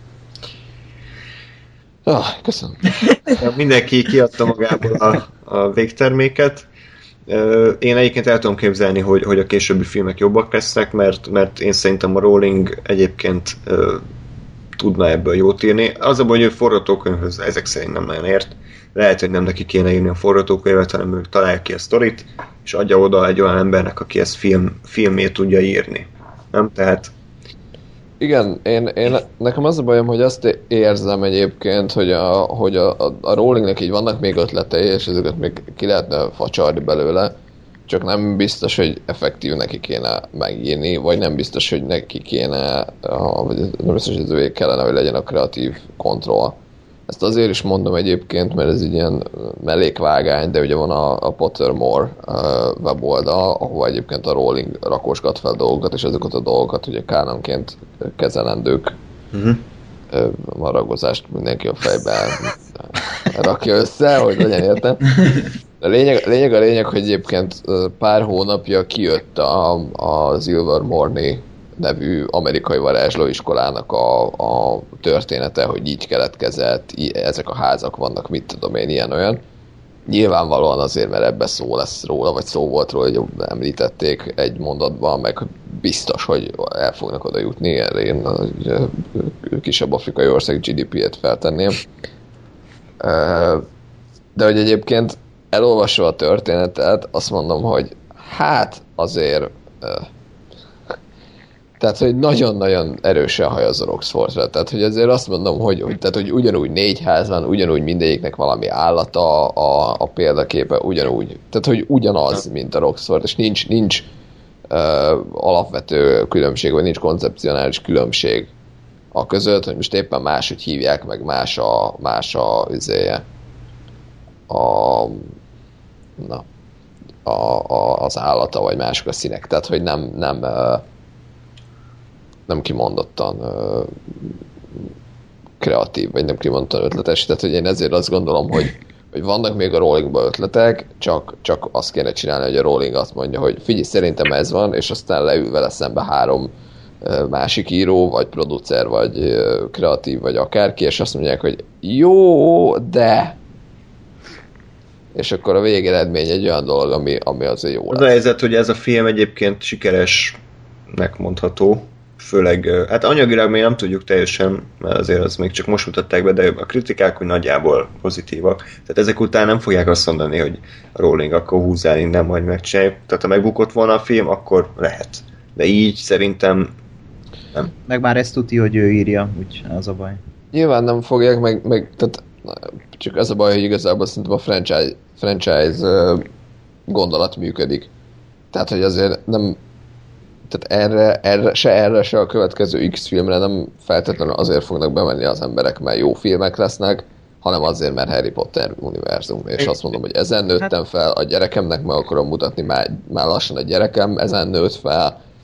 Ah, köszönöm. Mindenki kiadta magából a, a végterméket. Én egyébként el tudom képzelni, hogy, hogy a későbbi filmek jobbak lesznek, mert, mert én szerintem a Rowling egyébként uh, tudna ebből jót írni. Az a baj, hogy ő forgatókönyvhöz ezek szerint nem nagyon ért. Lehet, hogy nem neki kéne írni a forgatókönyvet, hanem ő találja ki a sztorit, és adja oda egy olyan embernek, aki ezt film, filmét tudja írni. Nem? Tehát igen, én, én, nekem az a bajom, hogy azt érzem egyébként, hogy a, hogy a, a, a Rowlingnek így vannak még ötletei, és ezeket még ki lehetne facsarni belőle, csak nem biztos, hogy effektív neki kéne megírni, vagy nem biztos, hogy neki kéne, vagy nem biztos, hogy ez kellene, hogy legyen a kreatív kontroll. Ezt azért is mondom egyébként, mert ez így ilyen mellékvágány, de ugye van a, a Pottermore uh, weboldal, ahol egyébként a Rowling rakosgat fel dolgokat, és ezeket a dolgokat ugye kánonként kezelendők. Uh-huh. Uh, a ragozást mindenki a fejben rakja össze, hogy legyen értem. A lényeg, lényeg a lényeg, hogy egyébként pár hónapja kijött a, a Ilvermorny nevű amerikai varázslóiskolának a, a története, hogy így keletkezett, ezek a házak vannak, mit tudom én, ilyen-olyan. Nyilvánvalóan azért, mert ebbe szó lesz róla, vagy szó volt róla, hogy említették egy mondatban, meg biztos, hogy el fognak oda jutni. Én a kisebb afrikai ország gé dé pé-et feltenném. De hogy egyébként elolvasva a történetet, azt mondom, hogy hát azért... Tehát, hogy nagyon-nagyon erősen hajaz a Roxfortra. Tehát, hogy azért azt mondom, hogy, hogy, tehát, hogy ugyanúgy négy ház van, ugyanúgy mindegyiknek valami állata a, a példaképe, ugyanúgy. Tehát, hogy ugyanaz, mint a Roxford, és nincs, nincs uh, alapvető különbség, vagy nincs koncepcionális különbség a között, hogy most éppen máshogy hívják, meg más a, más a, üzéje, a, na, a, a, az állata, vagy mások a színek. Tehát, hogy nem, nem uh, nem kimondottan uh, kreatív, vagy nem kimondottan ötletes. Tehát, hogy én ezért azt gondolom, hogy, hogy vannak még a Rowlingban ötletek, csak, csak azt kéne csinálni, hogy a Rowling azt mondja, hogy figyelj, szerintem ez van, és aztán leül vele szembe három uh, másik író, vagy producer, vagy uh, kreatív, vagy akárki, és azt mondják, hogy jó, de... És akkor a végeredmény egy olyan dolog, ami, ami azért jó lesz. Az a helyzet, hogy ez a film egyébként sikeresnek mondható, főleg, hát anyagilag még nem tudjuk teljesen, mert azért az még csak most mutatták be, de a kritikák hogy nagyjából pozitívak. Tehát ezek után nem fogják azt mondani, hogy a Rowling akkor húzzál innen, majd megcsináljuk. Tehát ha megbukott volna a film, akkor lehet. De így szerintem nem. Meg már ezt tudja, hogy ő írja, úgy az a baj. Nyilván nem fogják, meg, meg tehát csak az a baj, hogy igazából szerintem a franchise, franchise gondolat működik. Tehát, hogy azért nem tehát erre, erre, se erre, se a következő X filmre nem feltétlenül azért fognak bemenni az emberek, mert jó filmek lesznek, hanem azért, mert Harry Potter univerzum. És azt mondom, hogy ezen nőttem fel, a gyerekemnek meg akarom mutatni, már, már lassan a gyerekem ezen nőtt fel,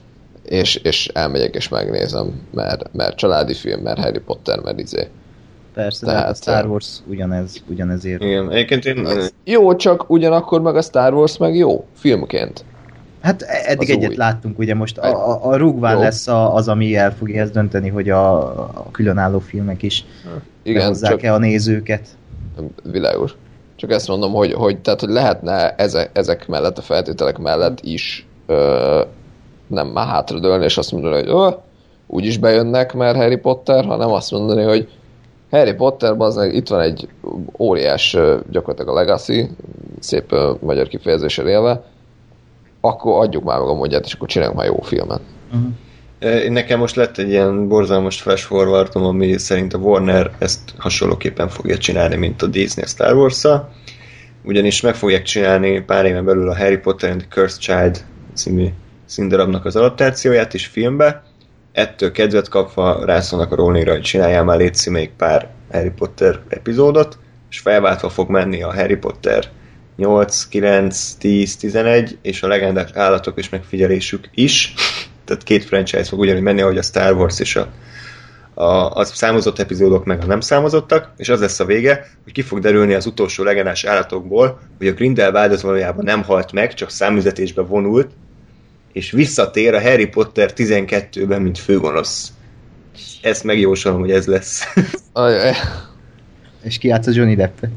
és, és elmegyek és megnézem, mert, mert családi film, mert Harry Potter, mert izé. Persze, Tehát, de a Star Wars ugyanez, ugyanezért. Igen, egyébként én... Jó, csak ugyanakkor meg a Star Wars meg jó, filmként. Hát eddig Az egyet új. láttunk, ugye most a, a, a rúgván Jó. lesz a, az, ami el fogja ezt dönteni, hogy a, a különálló filmek is Igen, behozzák-e csak a nézőket. világos. Csak ezt mondom, hogy, hogy, tehát, hogy lehetne ezek, ezek mellett, a feltételek mellett is ö, nem már hátradőlni, és azt mondani, hogy ö, úgyis bejönnek, mert Harry Potter, hanem azt mondani, hogy Harry Potter, bazdmeg, itt van egy óriás, ö, gyakorlatilag a Legacy, szép ö, magyar kifejezéssel élve, akkor adjuk már meg a módját, és akkor csináljunk már jó filmet. Uh-huh. Nekem most lett egy ilyen borzalmas flash forwardom, ami szerint a Warner ezt hasonlóképpen fogja csinálni, mint a Disney Star Wars-szal. Ugyanis meg fogják csinálni pár éven belül a Harry Potter and the Cursed Child című színdarabnak az adaptációját is filmbe. Ettől kedvet kapva rászólnak a Rowlingra, hogy csináljál már létszi még pár Harry Potter epizódot, és felváltva fog menni a Harry Potter nyolc, kilenc, tíz, tizenegy, és a legendák állatok és megfigyelésük is. Tehát két franchise fog ugyanúgy menni, ahogy a Star Wars és a, a, a számozott epizódok meg a nem számozottak, és az lesz a vége, hogy ki fog derülni az utolsó legendás állatokból, hogy a Grindelwald az valójában nem halt meg, csak számüzetésbe vonult, és visszatér a Harry Potter tizenkettőben, mint főgonosz. Ezt megjósolom, hogy ez lesz. Ajaj. És ki játsza Johnny Deppet?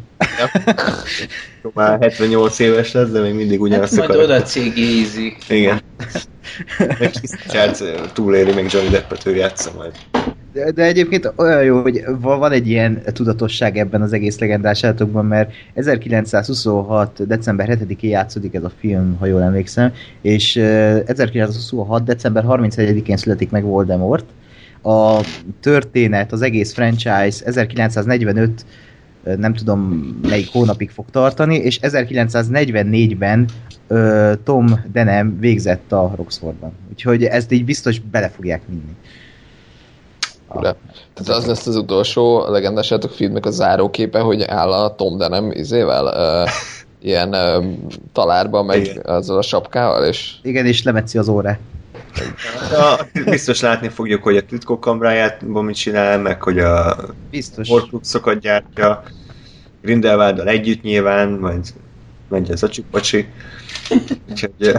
Már hetvennyolc éves lesz, de még mindig ugyanazt hát majd oda cégézik. Igen. Meg Charles túléli, még Johnny Deppet ő játsza majd. De, de egyébként olyan jó, hogy van egy ilyen tudatosság ebben az egész legendás állatokban, mert ezerkilencszázhuszonhat. december hetedikén játszódik ez a film, ha jól emlékszem, és ezerkilencszázhuszonhat. december harmincegyedikén születik meg Voldemort. A történet, az egész franchise ezerkilencszáznegyvenöt, nem tudom melyik hónapig fog tartani, és ezerkilencszáznegyvennégyben uh, Tom Denham végzett a Roxfordban. Úgyhogy ezt így biztos bele fogják vinni. De, tehát az lesz az utolsó a legendás állatok filmnek a záróképe, hogy áll a Tom Denham izével, uh, ilyen uh, talárba, meg igen. Azzal a sapkával, és... Igen, és lemetszi az órát. Ja, biztos látni fogjuk, hogy a titkok kamrájában mit csinál, meg hogy a horcruxokat gyártja, Grindelwalddal együtt nyilván, majd megy az a csipacsi. Úgyhogy...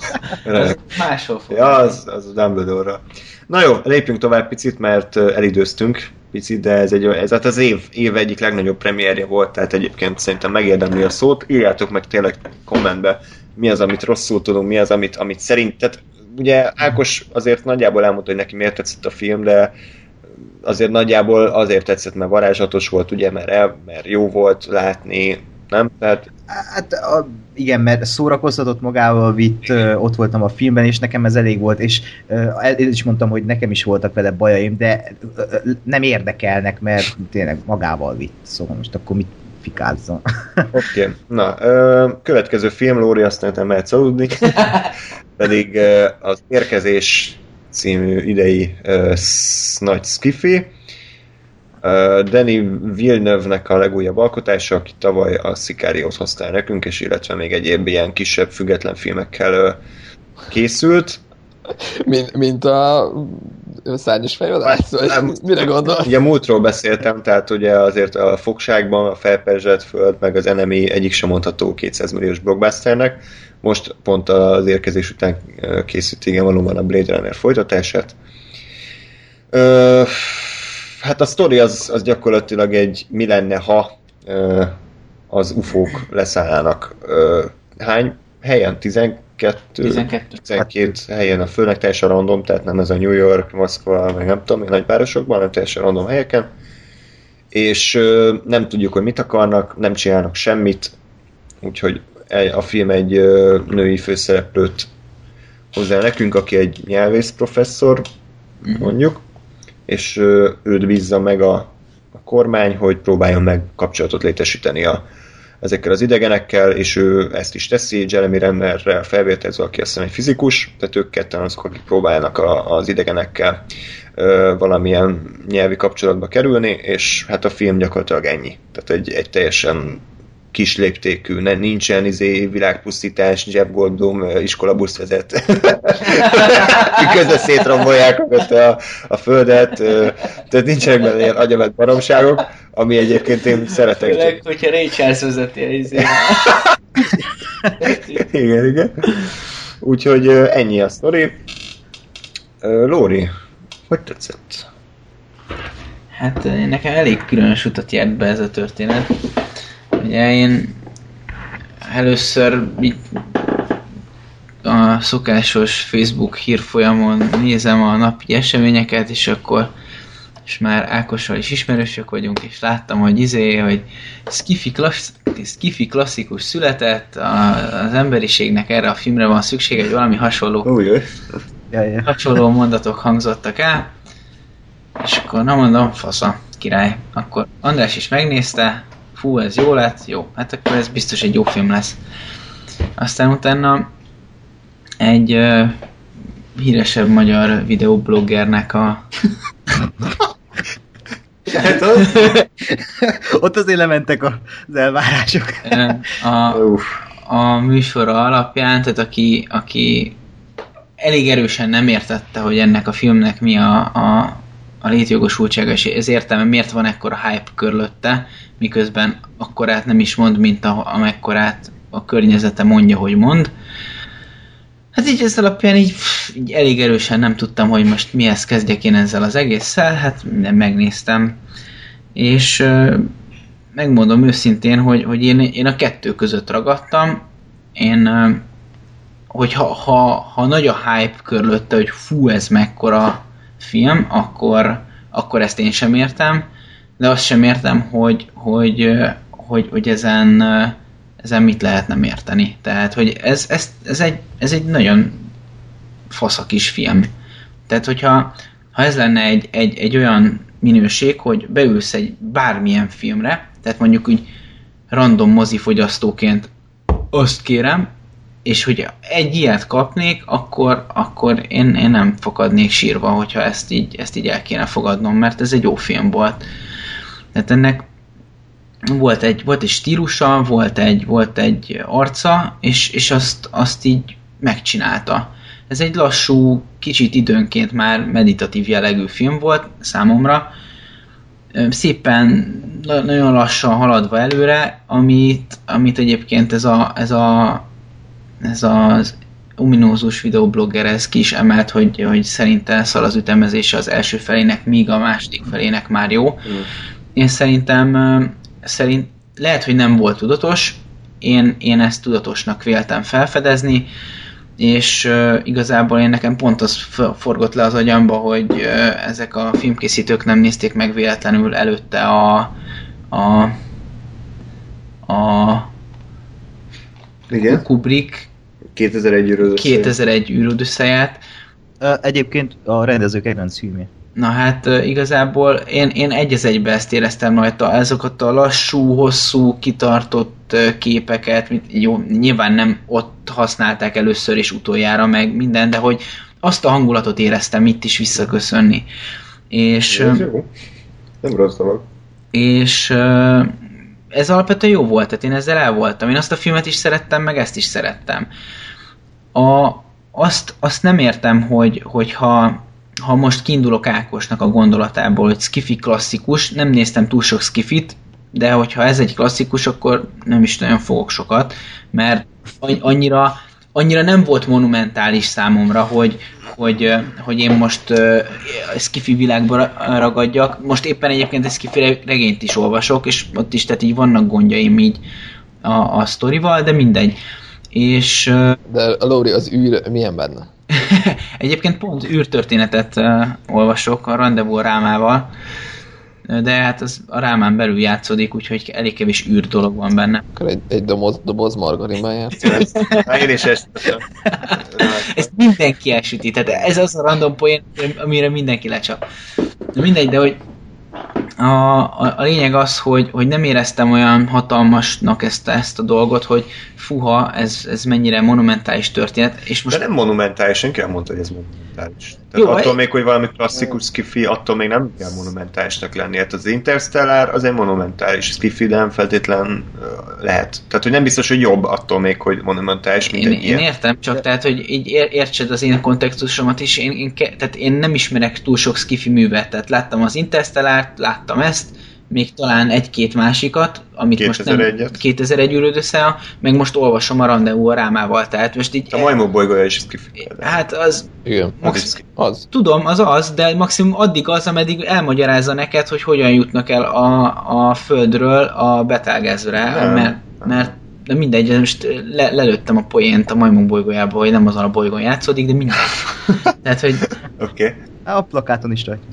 Máshol fog. Ja, az, az a Dumbledore-ra. Na jó, lépjünk tovább picit, mert elidőztünk picit, de ez, egy, ez hát az év, év egyik legnagyobb premierje volt, tehát egyébként szerintem megérdemli a szót. Írjátok meg tényleg kommentbe, mi az, amit rosszul tudunk, mi az, amit, amit szerinted. Ugye Ákos azért nagyjából elmondta, hogy neki miért tetszett a film, de azért nagyjából azért tetszett, mert varázslatos volt, ugye, mert, el, mert jó volt látni, nem? Tehát... Hát a, igen, mert szórakoztatott magával vitt, ott voltam a filmben, és nekem ez elég volt, és el is mondtam, hogy nekem is voltak vele bajaim, de nem érdekelnek, mert tényleg magával vitt, szóval most akkor mit fikázzon. Oké, okay. Na, következő film, Lóri, aztán nem mehetsz aludni, pedig az Érkezés című idei nagy skifi. Denis Villeneuve-nek a legújabb alkotása, aki tavaly a Sicariót hoztál nekünk, és illetve még egyéb ilyen kisebb, független filmekkel készült. Mint, mint a szárnyas fejvadász? Mire gondolsz? Ugye múltról beszéltem, tehát ugye azért a Fogságban a felperzselt föld, meg az Enemy egyik sem mondható kétszáz milliós blockbusternek. Most pont az Érkezés után készült, igen, valóban a Blade Runner folytatását. Ö, hát a sztori az, az gyakorlatilag egy mi lenne, ha ö, az ufók leszállnának. Ö, hány helyen? tizenkettő? tizenkettő. tizenkét helyen a Földnek, teljesen random, tehát nem ez a New York, Moszkva, meg nem tudom, nagyvárosokban, hanem teljesen random helyeken. És ö, nem tudjuk, hogy mit akarnak, nem csinálnak semmit, úgyhogy a film egy ö, női főszereplőt hozzá nekünk, aki egy nyelvész professzor, mondjuk, és ö, őt bízza meg a, a kormány, hogy próbáljon meg kapcsolatot létesíteni a, ezekkel az idegenekkel, és ő ezt is teszi, Jeremy Rennerrel felvértezve, aki azt hiszem egy fizikus, tehát ők ketten azok, akik próbálnak a, az idegenekkel ö, valamilyen nyelvi kapcsolatba kerülni, és hát a film gyakorlatilag ennyi. Tehát egy, egy teljesen kis léptékű, ne, nincsen izé világpusztítás, Jeff Goldblum iskolabuszt vezet. Közben szétrombolják a, a földet, tehát nincsenek benne ilyen agyavett baromságok, ami egyébként én szeretek. Főleg, hogyha Ray Charles vezeti izé. Igen, igen. Úgyhogy ennyi a sztori. Lóri, hogy tetszett? Hát nekem elég különös utat járt be ez a történet. Ugye én először így a szokásos Facebook hírfolyamon nézem a napi eseményeket, és akkor és már Ákossal is ismerősök vagyunk, és láttam, hogy izé, hogy skifi, klassz, skifi klasszikus született, a, az emberiségnek erre a filmre van szüksége, hogy valami hasonló, Új, hasonló mondatok hangzottak el, és akkor na mondom, fasza, király. Akkor András is megnézte, fú, ez jó lett, jó, hát akkor ez biztos egy jó film lesz. Aztán utána egy uh, híresebb magyar videobloggernek a Ott azért lementek az elvárások. a, a műsora alapján, tehát aki, aki elég erősen nem értette, hogy ennek a filmnek mi a, a, a létjogosultsága, és ez értelme, miért van ekkora hype körülötte, miközben akkorát nem is mond, mint a, amekkorát a környezete mondja, hogy mond. Hát így ez alapján így, így elég erősen nem tudtam, hogy most mihez kezdjek én ezzel az egésszel, hát nem megnéztem. És euh, megmondom őszintén, hogy, hogy én, én a kettő között ragadtam. Én, euh, hogy ha, ha, ha nagy a hype körülötte, hogy fú, ez mekkora film, akkor, akkor ezt én sem értem, de azt sem értem, hogy, hogy, hogy, hogy ezen... ezen mit lehet nem érteni. Tehát, hogy ez, ez, ez, egy, ez egy nagyon fasz a kis film. Tehát, hogyha ha ez lenne egy, egy, egy olyan minőség, hogy beülsz egy bármilyen filmre, tehát mondjuk úgy random mozifogyasztóként azt kérem, és hogy egy ilyet kapnék, akkor, akkor én, én nem fakadnék sírva, hogyha ezt így, ezt így el kéne fogadnom, mert ez egy jó film volt. Tehát ennek volt egy, volt egy stílusa, volt egy, volt egy arca, és, és azt, azt így megcsinálta. Ez egy lassú, kicsit időnként már meditatív jellegű film volt számomra. Szépen, nagyon lassan haladva előre, amit, amit egyébként ez, a, ez, a, ez az ominózus videoblogger ez ki is emelt, hogy, hogy szerinte szal az ütemezése az első felének, míg a második felének már jó. Mm. Én szerintem szerint lehet, hogy nem volt tudatos, én, én ezt tudatosnak véltem felfedezni, és uh, igazából én nekem pont az forgott le az agyamba, hogy uh, ezek a filmkészítők nem nézték meg véletlenül előtte a a a Igen? Kubrick kétezer-egy űrödösszeje. kétezer-egy űrödösszejét. Egyébként a rendező kedvenc filmje. Na hát igazából én, én egy az egybe ezt éreztem rajta, ezokat a lassú, hosszú, kitartott képeket, jó, nyilván nem ott használták először és utoljára meg minden, de hogy azt a hangulatot éreztem itt is visszaköszönni. És, ez jó. Nem rossz dolog. És ez alapvetően jó volt, tehát én ezzel el voltam. Én azt a filmet is szerettem, meg ezt is szerettem. A, azt, azt nem értem, hogy, hogyha ha most kiindulok Ákosnak a gondolatából, hogy skifi klasszikus, nem néztem túl sok skifit, de hogyha ez egy klasszikus, akkor nem is nagyon fogok sokat, mert annyira, annyira nem volt monumentális számomra, hogy, hogy, hogy én most uh, skifi világba ragadjak. Most éppen egyébként egy skifi regényt is olvasok, és ott is tehát így vannak gondjaim így a, a sztorival, de mindegy. És, uh, de a Lóri, az űr milyen benne? Egyébként pont űrtörténetet uh, olvasok a Rendezvú a Rámával, de hát az a Rámán belül játszódik, úgyhogy elég kevés űr dolog van benne. Akkor egy, egy doboz, doboz margarinban játszol. Én is ezt. Ezt mindenki elsüti, tehát ez az a random poén, amire mindenki lecsap. De mindegy, de hogy a, a, a lényeg az, hogy, hogy nem éreztem olyan hatalmasnak ezt, ezt a dolgot, hogy fuha, ez, ez mennyire monumentális történet. És most... De nem monumentális, senki nem mondta, hogy ez monumentális. Tehát Jó, attól egy... még, hogy valami klasszikus skifi, attól még nem kell monumentálisnak lenni. Hát az Interstellar az egy monumentális skifi, de nem feltétlen lehet. Tehát, hogy nem biztos, hogy jobb attól még, hogy monumentális, mint én, egy én ilyen. értem, csak de... tehát, hogy így értsed az én kontextusomat is, én, én, ke... tehát én nem ismerek túl sok skifi művet, tehát láttam az Interstellárt, láttam ezt, még talán egy-két másikat, amit kétezer-egyet. most nem... kétezer-egy űröd össze, meg most olvasom a Rendezvú a Rámával, tehát most így... A Majmok bolygója is skifi. Hát az... Igen, Max... az. Tudom, az az, de maximum addig az, ameddig elmagyarázza neked, hogy hogyan jutnak el a, a Földről a betelgezőre, Nem. mert, mert de mindegy, most le, lelőttem a poént a Majmok bolygójába, hogy nem azon a bolygón játszódik, de mindegy. Tehát, hogy... Oké. Okay. A plakáton is rajta.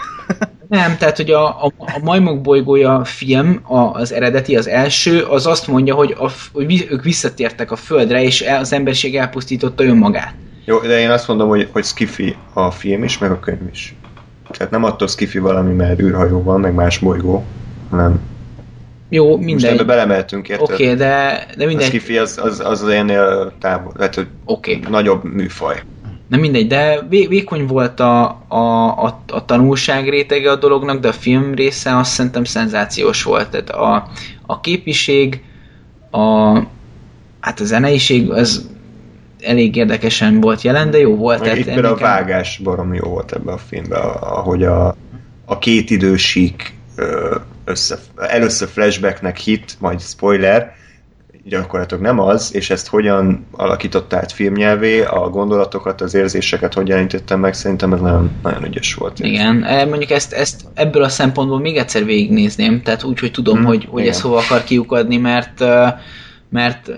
Nem, tehát, hogy a, a, a Majmok bolygója film, a, az eredeti, az első, az azt mondja, hogy, a, hogy ők visszatértek a Földre, és az emberiség elpusztította önmagát. Jó, de én azt mondom, hogy, hogy skifi a film is, meg a könyv is. Tehát nem attól skifi valami, mert űrhajó van, meg más bolygó, hanem... Jó, mindegy. Most ebbe belemeltünk, érted? Oké, okay, de, de mindegy. A skifi az, az, az ennél távol, tehát hogy okay. nagyobb műfaj. Nem mindegy, de vé- vékony volt a, a, a, a tanulság rétege a dolognak, de a film része azt szerintem szenzációs volt. Tehát a, a képiség, a, hát a zeneiség, az elég érdekesen volt jelen, de jó volt. Meg itt például a vágás baromi jó volt ebben a filmben, ahogy a, a két idősík össze, először flashbacknek hit, majd spoiler, gyakorlatilag nem az, és ezt hogyan alakította át filmnyelvé, a gondolatokat, az érzéseket hogyan jelentettem meg, szerintem ez nagyon, nagyon ügyes volt. Igen, mondjuk ezt, ezt ebből a szempontból még egyszer végignézném, tehát úgy, hogy tudom, hmm, hogy, hogy ez hova akar kiukadni, mert, mert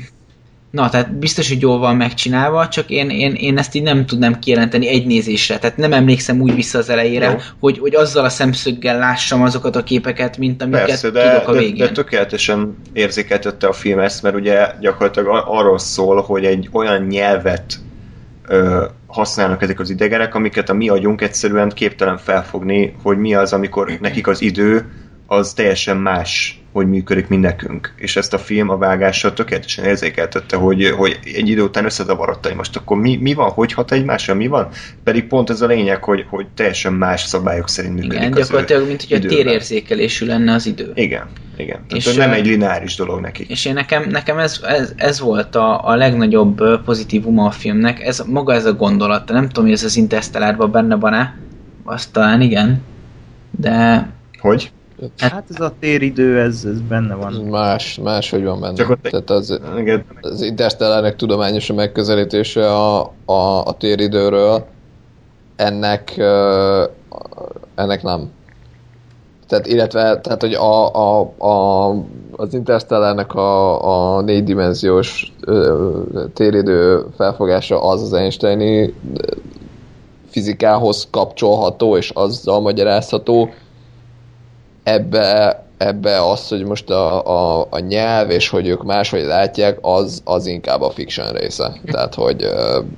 na, tehát biztos, hogy jól van megcsinálva, csak én, én, én ezt így nem tudnám kijelenteni egy nézésre, tehát nem emlékszem úgy vissza az elejére, hogy, hogy azzal a szemszöggel lássam azokat a képeket, mint amiket Persze, de, tudok a végén. De, de tökéletesen érzékeltette a film ezt, mert ugye gyakorlatilag arról szól, hogy egy olyan nyelvet ö, használnak ezek az idegenek, amiket a mi agyunk egyszerűen képtelen felfogni, hogy mi az, amikor nekik az idő az teljesen más, hogy működik, mint nekünk. És ezt a film a vágással tökéletesen érzékeltette, hogy, hogy egy idő után összezavarodta, hogy most akkor mi, mi van, hogy hat egymásra, mi van? Pedig pont ez a lényeg, hogy, hogy teljesen más szabályok szerint működik. Igen, gyakorlatilag, mint hogy a térérzékelésű lenne az idő. Igen, igen. És Tehát nem egy lineáris dolog neki. És én nekem, nekem ez, ez, ez volt a, a legnagyobb pozitívuma a filmnek, ez maga ez a gondolat. Nem tudom, hogy ez az Interstellárban benne van-e, azt talán igen, de... Hogy? Hát, hát ez a téridő, ez, ez benne van. Más, más, hogy van benne. Csak ott Tehát az, az Interstellárnek tudományos a megközelítése a, a, a téridőről, ennek, uh, ennek nem. Tehát, illetve, tehát, hogy a, a, a, az Interstellárnak a, a négydimenziós uh, téridő felfogása az az Einsteini fizikához kapcsolható, és azzal magyarázható. Ebbe, ebbe az, hogy most a, a, a nyelv, és hogy ők máshogy látják, az, az inkább a fiction része. Tehát, hogy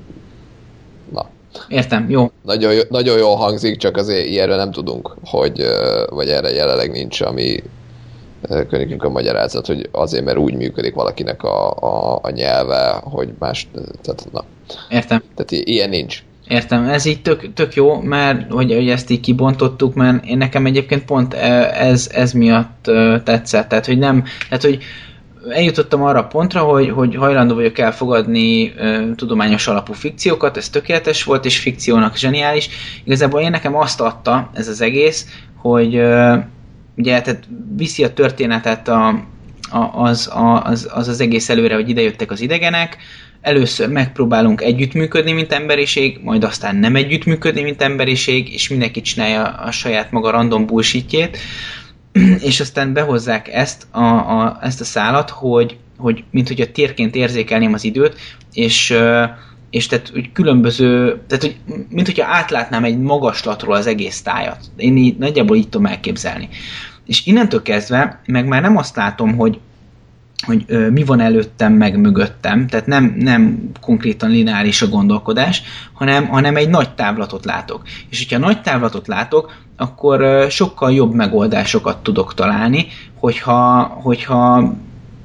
na. Értem, jó. Nagyon, nagyon jól hangzik, csak azért ilyenről nem tudunk, hogy, vagy erre jelenleg nincs, ami környékünk a magyarázat, hogy azért, mert úgy működik valakinek a, a, a nyelve, hogy más, tehát na. Értem. Tehát ilyen nincs. Értem, ez így tök, tök jó, mert hogy, hogy ezt így kibontottuk, mert én nekem egyébként pont ez, ez miatt tetszett, tehát hogy nem, tehát hogy eljutottam arra a pontra, hogy, hogy hajlandó vagyok elfogadni uh, tudományos alapú fikciókat, ez tökéletes volt, és fikciónak zseniális. Igazából én nekem azt adta ez az egész, hogy uh, ugye tehát viszi a történetet a, a, az, a, az, az az egész előre, hogy idejöttek az idegenek, először megpróbálunk együttműködni, mint emberiség, majd aztán nem együttműködni, mint emberiség, és mindenki csinálja a saját maga random bullshitjét, és aztán behozzák ezt a, a, ezt a szálat, hogy, hogy mint hogy a térként érzékelném az időt, és, és tehát úgy különböző, tehát hogy, mint hogyha átlátnám egy magaslatról az egész tájat. Én így, nagyjából így tudom elképzelni. És innentől kezdve, meg már nem azt látom, hogy hogy ö, mi van előttem, meg mögöttem, tehát nem, nem konkrétan lineáris a gondolkodás, hanem, hanem egy nagy távlatot látok. És hogyha nagy távlatot látok, akkor ö, sokkal jobb megoldásokat tudok találni, hogyha, hogyha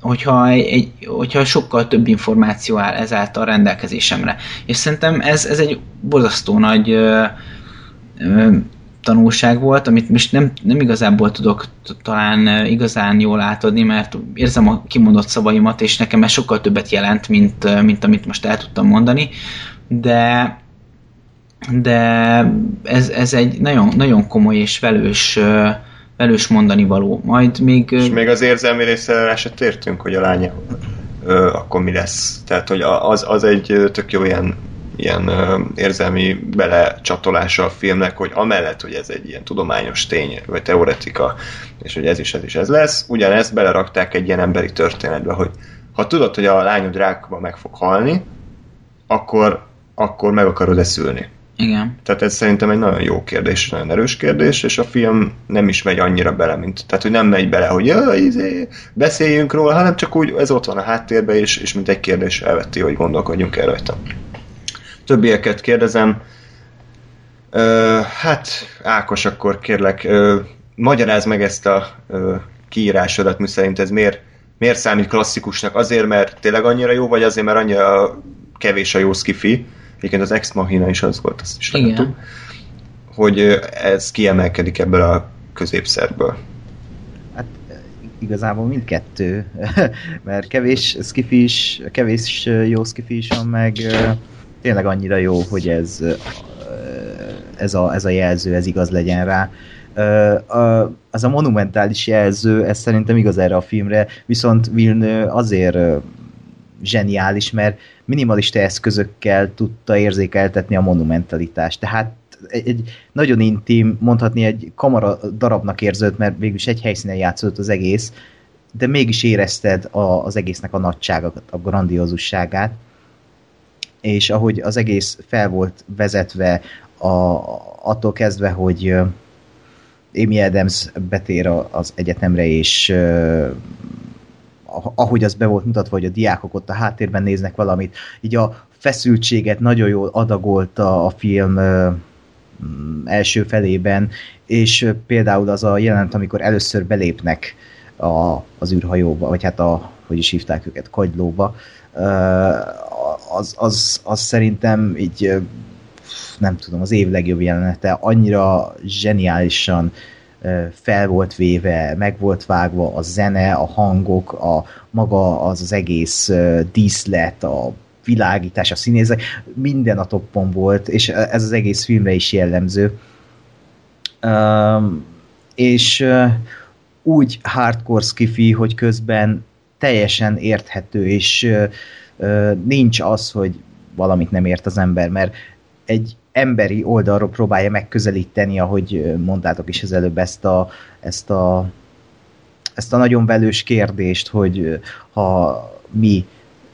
hogyha, egy, hogyha sokkal több információ áll ezáltal rendelkezésemre. És szerintem ez, ez egy borzasztó nagy ö, ö, tanulság volt, amit most nem, nem igazából tudok talán igazán jól átadni, mert érzem a kimondott szavaimat, és nekem ez sokkal többet jelent, mint, mint amit most el tudtam mondani, de de ez, ez egy nagyon, nagyon komoly és velős, velős mondani való. Majd még... És még az érzelmi részre rá se tértünk, hogy a lánya ö, akkor mi lesz. Tehát, hogy az, az egy tök jó ilyen, ilyen ö, érzelmi belecsatolása a filmnek, hogy amellett, hogy ez egy ilyen tudományos tény, vagy teoretika, és hogy ez is, ez is ez lesz, ugyanezt belerakták egy ilyen emberi történetbe, hogy ha tudod, hogy a lányod rákban meg fog halni, akkor, akkor meg akarod-e szülni. Igen. Tehát ez szerintem egy nagyon jó kérdés, nagyon erős kérdés, és a film nem is megy annyira bele, mint, tehát hogy nem megy bele, hogy ja, izé, beszéljünk róla, hanem csak úgy ez ott van a háttérben, és, és mint egy kérdés elvetti, hogy gondolkodjunk el rajta. Többieket kérdezem. Ö, hát, Ákos, akkor kérlek, ö, magyarázd meg ezt a ö, kiírásodat, mi szerint ez miért, miért számít klasszikusnak? Azért, mert tényleg annyira jó, vagy azért, mert annyira kevés a jó skifi? Egyébként az Ex Machina is az volt, azt is láttuk, hogy ez kiemelkedik ebből a középszerből. Hát igazából mindkettő, mert kevés skifi is, kevés jó skifi is van, meg tényleg annyira jó, hogy ez, ez, a, ez a jelző, ez igaz legyen rá. Az a monumentális jelző, ez szerintem igaz erre a filmre, viszont Villeneuve azért zseniális, mert minimalista eszközökkel tudta érzékeltetni a monumentalitást. Tehát egy, egy nagyon intim, mondhatni egy kamara darabnak érződött, mert végülis egy helyszínen játszódott az egész, de mégis érezted a, az egésznek a nagyságát, a grandiózusságát, és ahogy az egész fel volt vezetve a, attól kezdve, hogy Amy Adams betér az egyetemre, és ahogy az be volt mutatva, hogy a diákok ott a háttérben néznek valamit, így a feszültséget nagyon jól adagolta a film első felében, és például az a jelenet, amikor először belépnek a, az űrhajóba, vagy hát a, hogy is hívták őket, kagylóba, az, az, az szerintem így nem tudom, az év legjobb jelenete, annyira zseniálisan fel volt véve, meg volt vágva a zene, a hangok, a maga az, az egész díszlet, a világítás, a színészek, minden a toppon volt, és ez az egész filmre is jellemző. Um, és uh, úgy hardcore skifi, hogy közben teljesen érthető, és uh, uh, nincs az, hogy valamit nem ért az ember, mert egy emberi oldalról próbálja megközelíteni, ahogy mondtátok is az előbb, ezt a, ezt a, ezt a nagyon velős kérdést, hogy ha mi,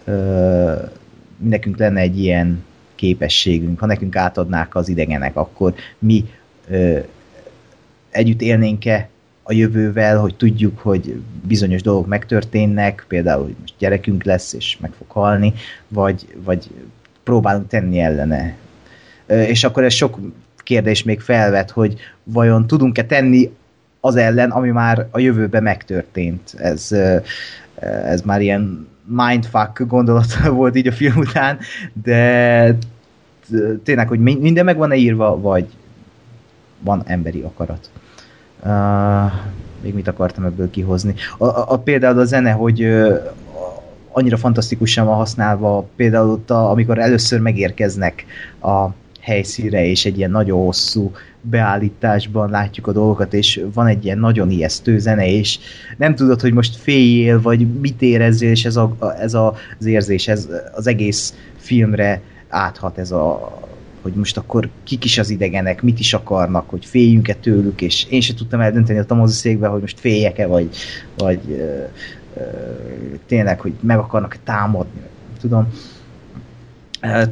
mi nekünk lenne egy ilyen képességünk, ha nekünk átadnák az idegenek, akkor mi együtt élnénk-e a jövővel, hogy tudjuk, hogy bizonyos dolgok megtörténnek, például, hogy most gyerekünk lesz, és meg fog halni, vagy, vagy próbálunk tenni ellene. És akkor ez sok kérdés még felvet, hogy vajon tudunk-e tenni az ellen, ami már a jövőben megtörtént. Ez, ez már ilyen mindfuck gondolat volt így a film után, de tényleg, hogy minden meg van-e írva, vagy van emberi akarat. Uh, még mit akartam ebből kihozni? A, a, a, például a zene, hogy uh, annyira fantasztikusan van használva, például ott, a, amikor először megérkeznek a helyszínre, és egy ilyen nagyon hosszú beállításban látjuk a dolgokat, és van egy ilyen nagyon ijesztő zene, és nem tudod, hogy most féljél, vagy mit érezzél, és ez, a, ez a, az érzés, ez az egész filmre áthat ez a, hogy most akkor kik is az idegenek, mit is akarnak, hogy féljünk-e tőlük, és én sem tudtam eldönteni a moziszékben, hogy most féljek-e, vagy, vagy ö, ö, tényleg, hogy meg akarnak támadni, tudom. Hát,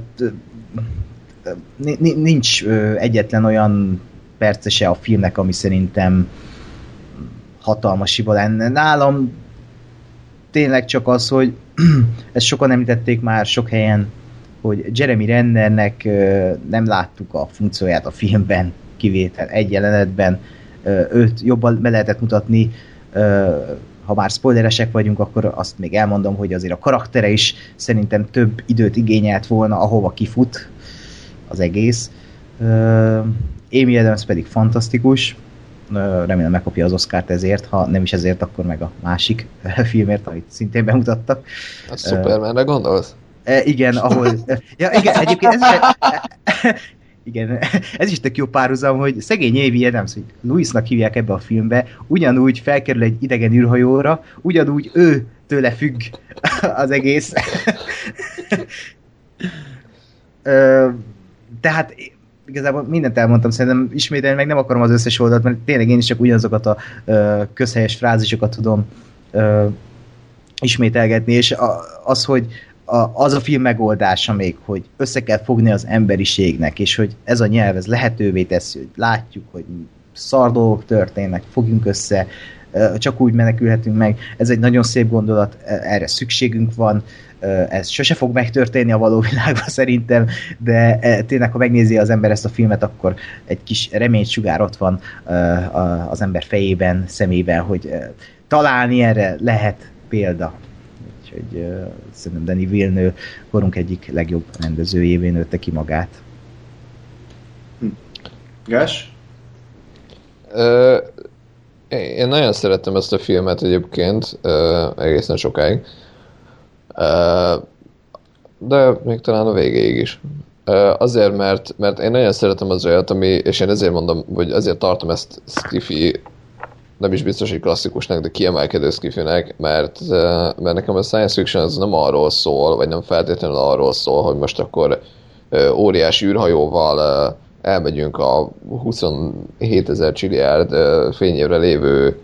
nincs egyetlen olyan percese a filmnek, ami szerintem hatalmas hiba lenne. Nálam tényleg csak az, hogy ezt sokan említették már sok helyen, hogy Jeremy Rennernek nem láttuk a funkcióját a filmben, kivétel egy jelenetben, őt jobban be lehetett mutatni, ha már spoileresek vagyunk, akkor azt még elmondom, hogy azért a karaktere is szerintem több időt igényelt volna, ahova kifut az egész. Amy Adams pedig fantasztikus, remélem megkapja az Oscart ezért, ha nem is ezért, akkor meg a másik filmért, amit szintén bemutattak. A Supermanre gondolsz? Igen, ahol... Ja, igen, egyébként ez is... Igen, ez is tök jó párhuzam, hogy szegény Amy Adams, hogy Louisnak hívják ebbe a filmbe, ugyanúgy felkerül egy idegen űrhajóra, ugyanúgy ő tőle függ az egész. Tehát igazából mindent elmondtam, szerintem ismételni meg nem akarom az összes oldalt, mert tényleg én is csak ugyanazokat a közhelyes frázisokat tudom ismételgetni, és az, hogy A, az a film megoldása még, hogy össze kell fogni az emberiségnek, és hogy ez a nyelv ez lehetővé teszi, hogy látjuk, hogy szar dolgok történnek, fogjunk össze, csak úgy menekülhetünk meg. Ez egy nagyon szép gondolat, erre szükségünk van, ez sose fog megtörténni a való világban szerintem, de tényleg, ha megnézi az ember ezt a filmet, akkor egy kis reménysugár ott van az ember fejében, szemében, hogy talán ilyenre lehet példa. Úgyhogy uh, szerintem Denis Villeneuve korunk egyik legjobb rendezőjévé nőtte ki magát. Gás? Uh, én nagyon szerettem ezt a filmet egyébként, uh, egészen sokáig. Uh, de még talán a végéig is. Uh, azért, mert, mert én nagyon szeretem az olyat, ami, és én ezért mondom, vagy azért tartom ezt sci-fi, nem is biztos, hogy klasszikusnak, de kiemelkedő skifinek, mert, mert nekem a science fiction az nem arról szól, vagy nem feltétlenül arról szól, hogy most akkor óriási űrhajóval elmegyünk a huszonhétezer csilliárd fényévre lévő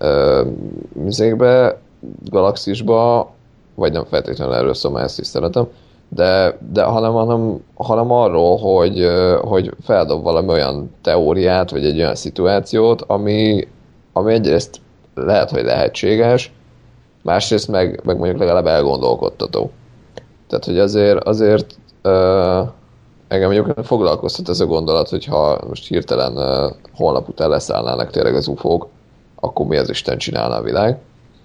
műzékbe, galaxisba, vagy nem feltétlenül erről szól, mert ezt is szeretem, de, de hanem, hanem, hanem arról, hogy, hogy feldob valami olyan teóriát, vagy egy olyan szituációt, ami ami egyrészt lehet, hogy lehetséges, másrészt meg, meg mondjuk legalább elgondolkodtató. Tehát, hogy azért, azért uh, engem mondjuk foglalkoztat ez a gondolat, hogyha most hirtelen uh, holnap után leszállnának tényleg az ufók, akkor mi az Isten csinálna a világ.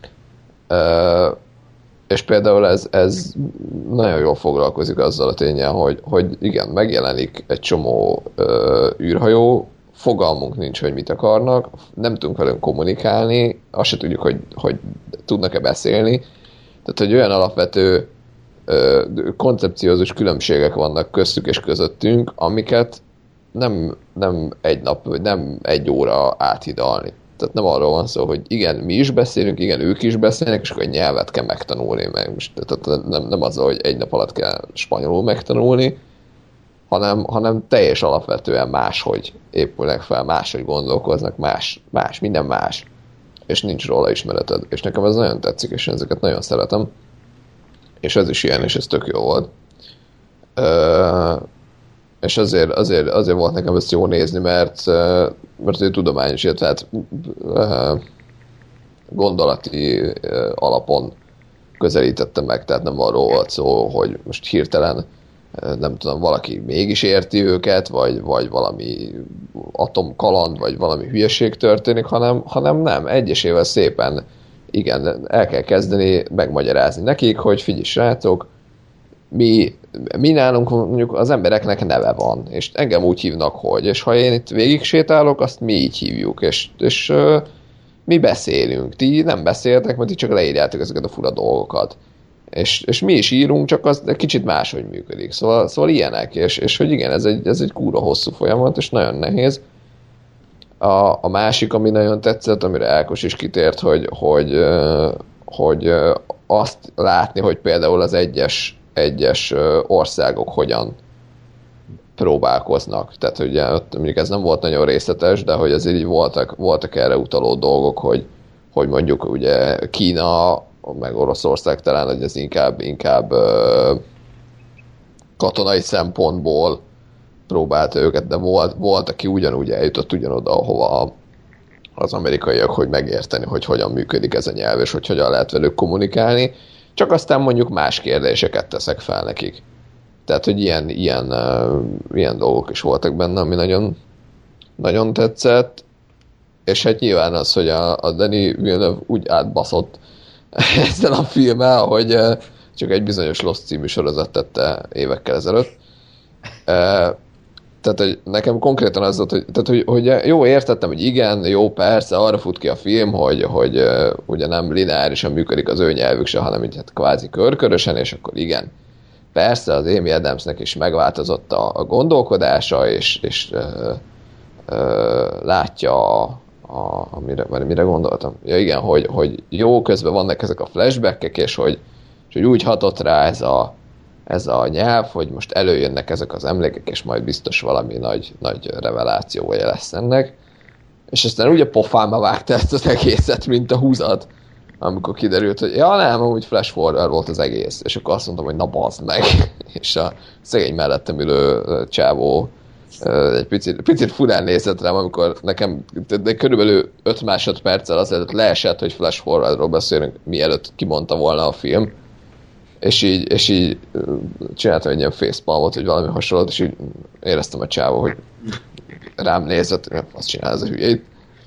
Uh, és például ez, ez nagyon jól foglalkozik azzal a tényen, hogy, hogy igen, megjelenik egy csomó uh, űrhajó, fogalmunk nincs, hogy mit akarnak, nem tudunk velünk kommunikálni, azt se tudjuk, hogy, hogy tudnak-e beszélni. Tehát, hogy olyan alapvető ö, koncepciózus különbségek vannak köztük és közöttünk, amiket nem, nem egy nap, vagy nem egy óra áthidalni. Tehát nem arról van szó, hogy igen, mi is beszélünk, igen, ők is beszélnek, és akkor egy nyelvet kell megtanulni meg. Most, tehát nem, nem az, hogy egy nap alatt kell spanyolul megtanulni, hanem, hanem teljes alapvetően máshogy épülnek fel, máshogy gondolkoznak, más, más, minden más. És nincs róla ismereted. És nekem ez nagyon tetszik, és ezeket nagyon szeretem. És ez is ilyen, és ez tök jó volt. Ö, és azért, azért, azért volt nekem ezt jó nézni, mert, mert egy tudományos, tehát gondolati alapon közelítettem meg, tehát nem arról volt szó, hogy most hirtelen nem tudom, valaki mégis érti őket, vagy, vagy valami atomkaland, vagy valami hülyeség történik, hanem, hanem nem, egyesével szépen igen, el kell kezdeni megmagyarázni nekik, hogy figyelj srácok, mi, mi nálunk mondjuk az embereknek neve van, és engem úgy hívnak, hogy, és ha én itt végig sétálok, azt mi így hívjuk, és, és uh, mi beszélünk, ti nem beszéltek, mert ti csak leírjátok ezeket a fura dolgokat. És, és mi is írunk, csak az kicsit máshogy működik. Szóval, szóval ilyenek, és, és hogy igen, ez egy, ez egy kúra hosszú folyamat, és nagyon nehéz. A, a másik, ami nagyon tetszett, amire Ákos is kitért, hogy, hogy, hogy azt látni, hogy például az egyes, egyes országok hogyan próbálkoznak. Tehát ugye mondjuk ez nem volt nagyon részletes, de hogy azért így voltak, voltak erre utaló dolgok, hogy, hogy mondjuk ugye Kína meg Oroszország talán, hogy ez inkább, inkább ö, katonai szempontból próbálta őket, de volt, volt, aki ugyanúgy eljutott ugyanoda, ahova az amerikaiak, hogy megérteni, hogy hogyan működik ez a nyelv, és hogy hogyan lehet velük kommunikálni, csak aztán mondjuk más kérdéseket teszek fel nekik. Tehát, hogy ilyen, ilyen, uh, ilyen dolgok is voltak benne, ami nagyon, nagyon tetszett. és hát nyilván az, hogy a, a Denis Villeneuve úgy átbaszott ezzel a filmmel, hogy csak egy bizonyos Lost című sorozat tette évekkel ezelőtt. Tehát, hogy nekem konkrétan az volt, hogy, tehát, hogy, hogy jó, értettem, hogy igen, jó, persze, arra fut ki a film, hogy, hogy uh, ugye nem lineárisan működik az ő nyelvük se, hanem így hát kvázi körkörösen, és akkor igen, persze, az Amy Adamsnek is megváltozott a, a gondolkodása, és, és uh, uh, látja a, a, a mire, mire gondoltam. Ja igen, hogy, hogy jó, közben vannak ezek a flashbackek, és hogy, és hogy úgy hatott rá ez a ez a nyelv, hogy most előjönnek ezek az emlékek, és majd biztos valami nagy, nagy revelációja lesz ennek. És aztán úgy a pofámba vágta ezt az egészet, mint a húzat, amikor kiderült, hogy ja nem, amúgy flash forward volt az egész. És akkor azt mondtam, hogy na bazd meg. És a szegény mellettem ülő csávó egy picit, picit furán nézett rám, amikor nekem de körülbelül öt másodperccel azért leesett, hogy flash forwardról beszélünk, mielőtt kimondta volna a film. És így, és így csináltam egy ilyen facepalmot, vagy valami hasonlót, és így éreztem a csávó, hogy rám nézett, azt csinál ez a hülyét.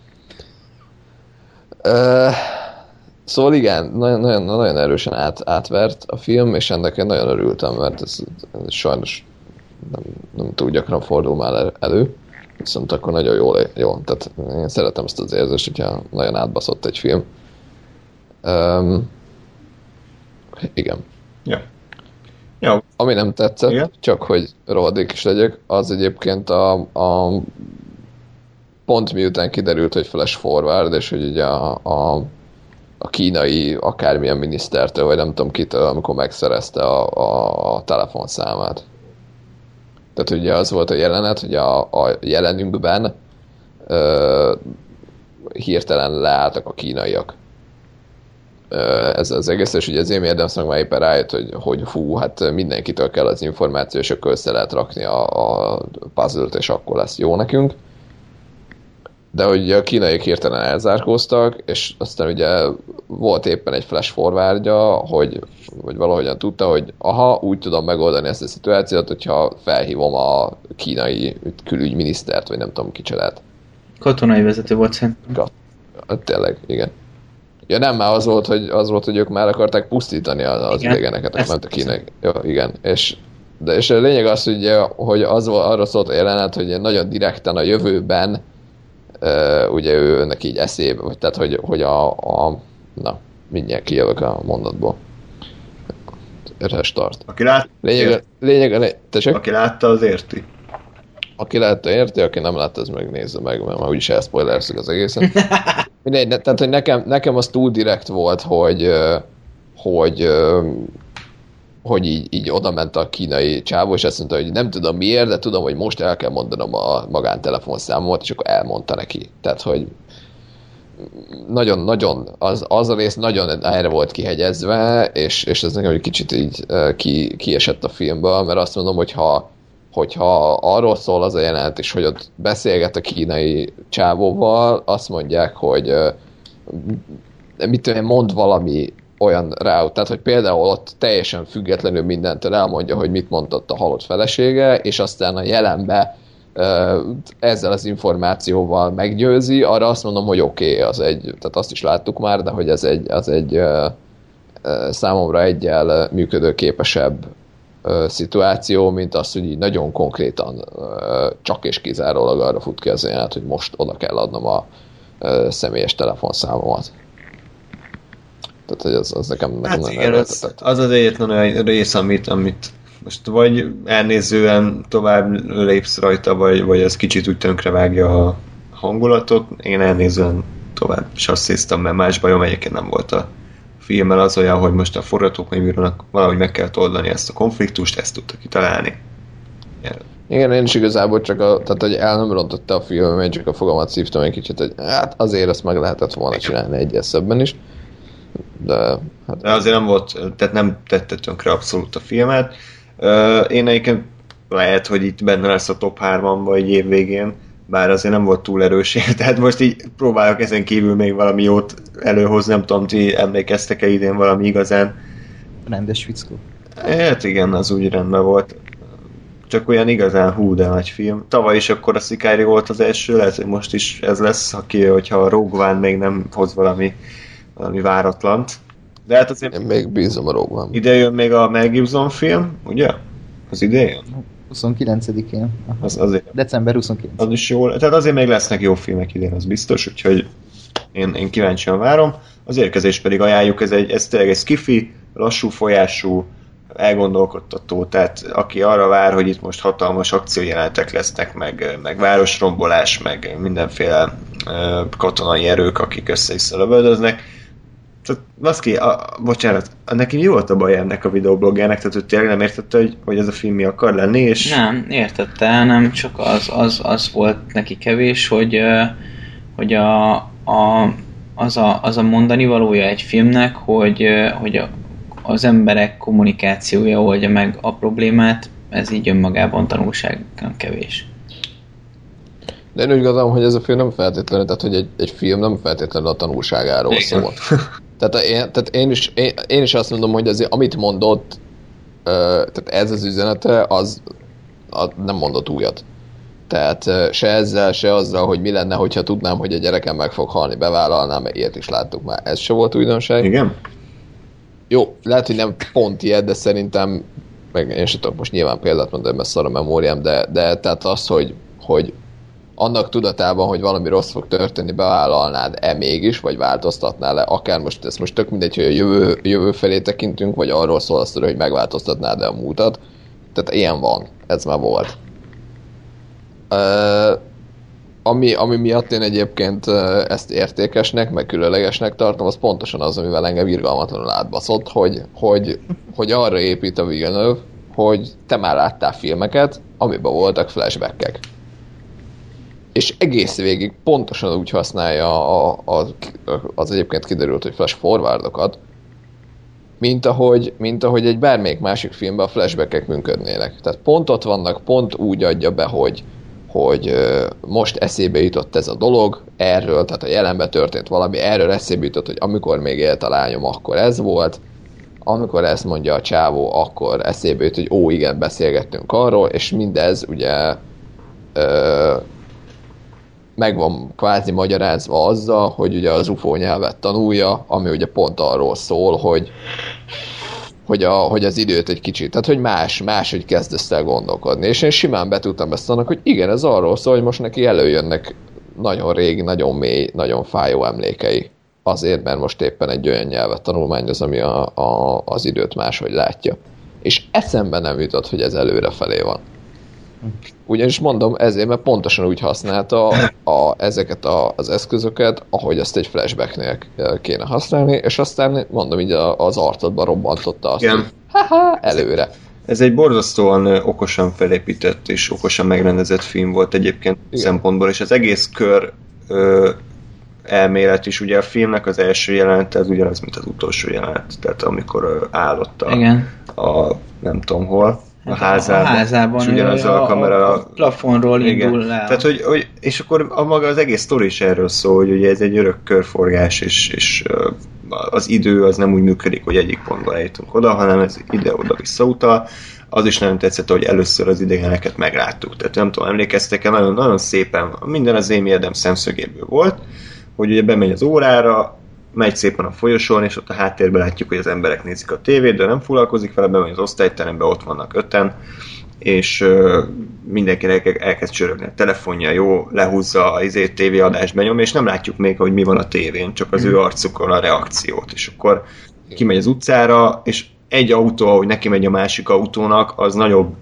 Uh, szóval igen, nagyon, nagyon, nagyon erősen át, átvert a film, és ennek én nagyon örültem, mert ez, ez sajnos nem, nem túl gyakran fordul már elő, viszont akkor nagyon jól, jó. Tehát én szeretem ezt az érzést, hogyha nagyon átbaszott egy film. Um, igen. Ja. Ja. Ami nem tetszett, igen? Csak hogy rohadék is legyek, az egyébként a, a pont miután kiderült, hogy flash forward, és hogy ugye a, a, a kínai akármilyen minisztertől, vagy nem tudom kitől, amikor megszerezte a, a, a telefonszámát. Tehát ugye az volt a jelenet, hogy a, a jelenünkben ö, hirtelen leálltak a kínaiak. Ez az egész, és ugye az Amy Adamsnak már éppen rájött, hogy, hogy hú, hát mindenkitől kell az információ, és akkor össze lehet rakni a, a puzzle-t, és akkor lesz jó nekünk. De hogy a kínaiak hirtelen elzárkóztak, és aztán ugye volt éppen egy flash forwardja, hogy vagy valahogyan tudta, hogy aha, úgy tudom megoldani ezt a szituációt, hogyha felhívom a kínai külügyminisztert, vagy nem tudom kicsodát. Katonai vezető volt szerintem. Kat- tényleg, igen. Ja nem, már az volt, hogy, az volt, hogy ők már akarták pusztítani az, az idegeneket, mert a kínai. Ja, igen. És, de, és a lényeg az, hogy, hogy az, arra szólt a jelenet, hogy nagyon direkten a jövőben uh, ugye őnek így eszébe, vagy tehát, hogy, hogy a, a na, mindjárt kijövök a mondatból. Restart. Aki látta, lényeg, lényeg, lényeg, aki látta, az érti. Aki látta, érti, aki nem látta, az meg nézze meg, mert már úgyis elszpoilerszük az egészet. Mindegy, tehát, hogy nekem, nekem az túl direkt volt, hogy, hogy, hogy így, így oda ment a kínai csávó, és azt mondta, hogy nem tudom miért, de tudom, hogy most el kell mondanom a magántelefonszámomat, és akkor elmondta neki. Tehát, hogy nagyon-nagyon, az, az a rész nagyon erre volt kihegyezve, és, és ez nekem egy kicsit így ki, kiesett a filmből, mert azt mondom, hogy ha hogyha arról szól az a jelenet is, hogy ott beszélget a kínai csávóval, azt mondják, hogy mit tudom, mond valami olyan rá, tehát hogy például ott teljesen függetlenül mindentől elmondja, hogy mit mondott a halott felesége, és aztán a jelenbe ezzel az információval meggyőzi, arra azt mondom, hogy oké, okay, az egy, tehát azt is láttuk már, de hogy ez egy, az egy számomra egyel működőképesebb szituáció, mint az, hogy így nagyon konkrétan csak és kizárólag arra fut ki az jelenet, hogy most oda kell adnom a személyes telefonszámomat. Tehát, hogy az, az nekem, nekem hát nem igen, az, az az egyetlen olyan rész, amit, amit most vagy elnézően tovább lépsz rajta, vagy, vagy ez kicsit úgy tönkrevágja a hangulatot. Én elnézően tovább sassziztam, mert más bajom egyébként nem volt a filmmel, az olyan, hogy most a forgatókönyvírónak valahogy meg kell oldani ezt a konfliktust, ezt tudta kitalálni. Yeah. Igen, én is igazából csak a, tehát, hogy el nem rontotta a film, én csak a fogamat szívtam egy kicsit, hogy hát azért ezt meg lehetett volna csinálni egyes szebben is. De, hát... de azért nem volt, tehát nem tette tönkre abszolút a filmet. Én egyébként lehet, hogy itt benne lesz a top hárman vagy év végén, bár azért nem volt túl erős, tehát most így próbálok ezen kívül még valami jót előhozni, nem tudom, ti emlékeztek-e idén valami igazán. Rendes fickó. Hát igen, az úgy rendben volt. csak olyan igazán hú, de nagy film. Tavaly is akkor a Sicario volt az első, lehet, hogy most is ez lesz, aki, hogyha a Rogue One még nem hoz valami, valami váratlant. De hát azért... Én még bízom a Rogue One. Ide jön még a Mel Gibson film, ugye? Az idején? huszonkilencedikén. Az, azért. december huszonkilencedikén. Az is jó. Tehát azért még lesznek jó filmek idén, az biztos, úgyhogy én, én kíváncsian várom. Az Érkezést pedig ajánljuk, ez, egy, ez tényleg egy skifi, lassú folyású, elgondolkodtató, tehát aki arra vár, hogy itt most hatalmas akciójelenetek lesznek, meg, meg városrombolás, meg mindenféle uh, katonai erők, akik össze-vissza lövöldöznek. Tehát, baszki, a, bocsánat, neki mi volt a baj ennek a videoblogjának? Tehát ő tényleg nem értette, hogy, hogy ez a film mi akar lenni, és... Nem, értette, nem csak az, az, az volt neki kevés, hogy, hogy a, a, az, a, az a mondani valója egy filmnek, hogy, hogy a, az emberek kommunikációja oldja meg a problémát, ez így önmagában tanulságon kevés. De én úgy gondolom, hogy ez a film nem feltétlenül, tehát hogy egy, egy film nem feltétlenül a tanulságáról Igen. szól. Tehát, én, tehát én, is, én, én is azt mondom, hogy azért, amit mondott, tehát ez az üzenete, az, az nem mondott újat. Tehát se ezzel, se azzal, hogy mi lenne, hogyha tudnám, hogy a gyerekem meg fog halni, bevállalnám, mert ilyet is láttuk már. Ez se volt újdonság. Igen? Jó, lehet, hogy nem pont ilyet, de szerintem, meg én sem tudok most nyilván példát mondani, mert szar a memóriám, de, de tehát az, hogy, hogy annak tudatában, hogy valami rossz fog történni, bevállalnád-e mégis, vagy változtatnál-e, akár most, ez most tök mindegy, hogy a jövő, jövő felé tekintünk, vagy arról szól azt, hogy megváltoztatnád-e a múltat. Tehát ilyen van, ez már volt. Uh, ami, ami miatt én egyébként ezt értékesnek, meg különlegesnek tartom, az pontosan az, amivel engem irgalmatlanul átbaszott, hogy, hogy, hogy arra épít a Villeneuve, hogy te már láttál filmeket, amiben voltak flashbackek. És egész végig pontosan úgy használja a, a, az egyébként kiderült, hogy flash forwardokat, mint ahogy, mint ahogy egy bármelyik másik filmben a flashbackek működnének. Tehát pont ott vannak, pont úgy adja be, hogy, hogy most eszébe jutott ez a dolog, erről, tehát a jelenben történt valami, erről eszébe jutott, hogy amikor még élt a lányom, akkor ez volt, amikor ezt mondja a csávó, akkor eszébe jut, hogy ó, igen, beszélgettünk arról, és mindez ugye ö, meg van kvázi magyarázva azzal, hogy ugye az ufó nyelvet tanulja, ami ugye pont arról szól, hogy, hogy, a, hogy az időt egy kicsit, tehát hogy más, máshogy kezdesz el gondolkodni. És én simán be tudtam ezt annak, hogy igen, ez arról szól, hogy most neki előjönnek nagyon régi, nagyon mély, nagyon fájó emlékei. Azért, mert most éppen egy olyan nyelvet tanulmányoz, ami a, a, az időt máshogy látja. És eszembe nem jutott, hogy ez előrefelé van. Ugyanis mondom, ezért, mert pontosan úgy használta a, ezeket a, az eszközöket, ahogy ezt egy flashbacknél kéne használni, és aztán mondom, így az arcodba robbantotta azt, hogy haha, előre. Ez egy borzasztóan okosan felépített és okosan megrendezett film volt egyébként igen. Szempontból, és az egész kör ö, elmélet is, ugye a filmnek az első jelenete az ugyanaz, mint az utolsó jelenet, tehát amikor ö, állott a, a nem tudom hol, a házában, a házában és ugyanaz a, a kamera a plafonról igen. indul le. Tehát, hogy, hogy, és akkor a maga az egész sztori is erről szól, hogy ugye ez egy örök körforgás, és, és az idő az nem úgy működik, hogy egyik pontba eljutunk oda, hanem ez ide-oda visszautal. Az is nagyon tetszett, hogy először az idegeneket megláttuk. Tehát nem tudom, emlékeztek-e, nagyon, nagyon szépen, minden az Amy Adams szemszögéből volt, hogy ugye bemegy az órára, megy szépen a folyosón, és ott a háttérben látjuk, hogy az emberek nézik a tévét, de nem foglalkozik vele, bemegy az osztályterembe, ott vannak öten, és uh, mindenkinek elkezd csörögni a telefonja, jó, lehúzza az izé, tévéadást, benyom, és nem látjuk még, hogy mi van a tévén, csak az mm. ő arcukon a reakciót, és akkor kimegy az utcára, és egy autó, ahogy neki megy a másik autónak, az nagyobb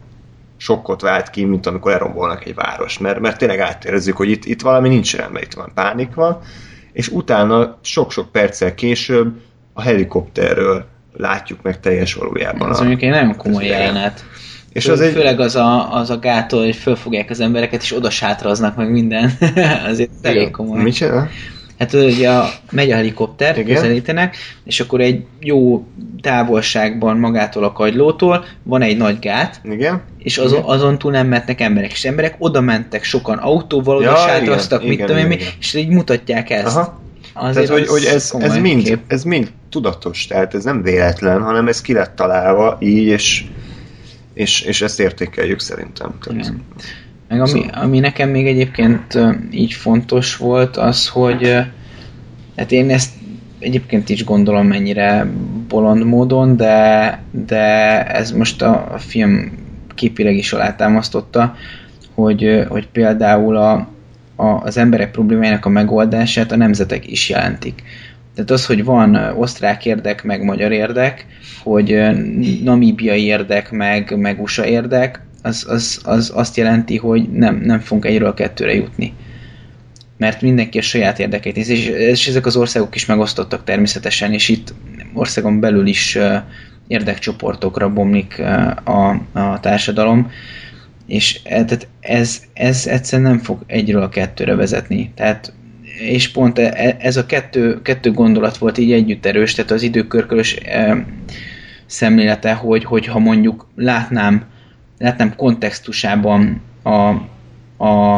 sokkot vált ki, mint amikor elrombolnak egy város, mert, mert tényleg átérezzük, hogy itt, itt valami nincs rendben, itt van pánik van, és utána sok-sok perccel később a helikopterről látjuk meg teljes valójában. Ez mondjuk egy nagyon komoly jelenet. És az főleg egy... az, a, az a gától, hogy fölfogják az embereket, és oda sátraznak meg minden. Azért elég komoly. Mit csinál? Hát ugye a, megy a helikopter, igen? Közelítenek, és akkor egy jó távolságban magától a kagylótól van egy nagy gát, igen? és azon, azon túl nem mehetnek emberek, és emberek oda mentek sokan autóval, oda ja, sátraztak, igen, mit igen, tudom én, igen. És így mutatják ezt. Aha. Tehát, hogy, hogy ez, ez, mind, ez mind tudatos, tehát ez nem véletlen, hanem ez ki lett találva így, és és, és ezt értékeljük szerintem. Tehát, meg ami, ami nekem még egyébként így fontos volt, az, hogy hát én ezt egyébként is gondolom mennyire bolond módon, de, de ez most a, a film képileg is alátámasztotta, hogy, hogy például a, a, az emberek problémájának a megoldását a nemzetek is jelentik. Tehát az, hogy van osztrák érdek, meg magyar érdek, hogy namíbiai érdek, meg, meg u es á érdek, az, az, az azt jelenti, hogy nem, nem fogunk egyről a kettőre jutni. Mert mindenki a saját érdekeit nézi, és, és ezek az országok is megosztottak természetesen, és itt országon belül is érdekcsoportokra bomlik a, a társadalom, és tehát ez, ez egyszerűen nem fog egyről a kettőre vezetni. Tehát, és pont ez a kettő, kettő gondolat volt így együtt erős, tehát az időkörkörös szemlélete, hogy, hogyha mondjuk látnám, látnám kontextusában a, a,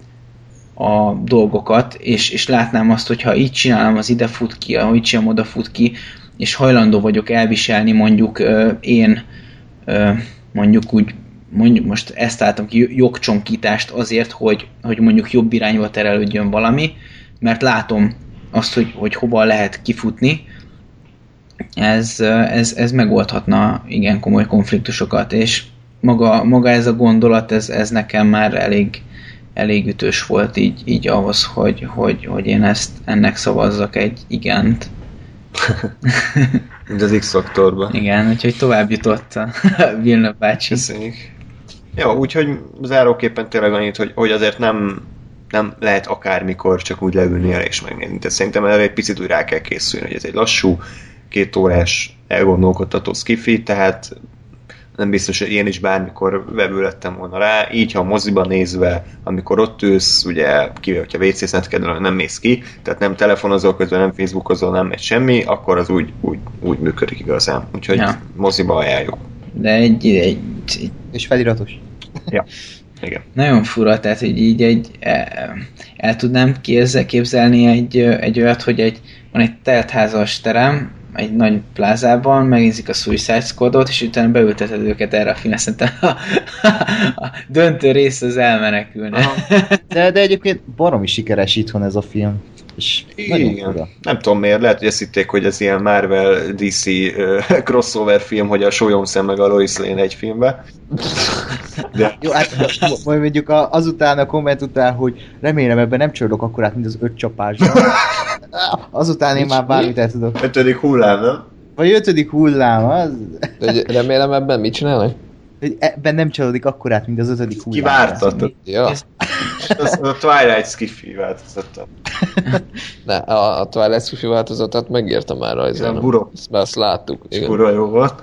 a dolgokat, és, és látnám azt, hogyha így csinálom, az ide fut ki, ahogy így csinálom, oda fut ki, és hajlandó vagyok elviselni mondjuk én mondjuk úgy, mondjuk most ezt álltam ki, jogcsonkítást azért, hogy, hogy mondjuk jobb irányba terelődjön valami, mert látom azt, hogy, hogy hova lehet kifutni, ez, ez, ez megoldhatna igen komoly konfliktusokat, és maga, maga ez a gondolat, ez, ez nekem már elég, elég ütős volt így, így ahhoz, hogy, hogy, hogy én ezt ennek szavazzak egy igent. Mint az X-faktorban. Igen, úgyhogy tovább jutott a Villeneuve bácsi. Köszönjük. Jó, úgyhogy záróképpen tényleg annyit, hogy, hogy azért nem, nem lehet akármikor csak úgy leülni el és megnézni. Tehát szerintem erre egy picit úgy rá kell készülni, hogy ez egy lassú, két órás elgondolkodtató skifi, tehát nem biztos, hogy én is bármikor webül lettem volna rá, így ha moziban nézve, amikor ott ülsz, ugye kivéve, hogyha vécészned kell, nem mész ki, tehát nem telefonozol közben, nem facebookozol, nem megy semmi, akkor az úgy, úgy, úgy működik igazán. Úgyhogy ja. Moziba ajánljuk. De egy, egy, egy... És feliratos. Ja, igen. Nagyon fura, tehát hogy így egy, el, el tudnám képzelni egy, egy olyat, hogy egy, van egy teltházas terem, egy nagy plázában, megnézik a Suicide Squadot, és utána beülteted őket erre a filmre, szerintem a, a döntő rész az elmenekülne. De, de egyébként baromi sikeres itthon ez a film. És igen. Nem tudom miért, lehet, hogy ezt hitték, hogy ez ilyen Marvel dé cé uh, crossover film, hogy a Sólyomszem meg a Lois Lane egy filmbe. De... Jó, hát majd mondjuk azután a komment után, hogy remélem ebben nem csődök akkorát, mint az öt csapásban. Azután én már bármit el tudok. Ötödik hullám, nem? Vagy ötödik hullám, az... De remélem ebben mit csinálnak? Hogy ebben nem csalódik akkorát, mint az ötödik hullám. Kivártatod. Ja. Ez a Twilight Skiffy változata. Ne, a, a Twilight Skiffy változatát megértem már rajzolni. Ezt már azt láttuk. Kurva jó volt.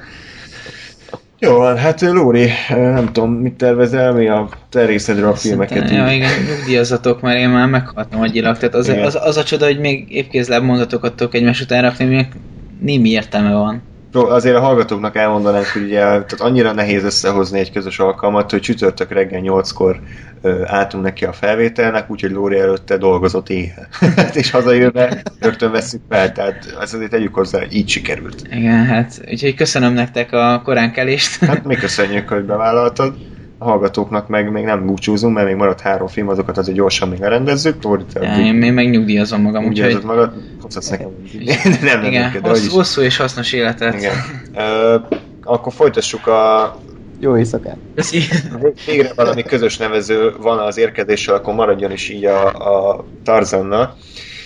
Jó van, hát Lóri, nem tudom, mit tervezel, mi a te részedről a filmeket? Ja, igen, nyugdíjazatok, mert én már meghaltam agyilag. Tehát az, az, az a csoda, hogy még évkézláb mondatokat tudok egymás után rakni, még némi értelme van. Azért a hallgatóknak elmondanánk, hogy ugye, tehát annyira nehéz összehozni egy közös alkalmat, hogy csütörtök reggel nyolckor ö, álltunk neki a felvételnek, úgyhogy Lóri előtte dolgozott éjjel. És hazajönve rögtön veszünk fel, tehát ezt azért tegyük hozzá, hogy így sikerült. Igen, hát úgyhogy köszönöm nektek a koránkelést. Hát mi köszönjük, hogy bevállaltad. A hallgatóknak meg még nem búcsúzunk, mert még maradt három film, azokat azért gyorsan még elrendezzük. Lóri, ja, én még megnyugdíjazom magam, úgyhogy... Úgy magad, hozhatsz nekem. Nem, nem, igen, nem, hossz, hosszú és hasznos életet. Igen. Ö, akkor folytassuk a... Jó éjszakát. Köszi. Végre valami közös nevező van az érkezéssel, akkor maradjon is így a, a Tarzannal.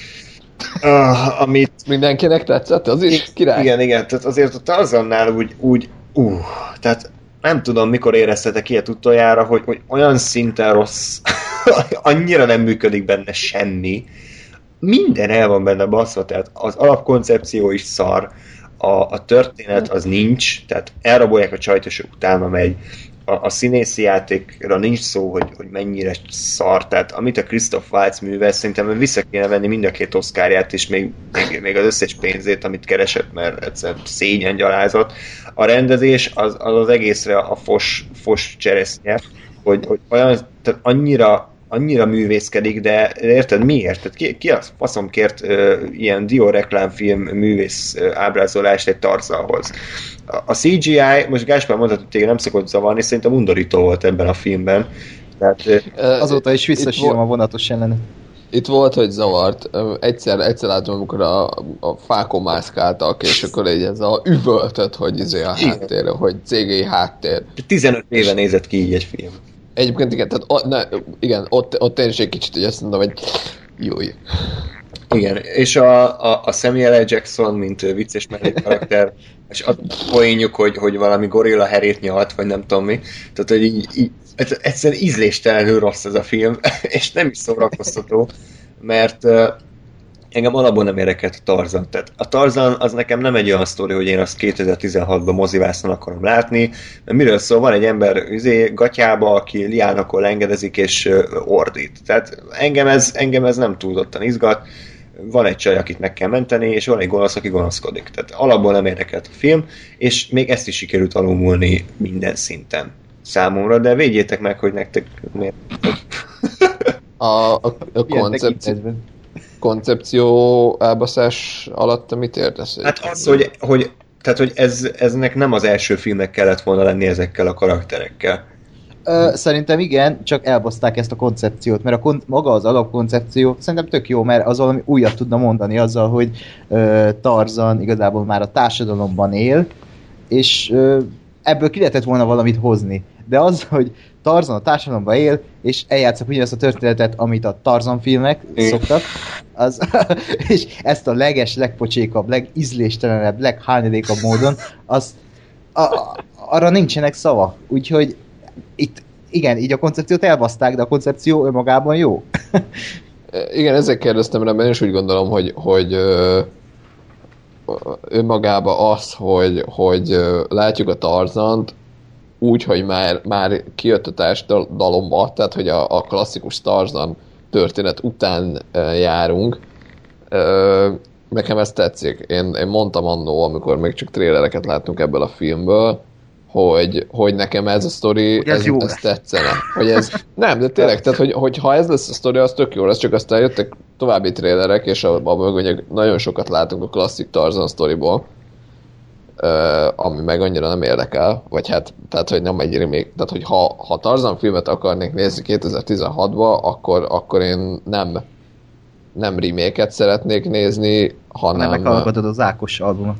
Uh, amit... Mindenkinek tetszett? Az is király? Igen, igen. Tehát azért a Tarzannál úgy, úgy uh, tehát nem tudom, mikor éreztetek ilyet utoljára, hogy, hogy olyan szinten rossz, annyira nem működik benne semmi. Minden el van benne baszva, tehát az alapkoncepció is szar, a, a történet az nincs, tehát elrabolják a csajt, és utána megy. A, a színészi játékra nincs szó, hogy, hogy mennyire szar, tehát amit a Christoph Waltz művel, szerintem vissza kéne venni mind a két oszkárját, és még, még, még az összes pénzét, amit keresett, mert egyszerűen szégyen gyalázott. A rendezés az az, az egészre a fos, fos cseresznye, hogy, hogy olyan, tehát annyira annyira művészkedik, de érted miért? Tehát ki, ki az faszom kért uh, ilyen Dior reklámfilm művész uh, ábrázolást egy Tarzanhoz? A, a cé gé i, most Gáspár mondta, hogy téged nem szokott zavarni, szerintem undorító volt ebben a filmben. Tehát, uh, azóta is visszasírom a vonatos ellene. Itt volt, hogy zavart. Egyszer, egyszer látom, amikor a, a fákon mászkáltak, és akkor így ez a üvöltött, hogy izé a háttér, hogy cé gé i háttér. tizenöt éve nézett ki így egy film. Egyébként igen, tehát o, ne, igen, ott, ott én is egy kicsit így azt mondom, hogy jó. Igen, és a, a, a Samuel L. Jackson, mint vicces mellékkarakter, és a poénjuk, hogy, hogy valami gorilla herét nyalt, vagy nem tudom mi. Tehát, hogy így, így egyszerűen ízléstelenül rossz ez a film, és nem is szórakoztató, mert uh, engem alapból nem érdekelt a Tarzan. Tehát a Tarzan az nekem nem egy olyan sztori, hogy én azt kétezer-tizenhatban mozivászon akarom látni, mert miről szól, van egy ember üzé, gatyába, aki liánokon engedezik és uh, ordít. Tehát engem ez, engem ez nem túlzottan izgat, van egy csaj, akit meg kell menteni, és van egy gonosz, aki gonoszkodik. Tehát alapból nem érdekelt a film, és még ezt is sikerült alulmúlni minden szinten számomra, de védjétek meg, hogy nektek miért. A, a, a koncepció, koncepció elbaszás alatt mit értesz? Hát az, hogy, hogy, tehát, hogy ez, eznek nem az első filmnek kellett volna lenni ezekkel a karakterekkel. Ö, szerintem igen, csak elbaszták ezt a koncepciót, mert a kon- maga az alapkoncepció szerintem tök jó, mert az valami újat tudna mondani azzal, hogy ö, Tarzan igazából már a társadalomban él, és ö, ebből ki lehetett volna valamit hozni. De az, hogy Tarzan a társadalomban él, és eljátszak ugyanazt a történetet, amit a Tarzan filmek szoktak, az, és ezt a leges, legpocsékabb, legízléstelenebb, leghányadékabb módon, az a, a, arra nincsenek szava. Úgyhogy itt, igen, így a koncepciót elbaszták, de a koncepció önmagában jó. Igen, ezzel kérdeztem rá, mert én is úgy gondolom, hogy, hogy ö, önmagában az, hogy, hogy ö, látjuk a Tarzant úgy, hogy már, már kijött a társadalomba, tehát hogy a, a klasszikus Tarzan történet után ö, járunk. Ö, nekem ez tetszik. Én, én mondtam annó, amikor még csak trélereket láttunk ebből a filmből, hogy, hogy nekem ez a sztori, ez, ez, ez tetszene. Hogy ez, nem, de tényleg, tehát, hogy, hogy ha ez lesz a sztori, az tök jó lesz, csak aztán jöttek további trélerek, és abban mögön nagyon sokat látunk a klasszik Tarzan sztoriból, ami meg annyira nem érdekel, vagy hát, tehát, hogy nem egy remake, tehát, hogy ha, ha Tarzan filmet akarnék nézni kétezer-tizenhatba, akkor, akkor én nem nem remake-et szeretnék nézni, hanem... Nem meghallgatod az Ákos albumot.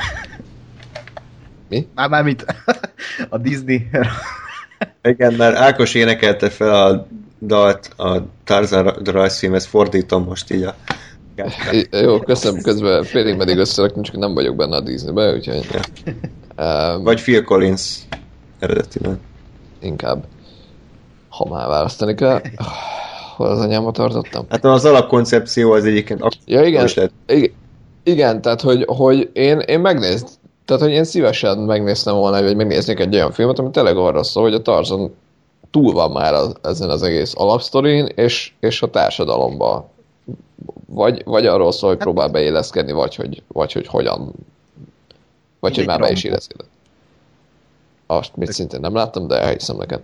Mi? Már, már mit? A Disney. Igen, mert Ákos énekelte fel a dalt a Tarzan rajzfilmhez, fordítom most így a... Jó, köszönöm, közben félig meddig összerakni, csak nem vagyok benne a Disneybe, úgyhogy... Um, Vagy Phil Collins eredetiben. Inkább. Ha már választani kell. Hol az anyámat tartottam? Hát az alapkoncepció az egyébként... Ja, igen, igen, igen, tehát hogy, hogy én, én megnézd, tehát hogy én szívesen megnéztem volna, vagy megnéznék egy olyan filmet, ami tényleg arra szól, hogy a Tarzan túl van már az, ezen az egész alapsztorin, és, és a társadalomban. Vagy, vagy arról szól, hogy próbál beilleszkedni, vagy hogy, vagy hogy hogyan, vagy hogy már be is illeszkedett. Azt mit szintén nem láttam, de elhiszem neked.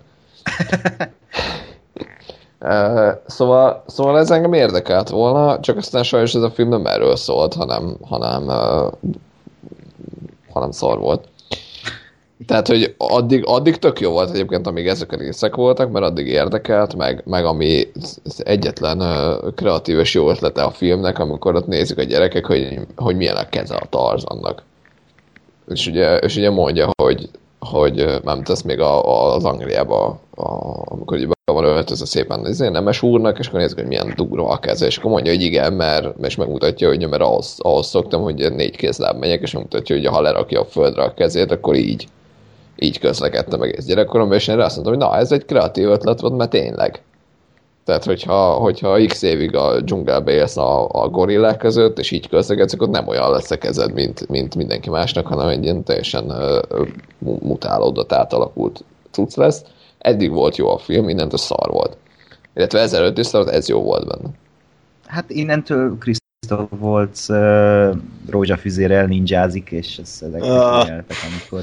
Uh, szóval, szóval ez engem érdekelt volna, csak aztán sajnos ez a film nem erről szólt, hanem, hanem, uh, hanem szar volt. Tehát, hogy addig, addig tök jó volt egyébként, amíg ezek a részek voltak, mert addig érdekelt, meg, meg ami egyetlen uh, kreatív és jó ötlete a filmnek, amikor ott nézik a gyerekek, hogy, hogy milyen a keze a Tarzannak. És ugye, és ugye mondja, hogy hogy nem tesz még a, a, az Angliába, a, amikor így be van öltözve szépen azért nemes úrnak, és akkor nézzük, hogy milyen durva a keze, és akkor mondja, hogy igen, mert, és megmutatja, hogy mert ahhoz, ahhoz szoktam, hogy négy kézláb megyek, és megmutatja, hogy ha lerakja a földre a kezét, akkor így, így közlekedtem egész gyerekkoromban, és én rá azt mondtam, hogy na, ez egy kreatív ötlet volt, mert tényleg. Tehát, hogyha, hogyha x évig a dzsungelbe élsz a, a gorillák között, és így közlekedsz, akkor nem olyan lesz a kezed, mint, mint mindenki másnak, hanem egy ilyen teljesen uh, mutálódott, átalakult cucc lesz. Eddig volt jó a film, innentől szar volt. Illetve ezelőtt is szar, ez jó volt benne. Hát innentől Christoph Waltz uh, rózsafüzérrel ninjázik, és ez ezek ah. Jeltek, amikor...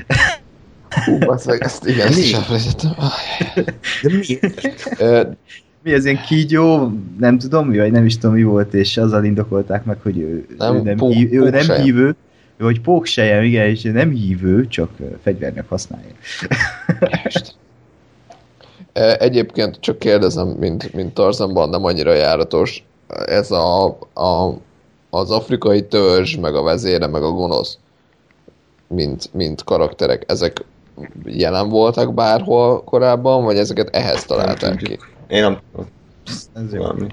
Hú, basszeg, ezt igen, ezt is elfelejtettem. De miért? mi az ilyen kígyó, nem tudom mi, vagy nem is tudom mi volt, és azzal indokolták meg, hogy ő Nem, ő nem, pók- hív, ő nem póksejem. hívő, ő, hogy póksejem, igen, és nem hívő, csak ö, fegyvernek használja. E, Egyébként csak kérdezem, mint, mint Tarzanban nem annyira járatos, ez a, a, az afrikai törzs, meg a vezére, meg a gonosz, mint, mint karakterek, ezek jelen voltak bárhol korábban, vagy ezeket ehhez találták ki? tudjuk. Én nem tudom. Ez jó. Valami.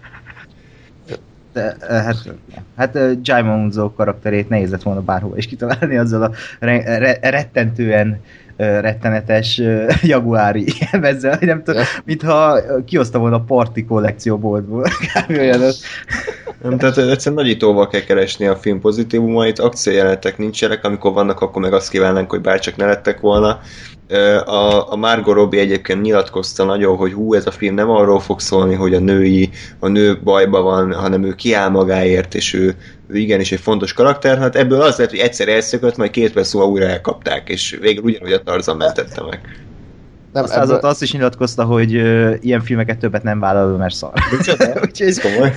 De, eh, hát, hát uh, Jaimon Unzo karakterét nehéz lett volna bárhova is kitalálni azzal a re- re- rettentően uh, rettenetes uh, jaguári jelmezzel, nem tudom, Ja. mintha kihozta volna a parti kollekcióboltból. Kb. Olyan az. Nem, tehát egyszerűen nagyítóval kell keresni a film pozitívumait, akciójelenetek nincsenek, amikor vannak, akkor meg azt kívánnánk, hogy bárcsak ne lettek volna. A, a Margot Robbie egyébként nyilatkozta nagyon, hogy hú, ez a film nem arról fog szólni, hogy a női, a nő bajba van, hanem ő kiáll magáért, és ő, ő igenis egy fontos karakter. Hát ebből az lett, hogy egyszer elszökött, majd két perc múlva újra elkapták, és végül ugyanúgy a Tarzan mentette meg. Nem, Aztán ebből, azóta azt is nyilatkozta, hogy uh, ilyen filmeket többet nem vállal, mert szar. Úgyhogy Ez komoly.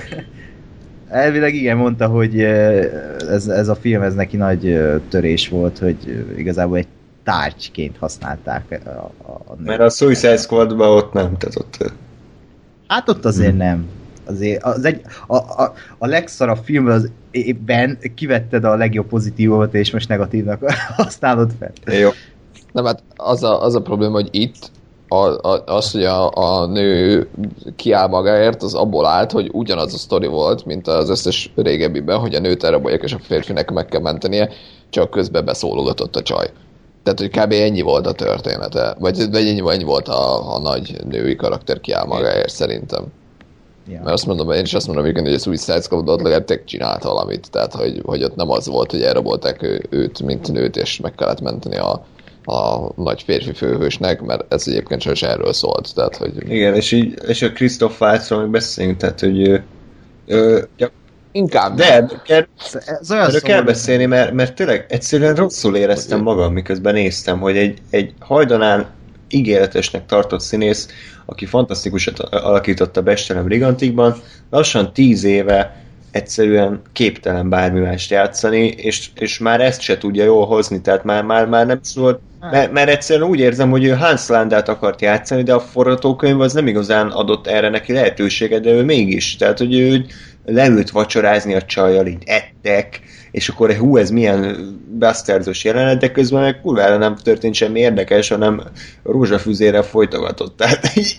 elvileg igen, mondta, hogy uh, ez, ez a film ez neki nagy uh, törés volt, hogy uh, igazából egy tárgyként használták a, a, a nőt. Mert a Suicide Squadban ott nem, tehát ott... Hát ott azért nem. Azért az egy, a, a, a legszarabb filmben az éppen kivetted a legjobb pozitívot, és most negatívnak használod fel. Jó. nem, hát az a, az a probléma, hogy itt a, a, az, hogy a, a nő kiáll magáért, az abból állt, hogy ugyanaz a sztori volt, mint az összes régebbiben, hogy a nőt elrabolják, és a férfinek meg kell mentenie, csak közben beszólogatott a csaj. Tehát, hogy kb. Ennyi volt a története. Vagy, vagy ennyi, ennyi volt a, a nagy női karakter kiáll magáért, szerintem. Ja. Mert azt mondom, én is azt mondom, hogy a Suicide Squad ott legalább tényleg csinált valamit. Tehát, hogy, hogy ott nem az volt, hogy elrabolták ő, őt, mint nőt, és meg kellett menteni a, a nagy férfi főhősnek, mert ez egyébként sajnos erről szólt. Tehát, hogy... Igen, és, így, és a Christoph Waltzról még beszéljünk, tehát, hogy ő, ő, ja, Inkább de kell, Ez olyan erről kell szomorú. beszélni, mert, mert tényleg egyszerűen rosszul éreztem magam, miközben néztem, hogy egy, egy hajdanán ígéretesnek tartott színész, aki fantasztikusat alakította Bestelem Brigantikban, lassan tíz éve egyszerűen képtelen bármi mást játszani, és, és már ezt se tudja jól hozni, tehát már, már, már nem szól, mert, mert egyszerűen úgy érzem, hogy ő Hans Landát akart játszani, de a forgatókönyv az nem igazán adott erre neki lehetőséget, de ő mégis, tehát hogy ő leült vacsorázni a csajjal, így ettek, és akkor hú, ez milyen baszterzos jelenet, de közben meg kurvára nem történt semmi érdekes, hanem rózsafüzére folytogatott. Tehát így,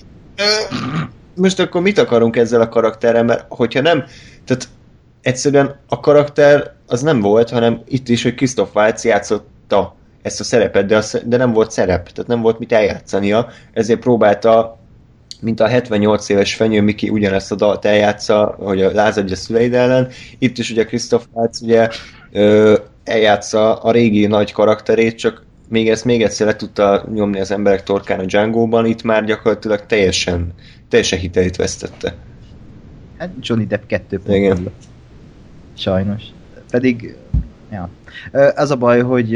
most akkor mit akarunk ezzel a karakterrel, mert hogyha nem, tehát egyszerűen a karakter az nem volt, hanem itt is, hogy Christoph Waltz játszotta ezt a szerepet, de, az, de nem volt szerep, tehát nem volt mit eljátszania, ezért próbálta, mint a hetvennyolc éves Fenyő Miki ugyanezt a dalt eljátsza, hogy a lázadja szüleid ellen. Itt is ugye Christoph Waltz ugye ö, eljátsza a régi nagy karakterét, csak még ezt még egyszer le tudta nyomni az emberek torkán a Django-ban, itt már gyakorlatilag teljesen, teljesen hitelét vesztette. Hát Johnny Depp kettő pont. Igen. Sajnos. Pedig, ja. Az a baj, hogy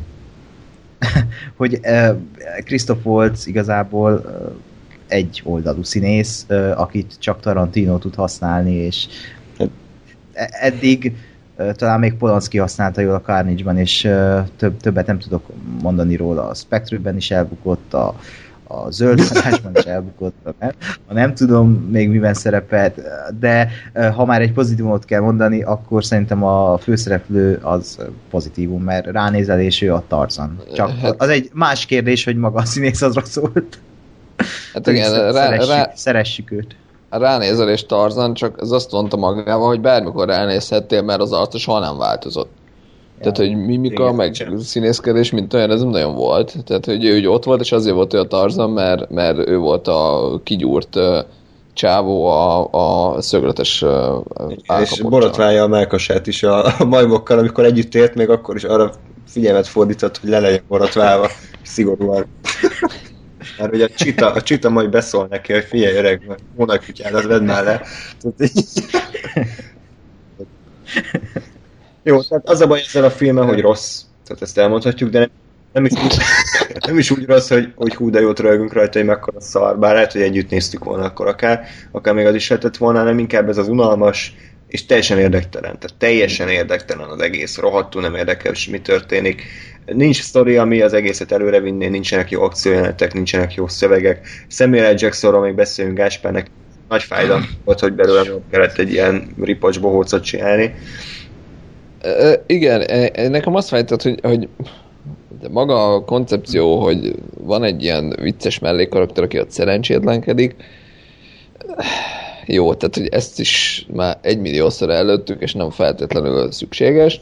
hogy Christoph Waltz igazából egy oldalú színész, akit csak Tarantino tud használni, és eddig talán még Polanski használta jól a Carnage-ban, és több, többet nem tudok mondani róla. A Spectre-ben is elbukott, a, a Zöld Varázsban is elbukott, nem, nem tudom még miben szerepelt, de ha már egy pozitívumot kell mondani, akkor szerintem a főszereplő az pozitívum, mert ránézel, és ő a Tarzan. Csak az egy más kérdés, hogy maga a színész az rossz volt. Hát igen, rá, szeressük, rá, szeressük őt. Ránézel és Tarzan, csak ez azt mondta magával, hogy bármikor ránézhettél, mert az arca soha nem változott. Ja. Tehát, hogy mimika, igen, meg sem. Színészkedés, mint olyan, ez nem nagyon volt. Tehát, hogy ő hogy ott volt, és azért volt ő a Tarzan, mert, mert ő volt a kigyúrt uh, csávó a, a szögletes uh, és borotválja a melkasát is a, a majmokkal, amikor együtt ért, még akkor is arra figyelmet fordított, hogy le legyen borotválva szigorúan. Mert ugye a csita, a csita majd beszól neki, hogy figyelj öreg, hónapkutyádat vedd már le. Jó, tehát az a baj ezzel a filmen, hogy rossz. Tehát ezt elmondhatjuk, de nem, nem is Nem is úgy rossz, hogy, hogy hú, de jót rögünk rajta, hogy mekkora szar, bár lehet, hogy együtt néztük volna akkor akár, akár még az is lehetett volna, hanem inkább ez az unalmas, és teljesen érdektelen. Tehát teljesen érdektelen az egész, rohadtul nem érdekel, hogy mi történik. Nincs sztori, ami az egészet előrevinné, nincsenek jó akciójelenetek, nincsenek jó szövegek. Samuel L. Jacksonról még beszélünk, Gáspárnak nagy fájdalom volt, hogy belőle kellett egy ilyen ripacs bohócot csinálni. Uh, igen, nekem azt fájtott, hogy, hogy de maga a koncepció, hogy van egy ilyen vicces mellékkarakter, aki ott szerencsétlenkedik, jó, tehát hogy ezt is már egymilliószor előttük, és nem feltétlenül szükséges,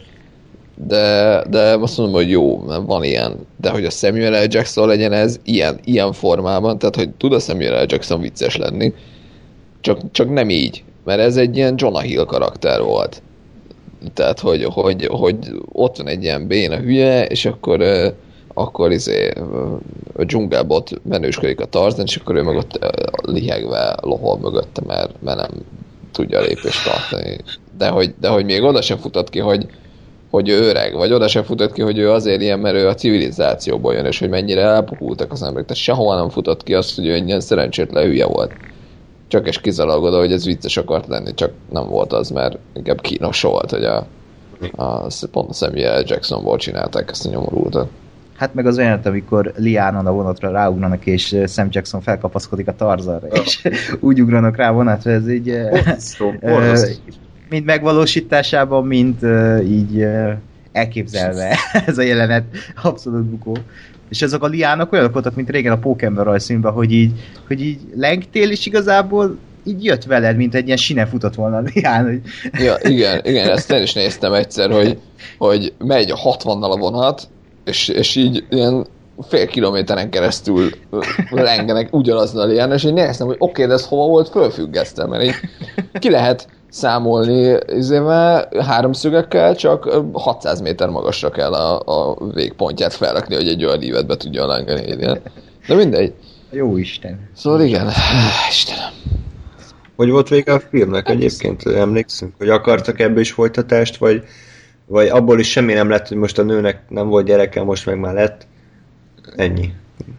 de, de azt mondom, hogy jó, mert van ilyen, de hogy a Samuel L. Jackson legyen ez ilyen, ilyen formában, tehát hogy tud a Samuel L. Jackson vicces lenni, csak, csak nem így, mert ez egy ilyen Jonah Hill karakter volt. Tehát, hogy, hogy, hogy ott van egy ilyen béna hülye, és akkor, akkor izé, a dzsungelbot menősködik a Tarzan, és akkor ő meg ott lihegve lohol mögötte, mert, mert nem tudja a lépést tartani. De hogy, de hogy még oda sem futott ki, hogy, hogy ő öreg, vagy oda sem futott ki, hogy ő azért ilyen, mert ő a civilizációból jön, és hogy mennyire elpukultak az emberek. Tehát sehol nem futott ki azt, hogy ő egy ilyen szerencsétlen hülye volt. Csak és kizárólag oda, hogy ez vicces akart lenni, csak nem volt az, mert inkább kínos volt, hogy a, a pont a Samuel L. Jacksonból csinálták ezt a nyomorultat. Hát meg az olyan, amikor Liánon a vonatra ráugranak, és Sam Jackson felkapaszkodik a Tarzanra, oh. és úgy ugranak rá vonatra, ez így borzasztó, borzasztó. mind megvalósításában, mind így elképzelve ez a jelenet abszolút bukó. És azok a liánok olyanok voltak, mint régen a Pókember rajzfilmben, hogy így, hogy így lengtél, és igazából így jött veled, mint egy ilyen sine futott volna a lián. Hogy... Ja, igen, igen, ezt én is néztem egyszer, hogy, hogy megy a hatvannal a vonat, és, és így ilyen fél kilométeren keresztül lengenek ugyanaznal a lián, és így néztem, hogy oké, okay, de ez hova volt fölfüggesztem, mert így ki lehet számolni izével, háromszögekkel, csak hatszáz méter magasra kell a, a végpontját felrakni, hogy egy olyan ívet be tudjon lengeni. De mindegy. Jó Isten. Szóval igen. Istenem. Hogy volt vége a filmnek egyébként? Emlékszünk, hogy akartak ebből is folytatást, vagy, vagy abból is semmi nem lett, hogy most a nőnek nem volt gyereke, most meg már lett. Ennyi.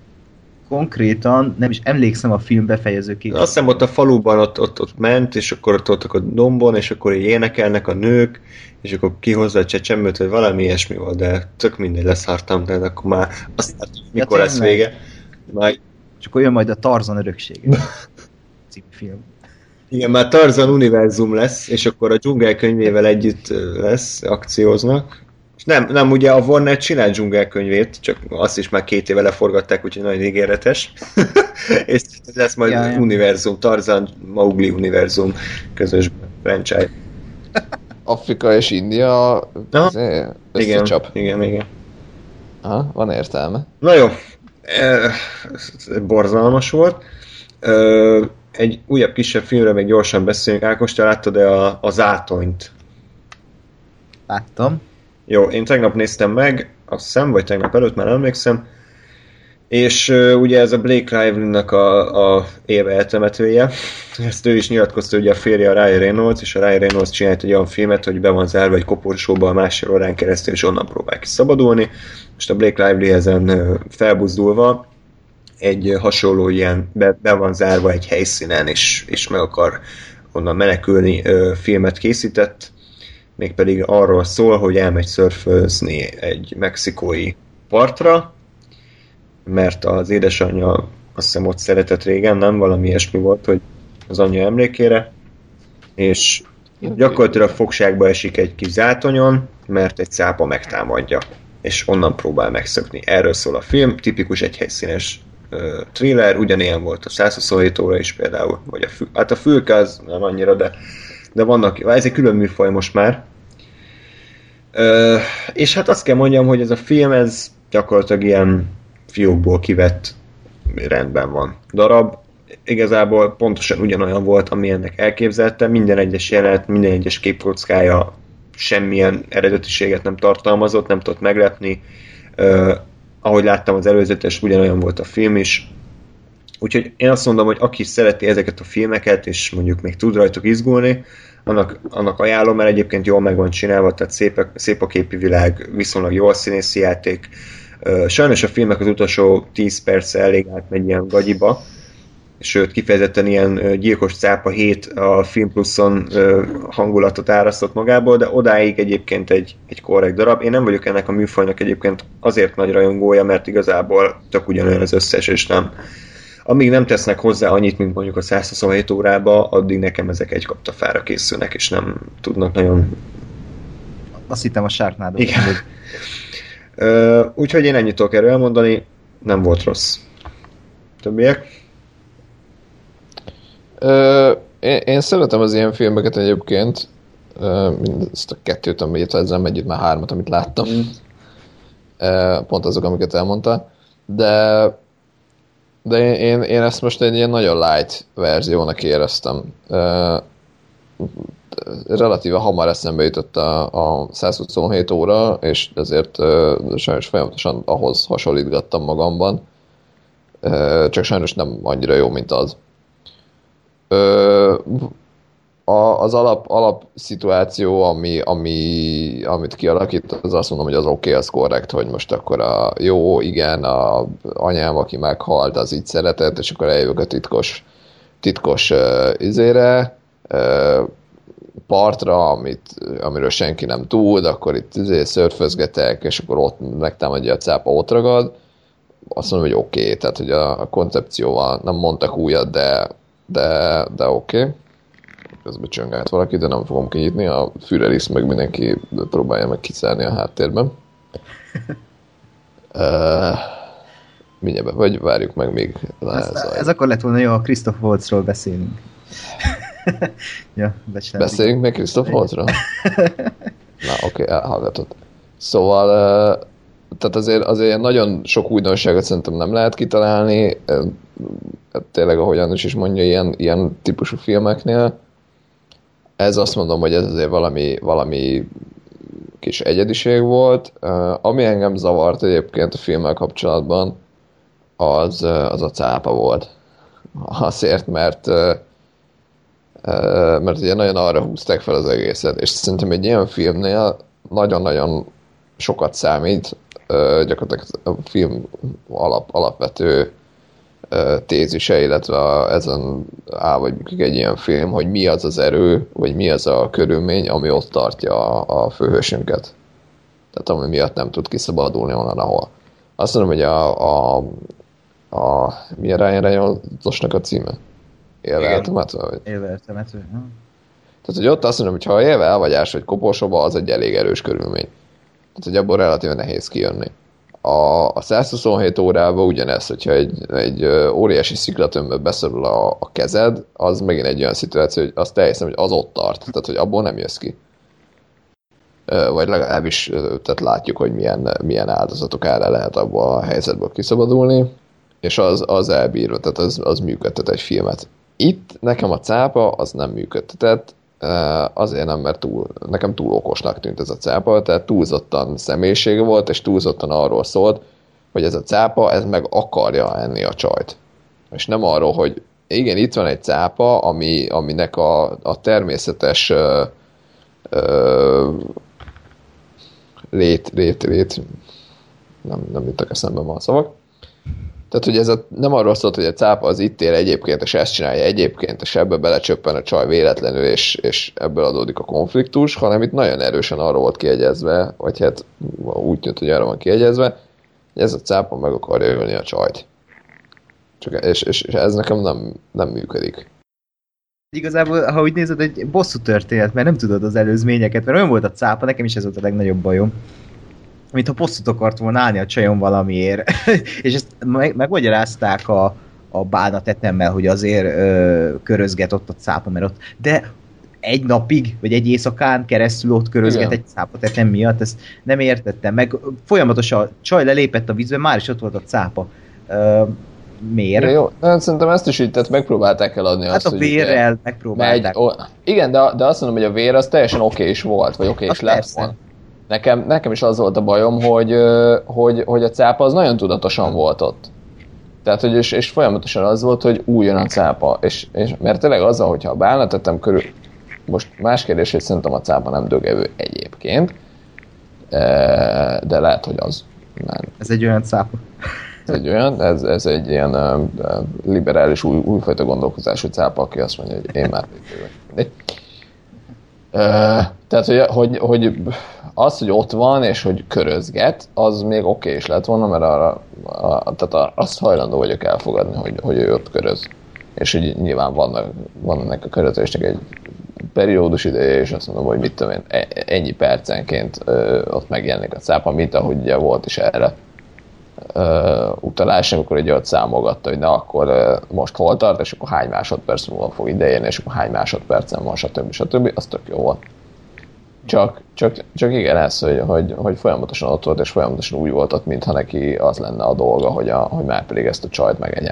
Konkrétan nem is emlékszem a film befejezőkig. Azt hiszem ott a faluban ott, ott, ott ment, és akkor ott voltak a dombon, és akkor így énekelnek a nők, és akkor kihozza a csecsemőt, vagy valami ilyesmi volt, de tök mindegy, leszártam, de akkor már azt látom, mikor ja, lesz vége. Majd... Csak olyan majd a Tarzan öröksége. Című film. Igen, már Tarzan univerzum lesz, és akkor a dzsungelkönyvével együtt lesz, akcióznak. Nem, nem, ugye a Warner csinál dzsungelkönyvét, csak azt is már két éve leforgatták, úgyhogy nagyon ígéretes. És ez lesz majd ja, ja. univerzum, Tarzan, Mowgli univerzum közös franchise. Afrika és India összecsap. Igen, igen, igen. Aha, van értelme. Na jó, ez borzalmas volt. Egy újabb kisebb filmről még gyorsan beszélünk. Ákos, te láttad-e a, a Zátonyt? Láttam. Jó, én tegnap néztem meg, azt hiszem, vagy tegnap előtt, már emlékszem, és uh, ugye ez a Blake Lively-nak a, a éve eltemetője, ezt ő is nyilatkozta, ugye a férje a Ryan Reynolds, és a Ryan Reynolds csinált egy olyan filmet, hogy be van zárva egy koporsóba a másfél órán keresztül, és onnan próbál kiszabadulni. Most a Blake Lively ezen uh, felbuzdulva egy uh, hasonló ilyen, be, be van zárva egy helyszínen, és, és meg akar onnan menekülni, uh, filmet készített, mégpedig arról szól, hogy elmegy szörfözni egy mexikói partra, mert az édesanyja azt hiszem ott szeretett régen, nem? Valami ilyesmi volt, hogy az anyja emlékére, és gyakorlatilag fogságba esik egy kis zátonyon, mert egy cápa megtámadja, és onnan próbál megszökni. Erről szól a film, tipikus egyhelyszínes uh, thriller, ugyanilyen volt a száz huszonhét óra is például, vagy a fül, hát a fülke az nem annyira, de de vannak, ez egy külön műfaj most már. Ö, és hát azt kell mondjam, hogy ez a film, ez gyakorlatilag ilyen fiókból kivett rendben van darab. Igazából pontosan ugyanolyan volt, ami ennek elképzeltem. Minden egyes jelenet, minden egyes képkockája semmilyen eredetiséget nem tartalmazott, nem tudott meglepni. Ö, ahogy láttam az előzetes, ugyanolyan volt a film is. Úgyhogy én azt mondom, hogy aki szereti ezeket a filmeket, és mondjuk még tud rajtuk izgulni, annak, annak ajánlom, mert egyébként jól meg van csinálva, tehát szép, szép a képi világ, viszonylag jó a színészi játék, Sajnos a filmek az utolsó tíz perce elég átmegy ilyen gagyiba, sőt kifejezetten ilyen gyilkos cápa hét a Film Pluszon hangulatot árasztott magából, de odáig egyébként egy, egy korrekt darab. Én nem vagyok ennek a műfajnak egyébként azért nagy rajongója, mert igazából tök ugyanolyan az összes, és nem. Amíg nem tesznek hozzá annyit, mint mondjuk a száz huszonhét órába, addig nekem ezek egy kaptafára készülnek, és nem tudnak nagyon... Azt hittem a Sharknado. Igen. Ö, úgyhogy én ennyit tudok erről elmondani, nem volt rossz. Többiek? Ö, én, én szeretem az ilyen filmeket egyébként, ö, ezt a kettőt, amit ezzel együtt már hármat, amit láttam. Mm. Ö, pont azok, amiket elmondta. De, de én, én, én ezt most egy ilyen nagyon light verziónak éreztem. Ö, relatíve hamar eszembe jutott a, a száz huszonhét óra, és ezért ö, sajnos folyamatosan ahhoz hasonlítgattam magamban. Ö, csak sajnos nem annyira jó, mint az. Ö, a, az alap, alap szituáció, ami, ami, amit kialakít, az azt mondom, hogy az oké, okay, az korrekt, hogy most akkor a jó, igen, a anyám, aki meghalt, az így szeretett, és akkor eljövök a titkos, titkos uh, izére, uh, partra, amit, amiről senki nem tud, akkor itt izé szörfözgetek, és akkor ott megtámadja a cápa, ott ragad. Azt mondom, hogy oké, okay, tehát hogy a, a koncepcióval nem mondtak újat, de de, de oké. Okay. Közben csöngált valaki, de nem fogom kinyitni. A Führer meg mindenki próbálja meg kiszállni a háttérben. uh, mindjárt, vagy várjuk meg még. Ez, ez akkor lett volna jó, ha Christoph Waltzról beszélünk. Ja, beszéljünk meg Christoph Waltzról? Na, oké, okay, elhallgatott. Szóval, uh, tehát azért, azért nagyon sok újdonságot szerintem nem lehet kitalálni. Tényleg, ahogy Andris is mondja, ilyen, ilyen típusú filmeknél. Ez azt mondom, hogy ez azért valami, valami kis egyediség volt. Ami engem zavart egyébként a filmmel kapcsolatban, az, az a cápa volt. Azért, mert mert ugye nagyon arra húzták fel az egészet, és szerintem egy ilyen filmnél nagyon-nagyon sokat számít, gyakorlatilag a film alap, alapvető tézise, illetve a, ezen áll vagy bukik egy ilyen film, hogy mi az az erő, vagy mi az a körülmény, ami ott tartja a, a főhősünket. Tehát ami miatt nem tud kiszabadulni onnan, ahol. Azt mondom, hogy a, a, a mi a Ryan Reynoldsosnak a címe? Élve eltemetve? Élve eltemetve. Tehát, hogy ott azt mondom, hogy ha élve el vagy ás, vagy koporsóba, az egy elég erős körülmény. Tehát, hogy abból relatíve nehéz kijönni. A, a száz huszonhét órában ugyanez, hogyha egy, egy óriási sziklatömbbe beszorul a, a kezed, az megint egy olyan szituáció, hogy azt elhiszem, hogy az ott tart, tehát hogy abból nem jössz ki. Vagy legalábbis tehát látjuk, hogy milyen, milyen áldozatok ára lehet abból a helyzetből kiszabadulni, és az, az elbírva, tehát az, az működtet egy filmet. Itt nekem a cápa az nem működtetett, azért nem, mert túl, nekem túl okosnak tűnt ez a cápa, tehát túlzottan személyisége volt, és túlzottan arról szólt, hogy ez a cápa, ez meg akarja enni a csajt. És nem arról, hogy igen, itt van egy cápa, ami, aminek a, a természetes ö, ö, lét, lét, lét, nem, nem jutnak eszembe ma a szavak. Tehát, hogy ez a, nem arról szólt, hogy a cápa az itt él egyébként, és ezt csinálja egyébként, és ebbe belecsöppen a csaj véletlenül, és, és ebből adódik a konfliktus, hanem itt nagyon erősen arról volt kiegyezve, vagy hát úgy tűnt, hogy arra van kiegyezve, hogy ez a cápa meg akarja ölni a csajt. Csak, és, és, és ez nekem nem, nem működik. Igazából, ha úgy nézed, egy bosszú történet, mert nem tudod az előzményeket, mert olyan volt a cápa, nekem is ez volt a legnagyobb bajom, mintha bosszút akart volna állni a csajom valamiért. És ezt meg, megmagyarázták a, a bánattetemmel, hogy azért ö, körözget ott a cápa, mert ott, de egy napig, vagy egy éjszakán keresztül ott körözget igen. Egy cápa tettem miatt, ezt nem értettem. Meg folyamatosan a csaj lelépett a vízbe, már is ott volt a cápa. Ö, miért? Ja, jó, hát szerintem ezt is így, tehát megpróbálták eladni hát azt, a vérrel hogy megpróbálták. Megy, ó, igen, de, de azt mondom, hogy a vér az teljesen oké is volt, vagy oké is lett volna. Nekem, nekem is az volt a bajom, hogy, hogy, hogy a cápa az nagyon tudatosan volt ott. Tehát, hogy és, és folyamatosan az volt, hogy új jön a cápa. És, és, mert tényleg azzal, hogyha a bánattettem körül... Most más kérdés, hogy szerintem a cápa nem dögevő egyébként, de lehet, hogy az. már Ez egy olyan cápa. ez egy olyan, ez, ez egy ilyen uh, liberális új, újfajta gondolkozású cápa, aki azt mondja, hogy én már vagyok. Uh, tehát, hogy, hogy, hogy az, hogy ott van, és hogy körözget, az még oké is lett volna, mert arra, a, tehát azt hajlandó vagyok elfogadni, hogy, hogy ő ott köröz. És hogy nyilván vannak, van ennek a körözésnek egy periódus ideje, és azt mondom, hogy mit tudom én, ennyi percenként ö, ott megjelenik a cápa, mint ahogy ugye volt is erre ö, utalás, amikor egy ott számolgatta, hogy na akkor ö, most hol tart, és akkor hány másodperc múlva fog idejönni, és akkor hány másodpercen van, stb. stb. Az tök jó volt. Csak, csak, csak igen, ez, hogy, hogy, hogy folyamatosan ott volt, és folyamatosan úgy volt ott, mintha neki az lenne a dolga, hogy, a, hogy már pedig ezt a csajt megegyem.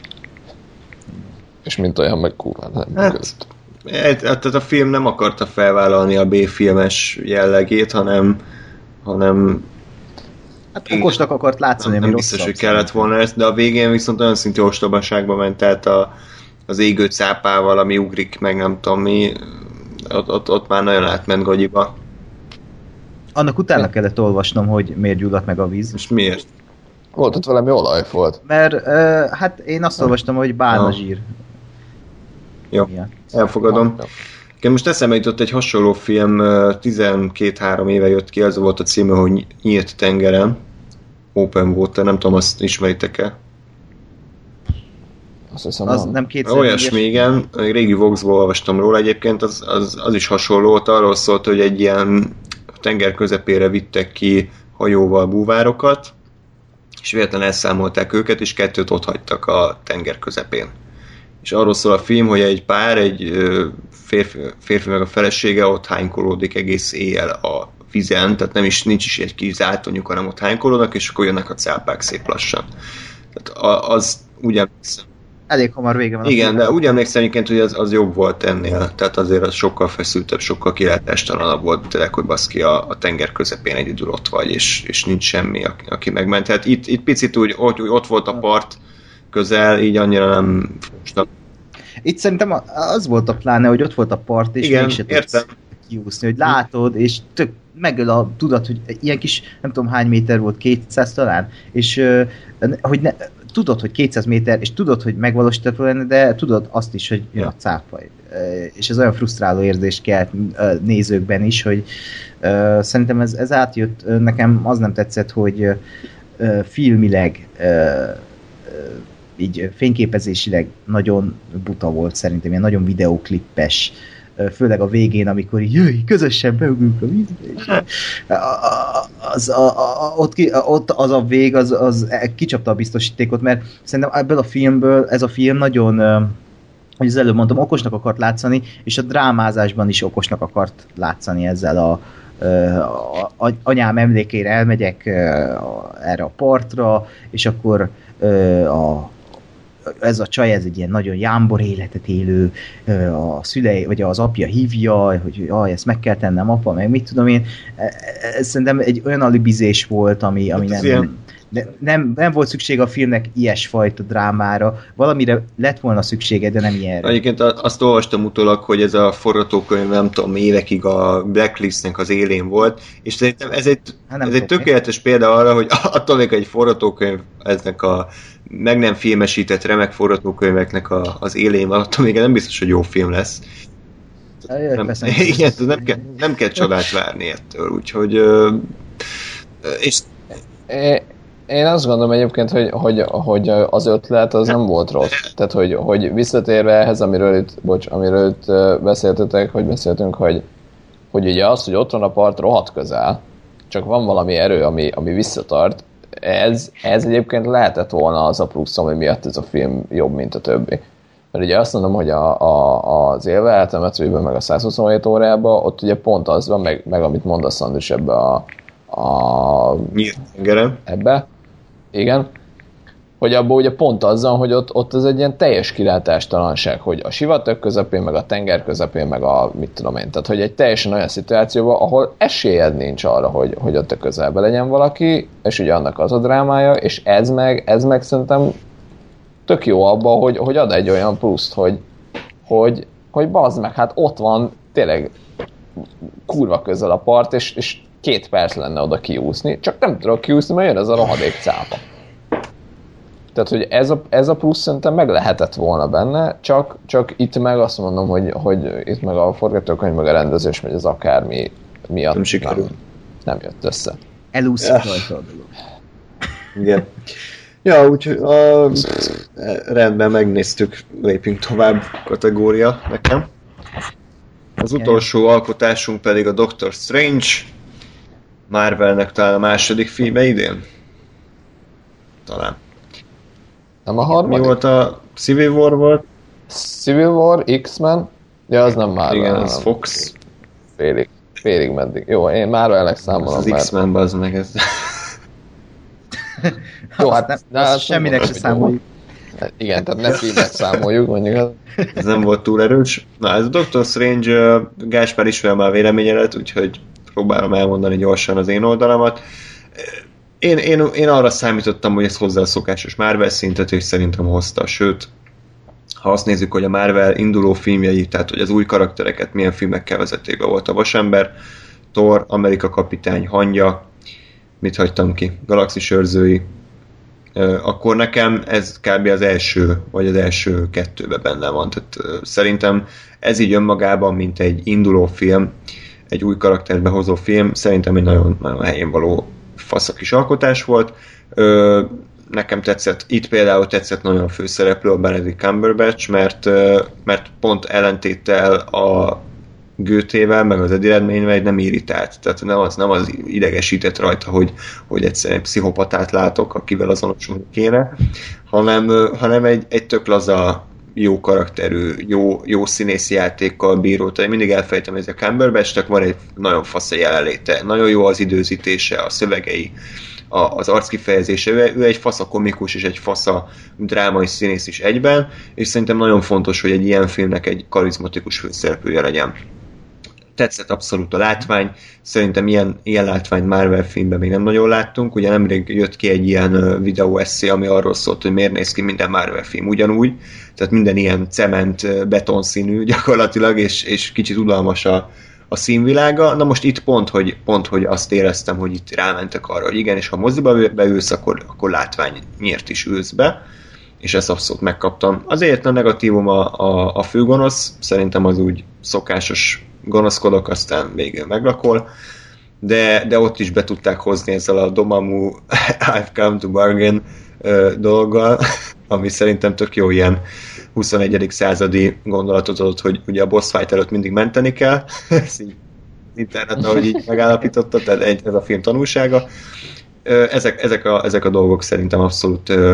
És mint olyan, meg kurva nem működött. Hát, tehát a film nem akarta felvállalni a B-filmes jellegét, hanem hanem Hát okosnak akart látszani, nem, nem biztos, hogy kellett volna ezt, de a végén viszont olyan szintű ostobaságba ment, tehát a, az égő cápával, ami ugrik, meg nem tudom mi, ott, ott, ott már nagyon átment gagyiba. Annak utána kellett olvasnom, hogy miért gyulladt meg a víz. És miért? Volt ott valami olajfolt. Mert uh, hát én azt olvastam, hogy bálna zsír. Jó, ja. Elfogadom. Én most eszembe jutott egy hasonló film, tizenkét-három éve jött ki, az volt a címe, hogy Nyílt tengeren. Open Water, nem tudom, azt ismeritek-e? Azt hiszem, az nem. nem kétszer. Olyasmi, igen. Régi Voxból olvastam róla egyébként, az, az, az is hasonló volt. Arról szólt, hogy egy ilyen tenger közepére vittek ki hajóval búvárokat, és véletlenül elszámolták őket, és kettőt ott hagytak a tenger közepén. És arról szól a film, hogy egy pár, egy férfi, férfi meg a felesége ott hánykolódik egész éjjel a vízen, tehát nem is, nincs is egy kis zátonyuk, hanem ott hánykolódnak, és akkor jönnek a cápák szép lassan. Tehát az úgy emlékszem. Elég hamar vége van. Igen, de úgy emlékszem egyébként, hogy az, az jobb volt ennél, tehát azért az sokkal feszültebb, sokkal kilátástalanabb volt, tényleg, hogy baszki a, a tenger közepén egyedül ott vagy, és, és nincs semmi, aki, aki megment. Tehát itt, itt picit úgy, ott, ott volt a part közel, így annyira nem fosnak. Itt szerintem az volt a pláne, hogy ott volt a part, és igen, mégse tudsz kiúszni, hogy látod, és tök megöl a tudat, hogy ilyen kis, nem tudom hány méter volt, kétszáz talán, és hogy ne, tudod, hogy kétszáz méter, és tudod, hogy megvalósítható lenne, de tudod azt is, hogy jön a cápa. És ez olyan frusztráló érzést kelt nézőkben is, hogy uh, szerintem ez, ez átjött, nekem az nem tetszett, hogy uh, filmileg uh, uh, így fényképezésileg nagyon buta volt szerintem, ilyen nagyon videóklippes, főleg a végén, amikor így, jöjj, közösen beugrunk a vízbe, és az, a, a, ott, ki, ott az a vég, az, az kicsapta a biztosítékot, mert szerintem ebből a filmből, ez a film nagyon, hogy az előbb mondtam, okosnak akart látszani, és a drámázásban is okosnak akart látszani ezzel a, a, a anyám emlékére elmegyek erre a partra, és akkor a ez a csaj, ez egy ilyen nagyon jámbor életet élő, a szülei, vagy az apja hívja, hogy jaj, ezt meg kell tennem, apa, meg mit tudom én. Ez szerintem egy olyan alibizés volt, ami, ami nem, nem, nem, nem volt szükség a filmnek ilyesfajta drámára. Valamire lett volna szüksége, de nem ilyenre. Egyébként azt olvastam utólag, hogy ez a forgatókönyv, nem tudom, évekig a Blacklistnek az élén volt, és szerintem ez egy, hát ez egy tökéletes példa arra, hogy attól még egy forgatókönyv eznek a meg nem filmesített remek forgatókönyveknek a, az élén van, attól még nem biztos, hogy jó film lesz. Jaj, nem, igen, nem, kell, nem kell csodát várni ettől, úgyhogy és... Én azt gondolom egyébként, hogy, hogy, hogy az ötlet az nem volt rossz. Tehát, hogy, hogy visszatérve ehhez, amiről itt, bocs, amiről itt beszéltetek, hogy beszéltünk, hogy, hogy ugye az, hogy ott van a part rohadt közel, csak van valami erő, ami, ami visszatart, Ez, ez egyébként lehetett volna az a plusz, ami miatt ez a film jobb, mint a többi. Mert ugye azt mondom, hogy a, a, az élve eltemetőben, meg a százhuszonhét órában, ott ugye pont az van, meg, meg amit mondasz, Andris, ebbe a... a Nyílt tengeren. Ebbe. Igen. Hogy abban ugye pont azzal, hogy ott, ott ez egy ilyen teljes kilátástalanság, hogy a sivatag közepén, meg a tenger közepén, meg a mit tudom én. Tehát, hogy egy teljesen olyan szituációban, ahol esélyed nincs arra, hogy, hogy ott a közelben legyen valaki, és ugye annak az a drámája, és ez meg, ez meg szerintem tök jó abban, hogy, hogy ad egy olyan pluszt, hogy, hogy, hogy bazd meg, hát ott van tényleg kurva közel a part, és, és két perc lenne oda kiúszni, csak nem tudok kiúszni, mert jön ez a rohadék cápa. Tehát, hogy ez a, ez a plusz szerintem meg lehetett volna benne, csak, csak itt meg azt mondom, hogy, hogy itt meg a forgatókönyv, meg a rendezés, vagy az akármi miatt nem sikerült. Nem, nem jött össze. Elúszik rajta a dolog. Igen. Ja, úgyhogy a, rendben megnéztük, lépjünk tovább kategória nekem. Az utolsó alkotásunk pedig a Doctor Strange, Marvelnek talán a második filme idén? Talán. Nem a harmadik? Mi volt a Civil War volt? Civil War, X-Men? Ja, az nem Marvel. Igen, az Fox. Félig, félig meddig. Jó, én Marvelnek számolom. Az X-Men, az meg ez. Jó, hát nem, de azt semminek se számoljuk. Igen, tehát ne filmet számoljuk, mondjuk. Ez nem volt túl erős. Na, ez a Doctor Strange, uh, Gáspár ismer már véleményelet, úgyhogy próbálom elmondani gyorsan az én oldalamat. Én, én, én arra számítottam, hogy ez hozzá a szokásos Marvel szintet, és szerintem hozta. Sőt, ha azt nézzük, hogy a Marvel induló filmjei, tehát hogy az új karaktereket milyen filmekkel vezették be, volt a Vasember, Thor, Amerika kapitány, Hangya, mit hagytam ki, Galaxis őrzői, akkor nekem ez kb. Az első, vagy az első kettőben benne van. Tehát szerintem ez így önmagában, mint egy induló film, egy új karaktert behozó film, szerintem egy nagyon, nagyon helyén való fasz a kis alkotás volt. Nekem tetszett, itt például tetszett nagyon a főszereplő, a Benedict Cumberbatch, mert, mert pont ellentéttel a Goethével, meg az Eddie Redmayne nem irritált. Tehát nem az, nem az idegesített rajta, hogy, hogy egyszerűen egy pszichopatát látok, akivel azonosulni kéne, hanem, hanem egy, egy tök laza, jó karakterű, jó, jó színészi játékkal bíró. Tehát mindig elfejtem, hogy ez a Cumberbatchnek van egy nagyon fasz a jelenléte. Nagyon jó az időzítése, a szövegei, a, az arckifejezése. Ő, ő egy fasza komikus és egy fasza drámai színész is egyben, és szerintem nagyon fontos, hogy egy ilyen filmnek egy karizmatikus főszereplője legyen. Tetszett abszolút a látvány, szerintem ilyen, ilyen látványt Marvel filmben még nem nagyon láttunk, ugye nemrég jött ki egy ilyen videó eszé, ami arról szólt, hogy miért néz ki minden Marvel film ugyanúgy, tehát minden ilyen cement, betonszínű gyakorlatilag, és, és kicsit udalmas a, a színvilága. Na most itt pont hogy, pont, hogy azt éreztem, hogy itt rámentek arra, hogy igen, és ha moziba beülsz, akkor, akkor látványért is ülsz be, és ezt abszolút megkaptam. Azért a negatívum a, a, a főgonosz, szerintem az úgy szokásos gonoszkodok, aztán végül meglakol, de, de ott is be tudták hozni ezzel a Dormammu I've come to bargain uh, dologgal, ami szerintem tök jó ilyen huszonegyedik századi gondolatot adott, hogy ugye a boss fight előtt mindig menteni kell, ez így internet, ahogy így megállapította, tehát egy, ez a film tanulsága. Ezek, ezek, a, ezek a dolgok szerintem abszolút uh,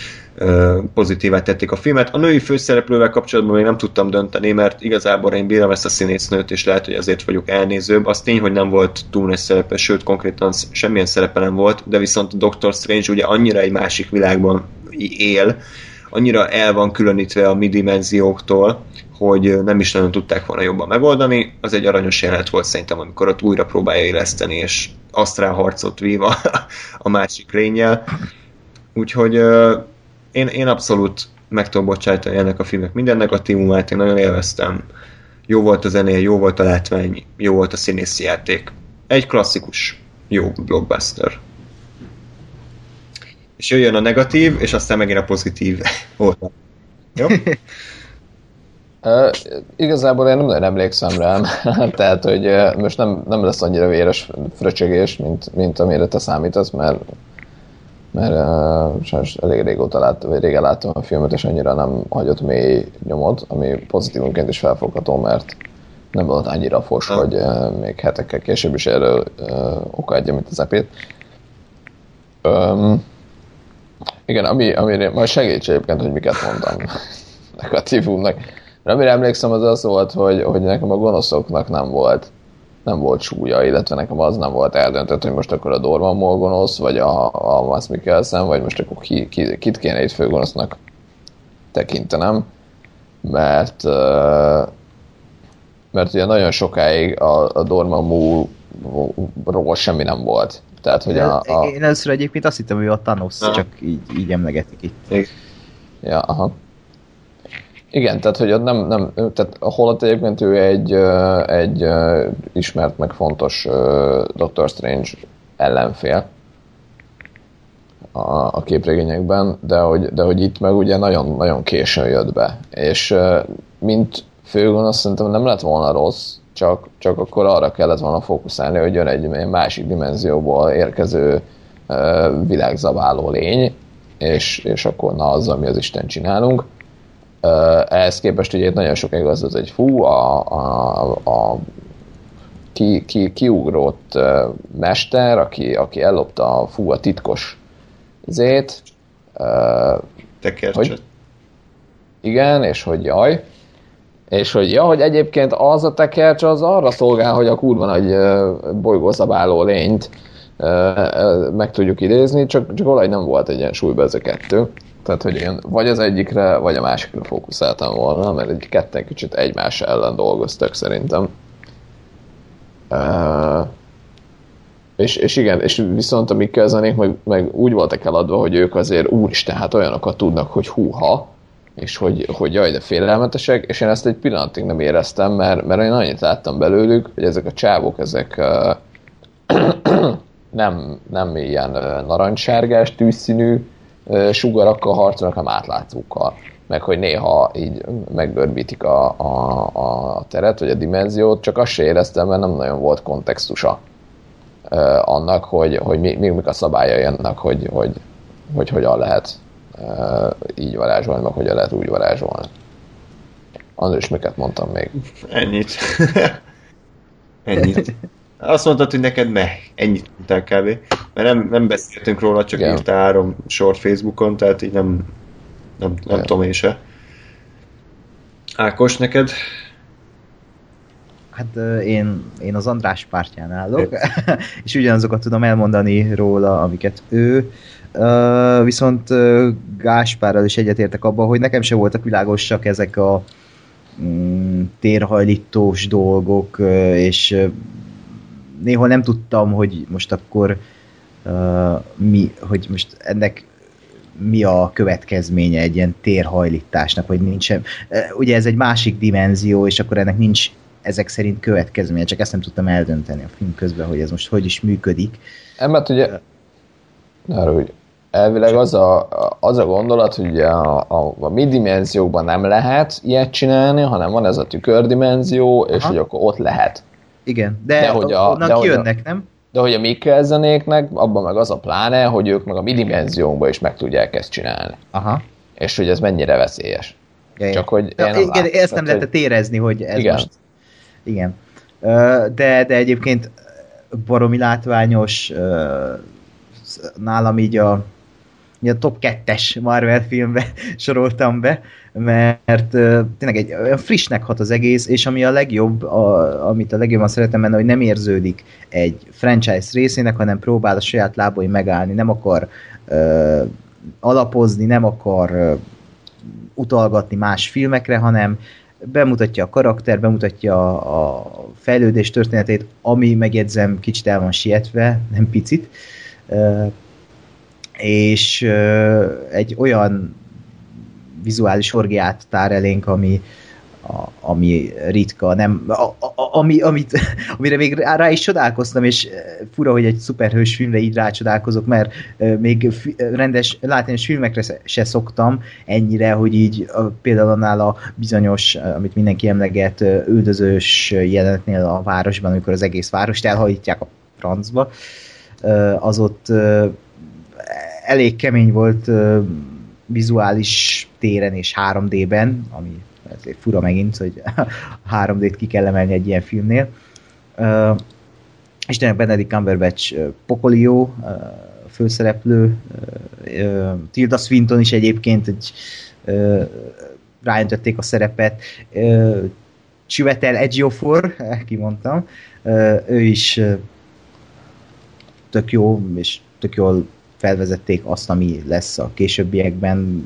pozitívát tették a filmet. A női főszereplővel kapcsolatban még nem tudtam dönteni, mert igazából én bírom ezt a színésznőt, és lehet, hogy azért vagyok elnézőbb. Az tény, hogy nem volt túl nagy szerepe, sőt, konkrétan semmilyen szerepe nem volt, de viszont a Doctor Strange ugye annyira egy másik világban él, annyira el van különítve a mi dimenzióktól, hogy nem is nagyon tudták volna jobban megoldani. Az egy aranyos jelenet volt szerintem, amikor ott újra próbálja éleszteni, és asztrál harcot vív a, a másik lényel. Úgyhogy Én, én abszolút meg tudom bocsájtani ennek a filmnek minden negatívumát, én nagyon élveztem. Jó volt a zenéje, jó volt a látvány, jó volt a színészi játék. Egy klasszikus, jó blockbuster. És jöjjön a negatív, és aztán megint a pozitív oldal. Jó? Uh, igazából én nem nagyon emlékszem rám, tehát hogy uh, most nem, nem lesz annyira véres fröcsögés, mint, mint amire te számítasz, mert mert uh, sajnos elég régóta láttam, vagy régen láttam a filmet, és annyira nem hagyott mély nyomot, ami pozitívunként is felfogható, mert nem volt annyira fos, ha. hogy uh, még hetekkel később is erről uh, okáadja, mint az epét. Um, igen, ami, amire majd segíts egyébként, hogy miket mondtam negatívumnak. De amire emlékszem, az az volt, hogy, hogy nekem a gonoszoknak nem volt nem volt súlya, illetve nekem az nem volt eldöntött, hogy most akkor a Dormammu gonosz, vagy a, a Mads Mikkelsen, vagy most akkor ki, ki, kit kéne itt főgonosznak tekintenem, mert mert ugye nagyon sokáig a, a Dormammu-ról semmi nem volt. Tehát, hogy a, a... Én először egyébként azt hittem, hogy ő a Thanos, aha. Csak így, így emlegetik itt. Ja, aha. Igen, tehát hogy ott nem, nem tehát holott egyébként ő egy, egy ismert meg fontos Doctor Strange ellenfél a, a képregényekben, de hogy, de hogy itt meg ugye nagyon, nagyon későn jött be, és mint főgonosz szerintem nem lett volna rossz, csak, csak akkor arra kellett volna fókuszálni, hogy jön egy másik dimenzióból érkező világzabáló lény, és, és akkor na azzal mi az Isten csinálunk. Ehhez képest ugye nagyon sok igaz az egy fú, a, a, a ki, ki, kiugrót mester, aki, aki ellopta a fú a titkos zét. Tekercset. Igen, és hogy jaj. És hogy ja, hogy egyébként az a tekercs az arra szolgál, hogy a kurva nagy bolygószabáló lényt meg tudjuk idézni, csak, csak valahogy nem volt egyensúlyban ez a kettő. Tehát, hogy én vagy az egyikre, vagy a másikra fókuszáltam volna, mert egy ketten kicsit egymás ellen dolgoztak szerintem. Uh, és, és igen, és viszont a Mikkel zenék meg, meg úgy voltak eladva, hogy ők azért úristen, hát olyanokat tudnak, hogy húha, és hogy, hogy jaj, de félelmetesek, és én ezt egy pillanatig nem éreztem, mert, mert én annyit láttam belőlük, hogy ezek a csávok, ezek uh, nem, nem ilyen narancssárgás, tűzszínű sugarakkal harcolnak, hanem átlátszókkal. Meg hogy néha így meggörbítik a, a, a teret, vagy a dimenziót, csak azt se éreztem, mert nem nagyon volt kontextusa uh, annak, hogy, hogy mi, mi, mik a szabályai annak, hogy, hogy, hogy hogyan lehet uh, így varázsolni, meg hogyan lehet úgy varázsolni. András, miket mondtam még? Ennyit. Ennyit. Azt mondtad, hogy neked meh, ennyit mondtál kb. Mert nem, nem beszéltünk róla, csak igen. Írtál három sort Facebookon, tehát így nem, nem, nem tudom én se. Ákos, neked? Hát én, én az András pártján állok, és ugyanazokat tudom elmondani róla, amiket ő. Viszont Gáspárral is egyetértek abban, hogy nekem se voltak világosak ezek a mm, térhajlítós dolgok, és néhol nem tudtam, hogy most akkor uh, mi, hogy most ennek mi a következménye egy ilyen térhajlításnak, vagy nincs sem. Uh, ugye ez egy másik dimenzió, és akkor ennek nincs ezek szerint következménye, csak ezt nem tudtam eldönteni a film közben, hogy ez most hogy is működik. Emellett ugye, uh, hogy elvileg az a, az a gondolat, hogy a, a, a mi dimenziókban nem lehet ilyet csinálni, hanem van ez a tükördimenzió, és aha, hogy akkor ott lehet. Igen, de, de hogy a, onnan de kijönnek, a, nem? De hogy a Mikkel zenéknek, abban meg az a pláne, hogy ők meg a mi dimenziónkban is meg tudják ezt csinálni. Aha. És hogy ez mennyire veszélyes. Ja, csak hogy ja, én nem igen, látom, ezt nem lehetett hogy... érezni, hogy ez igen. most... Igen. De, de egyébként baromi látványos, nálam így a, a top kettes Marvel filmbe soroltam be, mert uh, tényleg egy olyan frissnek hat az egész, és ami a legjobb, a, amit a legjobban szeretem benne, hogy nem érződik egy franchise részének, hanem próbál a saját lábai megállni, nem akar uh, alapozni, nem akar uh, utalgatni más filmekre, hanem bemutatja a karakter, bemutatja a, a fejlődés történetét, ami, megjegyzem, kicsit el van sietve, nem picit, uh, és uh, egy olyan vizuális orgiát tár elénk, ami, a, ami ritka, nem, a, a, ami, amit, amire még rá, rá is csodálkoztam, és fura, hogy egy szuperhős filmre így rácsodálkozok, mert még rendes, látványos filmekre se szoktam ennyire, hogy így például annál a bizonyos, amit mindenki emleget, üldözős jelenetnél a városban, amikor az egész várost elhajítják a francba, az ott elég kemény volt vizuális téren és három dében, ami ezért fura megint, hogy három dét ki kell emelni egy ilyen filmnél. Uh, és tényleg Benedict Cumberbatch uh, pokolió, uh, főszereplő, uh, uh, Tilda Swinton is egyébként egy, uh, rájöntötték a szerepet, uh, Chiwetel Ejiofor, kimondtam, uh, ő is uh, tök jó, és tök jól felvezették azt, ami lesz a későbbiekben.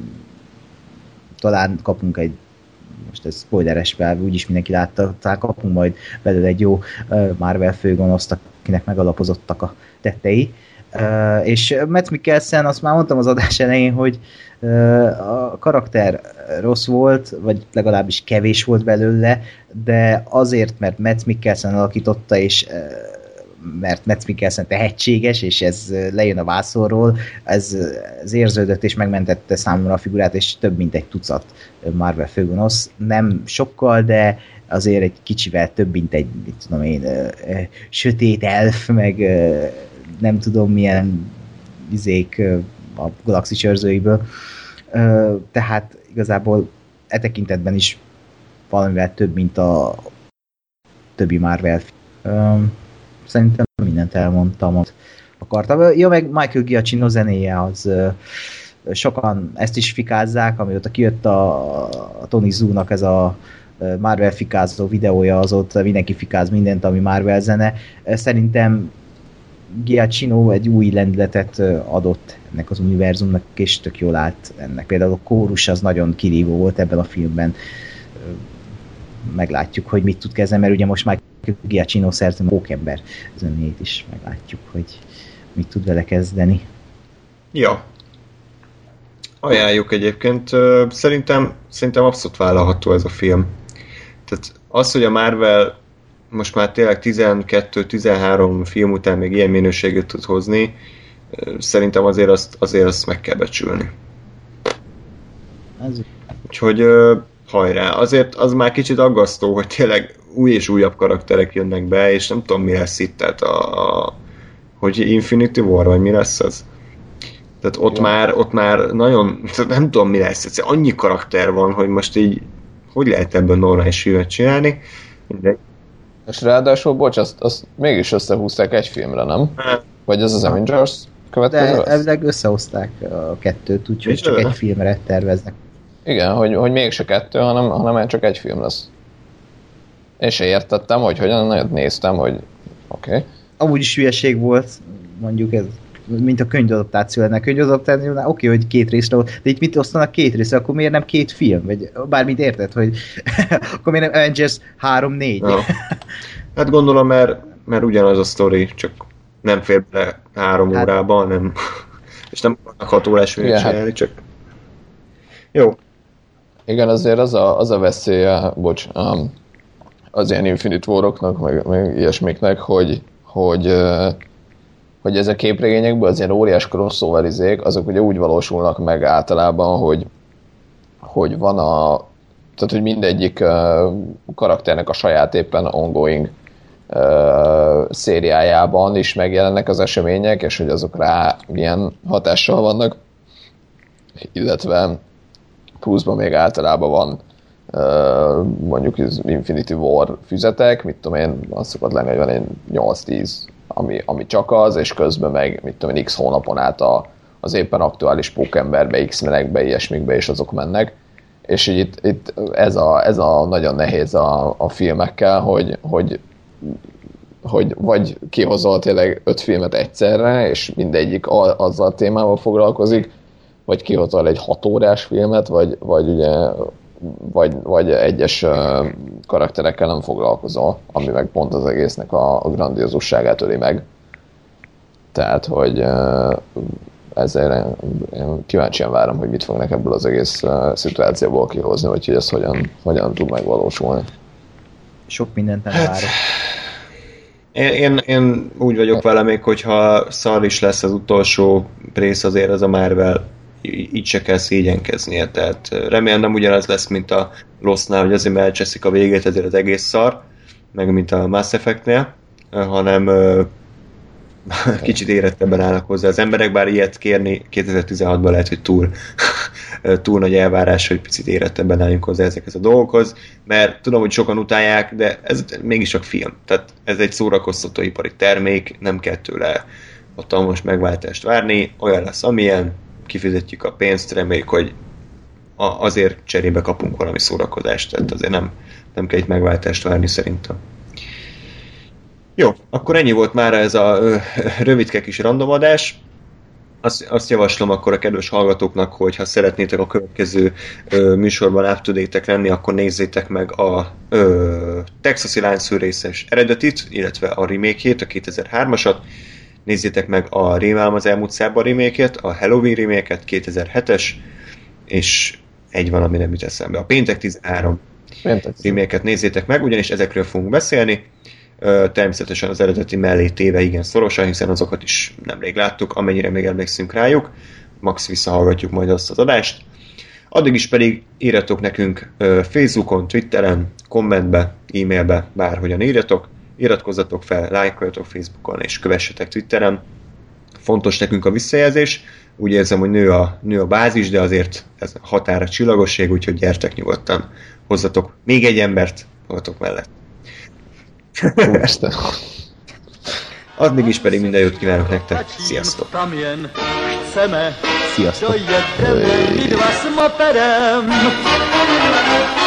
Talán kapunk egy, most ez spoileres, mert úgyis mindenki látta, talán kapunk majd belőle egy jó Marvel főgonoszt, akinek megalapozottak a tettei. Uh, és Matt Mikkelsen, azt már mondtam az adás elején, hogy uh, a karakter rossz volt, vagy legalábbis kevés volt belőle, de azért, mert Matt Mikkelsen alakította, és uh, mert Matt Mikkelsen tehetséges, és ez lejön a vászorról, ez, ez érződött és megmentette számomra a figurát, és több mint egy tucat Marvel főgonosz. Nem sokkal, de azért egy kicsivel több, mint egy, mit tudom én, uh, uh, sötét elf, meg uh, nem tudom milyen izék a galaxis őrzőiből. Tehát igazából e tekintetben is valamivel több, mint a többi Marvel film. Szerintem mindent elmondtam, amit akartam. Ja, meg Michael Giacchino zenéje, az sokan ezt is fikázzák, amióta kijött a, a Tony Zhu-nak ez a Marvel fikázó videója, azóta mindenki fikáz mindent, ami Marvel zene. Szerintem Giacchino egy új lendületet adott ennek az univerzumnak, és tök jól állt ennek. Például a kórus az nagyon kirívó volt ebben a filmben. Meglátjuk, hogy mit tud kezdeni, mert ugye most már Giacchino szerte a Pókember zenét is meglátjuk, hogy mit tud vele kezdeni. Ja. Ajánljuk egyébként. Szerintem, szerintem abszolút vállalható ez a film. Tehát az, hogy a Marvel most már tényleg tizenkettő-tizenhárom film után még ilyen minőséget tud hozni, szerintem azért azt, azért azt meg kell becsülni. Ez... Úgyhogy hajrá. Azért az már kicsit aggasztó, hogy tényleg új és újabb karakterek jönnek be, és nem tudom, mi lesz itt, tehát a, a hogy Infinity War, vagy mi lesz az? Tehát ott, már, ott már nagyon, nem tudom, mi lesz. Egyszerűen annyi karakter van, hogy most így hogy lehet ebből normális filmet csinálni? Mindegy. És ráadásul, bocs, azt, azt mégis összehúzták egy filmre, nem? Vagy ez az Avengers következő? De elvileg összehozták a kettőt, úgyhogy csak egy filmre terveznek. Igen, hogy, hogy mégse kettő, hanem, hanem csak egy film lesz. Én se értettem, hogy hogyan, nagyon néztem, hogy oké. Okay. Amúgy is hülyeség volt, mondjuk ez, mint a könyvadaptáció lenne. A könyvadaptációnál oké, okay, hogy két részre volt, de itt mit osztanak két részre, akkor miért nem két film? Vagy bármit érted, hogy akkor miért nem Avengers három négy? Ja. Hát gondolom, mert, mert ugyanaz a sztori, csak nem fér bele három hát... órában, nem. És nem akarnak hat órás filmet csinálni, hát... csak jó. Igen, azért az a, az a veszélye, bocs, um, az ilyen Infinite War-oknak, meg, meg ilyesmiknek, hogy, hogy, uh, hogy ezek a képregényekből az ilyen óriás crossover izék, azok ugye úgy valósulnak meg általában, hogy, hogy van a, tehát hogy mindegyik uh, karakternek a saját éppen ongoing uh, szériájában is megjelennek az események, és hogy azok rá milyen hatással vannak, illetve pluszban még általában van uh, mondjuk az Infinity War füzetek, mit tudom én, az szokott lenni, hogy van egy nyolc-tíz, ami, ami csak az, és közben meg, mit tudom én, x hónapon át a, az éppen aktuális Pókemberbe, X-menekbe, ilyesmikbe, és azok mennek. És így itt, itt ez, a, ez a nagyon nehéz a, a filmekkel, hogy, hogy, hogy vagy kihozol tényleg öt filmet egyszerre, és mindegyik a, azzal a témával foglalkozik, vagy kihozol egy hat órás filmet, vagy, vagy, ugye, vagy, vagy egyes uh, karakterekkel nem foglalkozol, ami meg pont az egésznek a, a grandiózusságát öli meg. Tehát, hogy uh, ezért én kíváncsian várom, hogy mit fognak ebből az egész uh, szituációból kihozni, vagy hogy ez hogyan, hogyan tud megvalósulni. Sok mindent nem várok. Én, én, én úgy vagyok vele még, hogyha szar is lesz az utolsó rész, azért az a Marvel így se kell szégyenkeznie, tehát remélem nem ugyanaz lesz, mint a Lostnál, hogy azért mert elcseszik a végét, ezért az egész szar, meg mint a Mass Effectnél, hanem kicsit érettebben állnak hozzá az emberek, bár ilyet kérni kétezer-tizenhatban lehet, hogy túl, túl nagy elvárás, hogy picit érettebben álljunk hozzá ezekhez a dolgokhoz, mert tudom, hogy sokan utálják, de ez mégis csak film, tehát ez egy szórakoztatóipari termék, nem kell tőle hatalmas megváltást várni, olyan lesz, amilyen, kifizetjük a pénzt, reméljük, hogy azért cserébe kapunk valami szórakozást, tehát azért nem, nem kell itt megváltást várni szerintem. Jó, akkor ennyi volt már ez a ö, rövidke kis randomadás. Azt, azt javaslom akkor a kedves hallgatóknak, hogy ha szeretnétek a következő ö, műsorban up-to-date-ek lenni, akkor nézzétek meg a ö, Texasi Lányszűrészes eredetit, illetve a remake-ét, a kétezer-hármasat. nézzétek meg a Rémálom az elmúlt szában remake-et, a Halloween remake-et, kétezer-hetes, és egy van, ami nem jut eszembe. A Péntek tizenhárom remake-et nézzétek meg, ugyanis ezekről fogunk beszélni. Természetesen az eredeti mellé téve igen szorosan, hiszen azokat is nemrég láttuk, amennyire még emlékszünk rájuk. Max visszahallgatjuk majd azt az adást. Addig is pedig írjatok nekünk Facebookon, Twitteren, kommentbe, e-mailbe, bárhogyan írjatok. Iratkozzatok fel, lájkoljatok Facebookon és kövessetek Twitteren. Fontos nekünk a visszajelzés. Úgy érzem, hogy nő a, nő a bázis, de azért ez határa csillagosség, úgyhogy gyertek nyugodtan. Hozzatok még egy embert magatok mellett. Addig is pedig minden jót kívánok nektek. Sziasztok! Sziasztok! Dojedeme my dva s moperem.